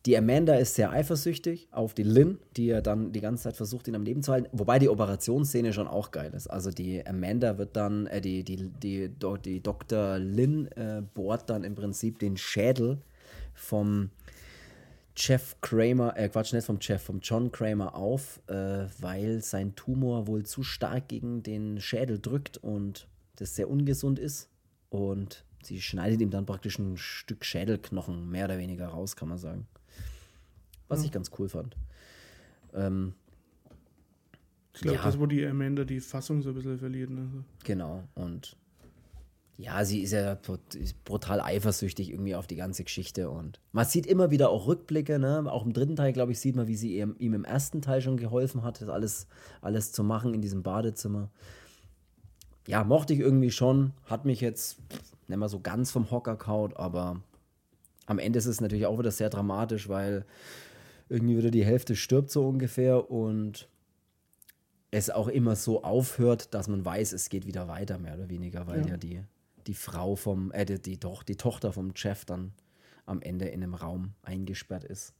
Speaker 1: Die Amanda ist sehr eifersüchtig auf die Lynn, die ja dann die ganze Zeit versucht, ihn am Leben zu halten. Wobei die Operationsszene schon auch geil ist. Also die Amanda wird dann, äh, die, die, die, die, die Doktor Lynn äh, bohrt dann im Prinzip den Schädel vom Jeff Kramer, äh Quatsch, nicht vom Jeff, vom John Kramer auf, äh, weil sein Tumor wohl zu stark gegen den Schädel drückt und das sehr ungesund ist. Und sie schneidet ihm dann praktisch ein Stück Schädelknochen mehr oder weniger raus, kann man sagen. Was ja. ich ganz cool fand. Ähm,
Speaker 2: ich glaube,
Speaker 1: ja.
Speaker 2: das, wo die Amanda die Fassung so ein bisschen verliert. Ne?
Speaker 1: Genau, und ja, sie ist ja brutal eifersüchtig irgendwie auf die ganze Geschichte und man sieht immer wieder auch Rückblicke, ne? Auch im dritten Teil, glaube ich, sieht man, wie sie ihm, ihm im ersten Teil schon geholfen hat, das alles, alles zu machen in diesem Badezimmer. Ja, mochte ich irgendwie schon, hat mich jetzt nicht mal so ganz vom Hocker kaut, aber am Ende ist es natürlich auch wieder sehr dramatisch, weil irgendwie wieder die Hälfte stirbt so ungefähr und es auch immer so aufhört, dass man weiß, es geht wieder weiter, mehr oder weniger, weil ja, ja die die Frau vom, äh, die, die, doch, die Tochter vom Jeff dann am Ende in einem Raum eingesperrt ist.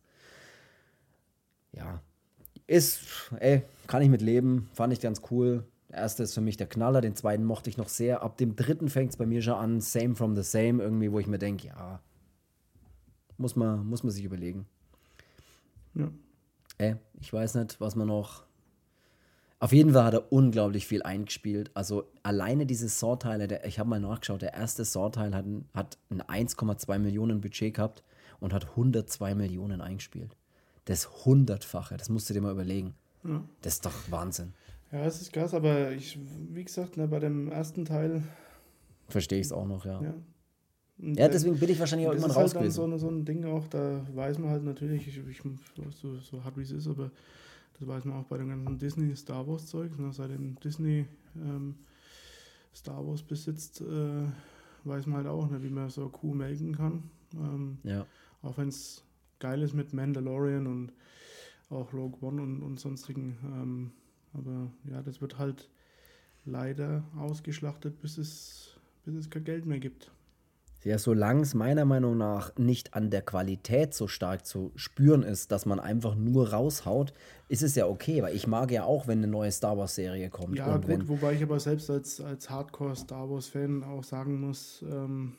Speaker 1: Ja, ist, ey, kann ich mit leben, fand ich ganz cool. Der erste ist für mich der Knaller, den zweiten mochte ich noch sehr. Ab dem dritten fängt es bei mir schon an, same from the same, irgendwie, wo ich mir denke, ja, muss man, muss man sich überlegen.
Speaker 2: Ja.
Speaker 1: Ey, ich weiß nicht, was man noch. Auf jeden Fall hat er unglaublich viel eingespielt. Also alleine diese Saw-Teile, der, ich habe mal nachgeschaut, der erste Saw-Teil hat, hat ein eins Komma zwei Millionen Budget gehabt und hat hundertzwei Millionen eingespielt. Das Hundertfache, das musst du dir mal überlegen.
Speaker 2: Ja.
Speaker 1: Das ist doch Wahnsinn.
Speaker 2: Ja, es ist krass, aber ich, wie gesagt, ne, bei dem ersten Teil
Speaker 1: verstehe ich es auch noch, ja.
Speaker 2: Ja,
Speaker 1: ja deswegen bin ich wahrscheinlich auch irgendwann raus gewesen.
Speaker 2: Das ist halt dann so, so ein Ding auch, da weiß man halt natürlich, ich, ich, so, so hart wie es ist, aber das weiß man auch bei dem ganzen Disney-Star Wars-Zeug. Ne? Seitdem Disney ähm, Star Wars besitzt, äh, weiß man halt auch, ne, wie man so Kuh melken kann. Ähm,
Speaker 1: ja.
Speaker 2: Auch wenn es geil ist mit Mandalorian und auch Rogue One und, und sonstigen. Ähm, aber ja, das wird halt leider ausgeschlachtet, bis es, bis es kein Geld mehr gibt.
Speaker 1: Ja, solange es meiner Meinung nach nicht an der Qualität so stark zu spüren ist, dass man einfach nur raushaut, ist es ja okay, weil ich mag ja auch, wenn eine neue Star Wars-Serie kommt.
Speaker 2: Ja,
Speaker 1: und
Speaker 2: gut,
Speaker 1: wenn,
Speaker 2: wobei ich aber selbst als, als Hardcore-Star Wars-Fan auch sagen muss, ähm,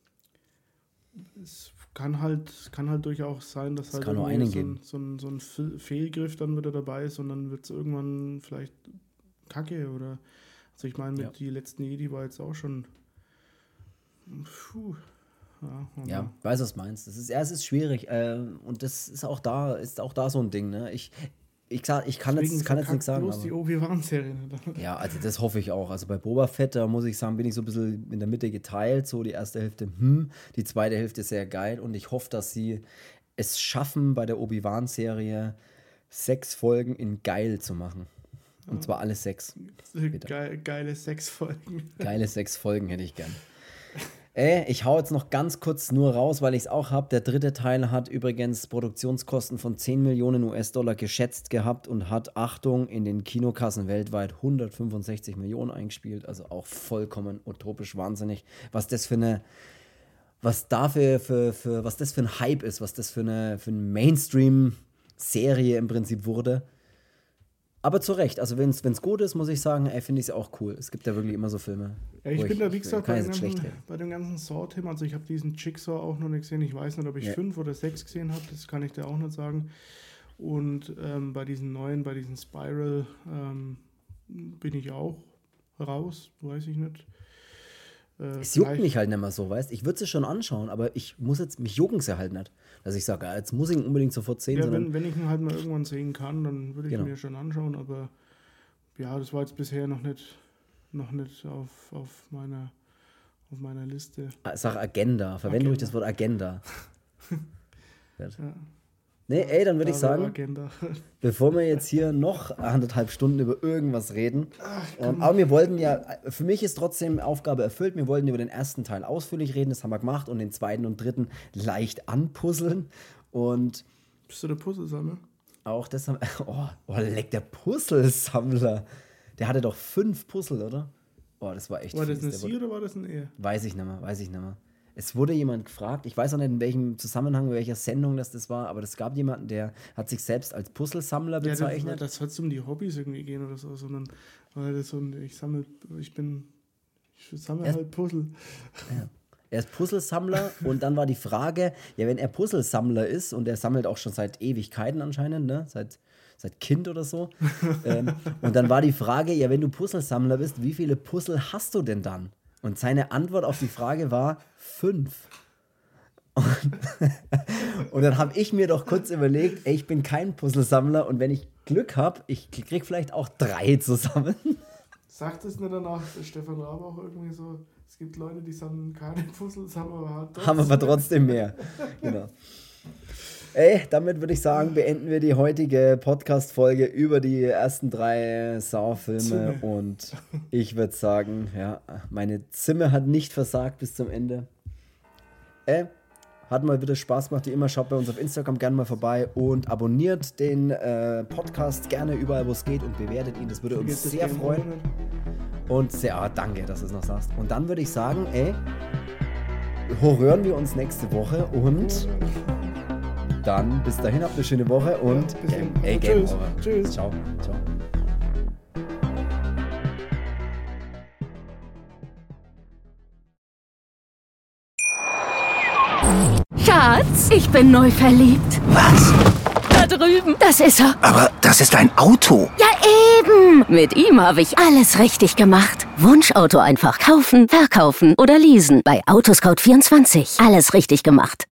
Speaker 2: es kann halt, kann halt durchaus sein, dass halt
Speaker 1: kann nur einen
Speaker 2: so,
Speaker 1: geben.
Speaker 2: ein, so, ein, so ein Fehlgriff dann wieder dabei ist und dann wird es irgendwann vielleicht kacke oder, also ich meine, mit
Speaker 1: Ja.
Speaker 2: die letzten Jedi war jetzt auch schon puh. Ja,
Speaker 1: Ja, ich weiß, was du meinst. Das ist, ja, es ist schwierig. Äh, und das ist auch da, ist auch da so ein Ding, ne? Ich, ich, sag, ich kann, jetzt, kann jetzt nichts sagen.
Speaker 2: Bloß
Speaker 1: Aber,
Speaker 2: die Obi-Wan-Serie.
Speaker 1: ja, also das hoffe ich auch. Also bei Boba Fett, da muss ich sagen, bin ich so ein bisschen in der Mitte geteilt. So die erste Hälfte, hm, die zweite Hälfte sehr geil. Und ich hoffe, dass sie es schaffen, bei der Obi-Wan-Serie sechs Folgen in geil zu machen. Und ja. zwar alle sechs.
Speaker 2: Geil, geile sechs Folgen.
Speaker 1: Geile sechs Folgen hätte ich gern. Ey, ich hau jetzt noch ganz kurz nur raus, weil ich es auch habe. Der dritte Teil hat übrigens Produktionskosten von zehn Millionen U S-Dollar geschätzt gehabt und hat, Achtung, in den Kinokassen weltweit hundertfünfundsechzig Millionen eingespielt. Also auch vollkommen utopisch wahnsinnig. Was das für eine, was dafür für, für, was das für ein Hype ist, was das für eine, für eine Mainstream-Serie im Prinzip wurde. Aber zu Recht, also wenn es gut ist, muss ich sagen, ey, finde ich es auch cool. Es gibt ja wirklich immer so Filme.
Speaker 2: Ja, ich bin
Speaker 1: ich,
Speaker 2: da, wie gesagt, bei, ganzen,
Speaker 1: reden.
Speaker 2: bei dem ganzen Saw-Thema, also ich habe diesen Jigsaw auch noch nicht gesehen. Ich weiß nicht, ob ich ja. fünf oder sechs gesehen habe, das kann ich dir auch nicht sagen. Und ähm, bei diesen neuen, bei diesen Spiral ähm, bin ich auch raus, weiß ich nicht.
Speaker 1: Äh, es juckt mich halt nicht mehr so, weißt du? Ich würde es schon anschauen, aber ich muss jetzt, mich jucken sie halt nicht. Dass ich sage, jetzt muss ich ihn unbedingt sofort sehen.
Speaker 2: Ja, wenn, wenn ich ihn halt mal irgendwann sehen kann, dann würde ich
Speaker 1: genau.
Speaker 2: ihn mir schon anschauen, aber ja, das war jetzt bisher noch nicht, noch nicht auf, auf, meiner, auf meiner Liste.
Speaker 1: Sag Agenda, verwende ruhig das Wort Agenda. ja. Nee, ey, dann würde ich sagen,
Speaker 2: Agenda.
Speaker 1: bevor wir jetzt hier noch anderthalb Stunden über irgendwas reden, Ach, ähm, aber wir wollten ja, für mich ist trotzdem Aufgabe erfüllt, wir wollten über den ersten Teil ausführlich reden, das haben wir gemacht, und den zweiten und dritten leicht anpuzzeln. Und
Speaker 2: bist du der Puzzlesammler?
Speaker 1: Auch das haben oh, oh, leck, der Puzzlesammler. Der hatte doch fünf Puzzle, oder? Oh, das war echt
Speaker 2: War das
Speaker 1: fies.
Speaker 2: eine Sie oder war das ein Er?
Speaker 1: Weiß ich nicht mehr, weiß ich nicht mehr. Es wurde jemand gefragt, ich weiß auch nicht, in welchem Zusammenhang, in welcher Sendung das das war, aber es gab jemanden, der hat sich selbst als Puzzlesammler bezeichnet.
Speaker 2: Ja, das, das soll es um die Hobbys irgendwie gehen oder so, sondern weil das so ein, ich sammle, ich bin, ich sammle
Speaker 1: Erst,
Speaker 2: halt Puzzle.
Speaker 1: Ja. Er ist Puzzlesammler und dann war die Frage, ja, wenn er Puzzlesammler ist und er sammelt auch schon seit Ewigkeiten anscheinend, ne, seit, seit Kind oder so, ähm, und dann war die Frage, ja, wenn du Puzzlesammler bist, wie viele Puzzle hast du denn dann? Und seine Antwort auf die Frage war fünf. Und, und dann habe ich mir doch kurz überlegt, ey, ich bin kein Puzzlesammler und wenn ich Glück habe, ich krieg vielleicht auch drei zusammen.
Speaker 2: Sagt es nicht danach Stefan Raab auch irgendwie so, es gibt Leute, die sammeln keine Puzzles, haben aber trotzdem,
Speaker 1: haben aber trotzdem mehr. Genau. Ey, damit würde ich sagen, beenden wir die heutige Podcast-Folge über die ersten drei Saw-Filme. Und ich würde sagen, ja, meine Zimmer hat nicht versagt bis zum Ende. Ey, hat mal wieder Spaß gemacht, wie immer. Schaut bei uns auf Instagram gerne mal vorbei und abonniert den äh, Podcast gerne überall, wo es geht und bewertet ihn. Das würde uns sehr freuen. Und sehr, ah, danke, dass du es noch sagst. Und dann würde ich sagen, ey, hören wir uns nächste Woche und dann bis dahin, habt eine schöne Woche und
Speaker 2: ja,
Speaker 1: Game, ey, Game Over.
Speaker 2: Tschüss.
Speaker 1: Ciao. Ciao.
Speaker 3: Schatz, ich bin neu verliebt.
Speaker 4: Was?
Speaker 3: Da drüben. Das ist er.
Speaker 4: Aber das ist ein Auto.
Speaker 3: Ja, eben. Mit ihm habe ich alles richtig gemacht. Wunschauto einfach kaufen, verkaufen oder leasen. Bei Autoscout vierundzwanzig. Alles richtig gemacht.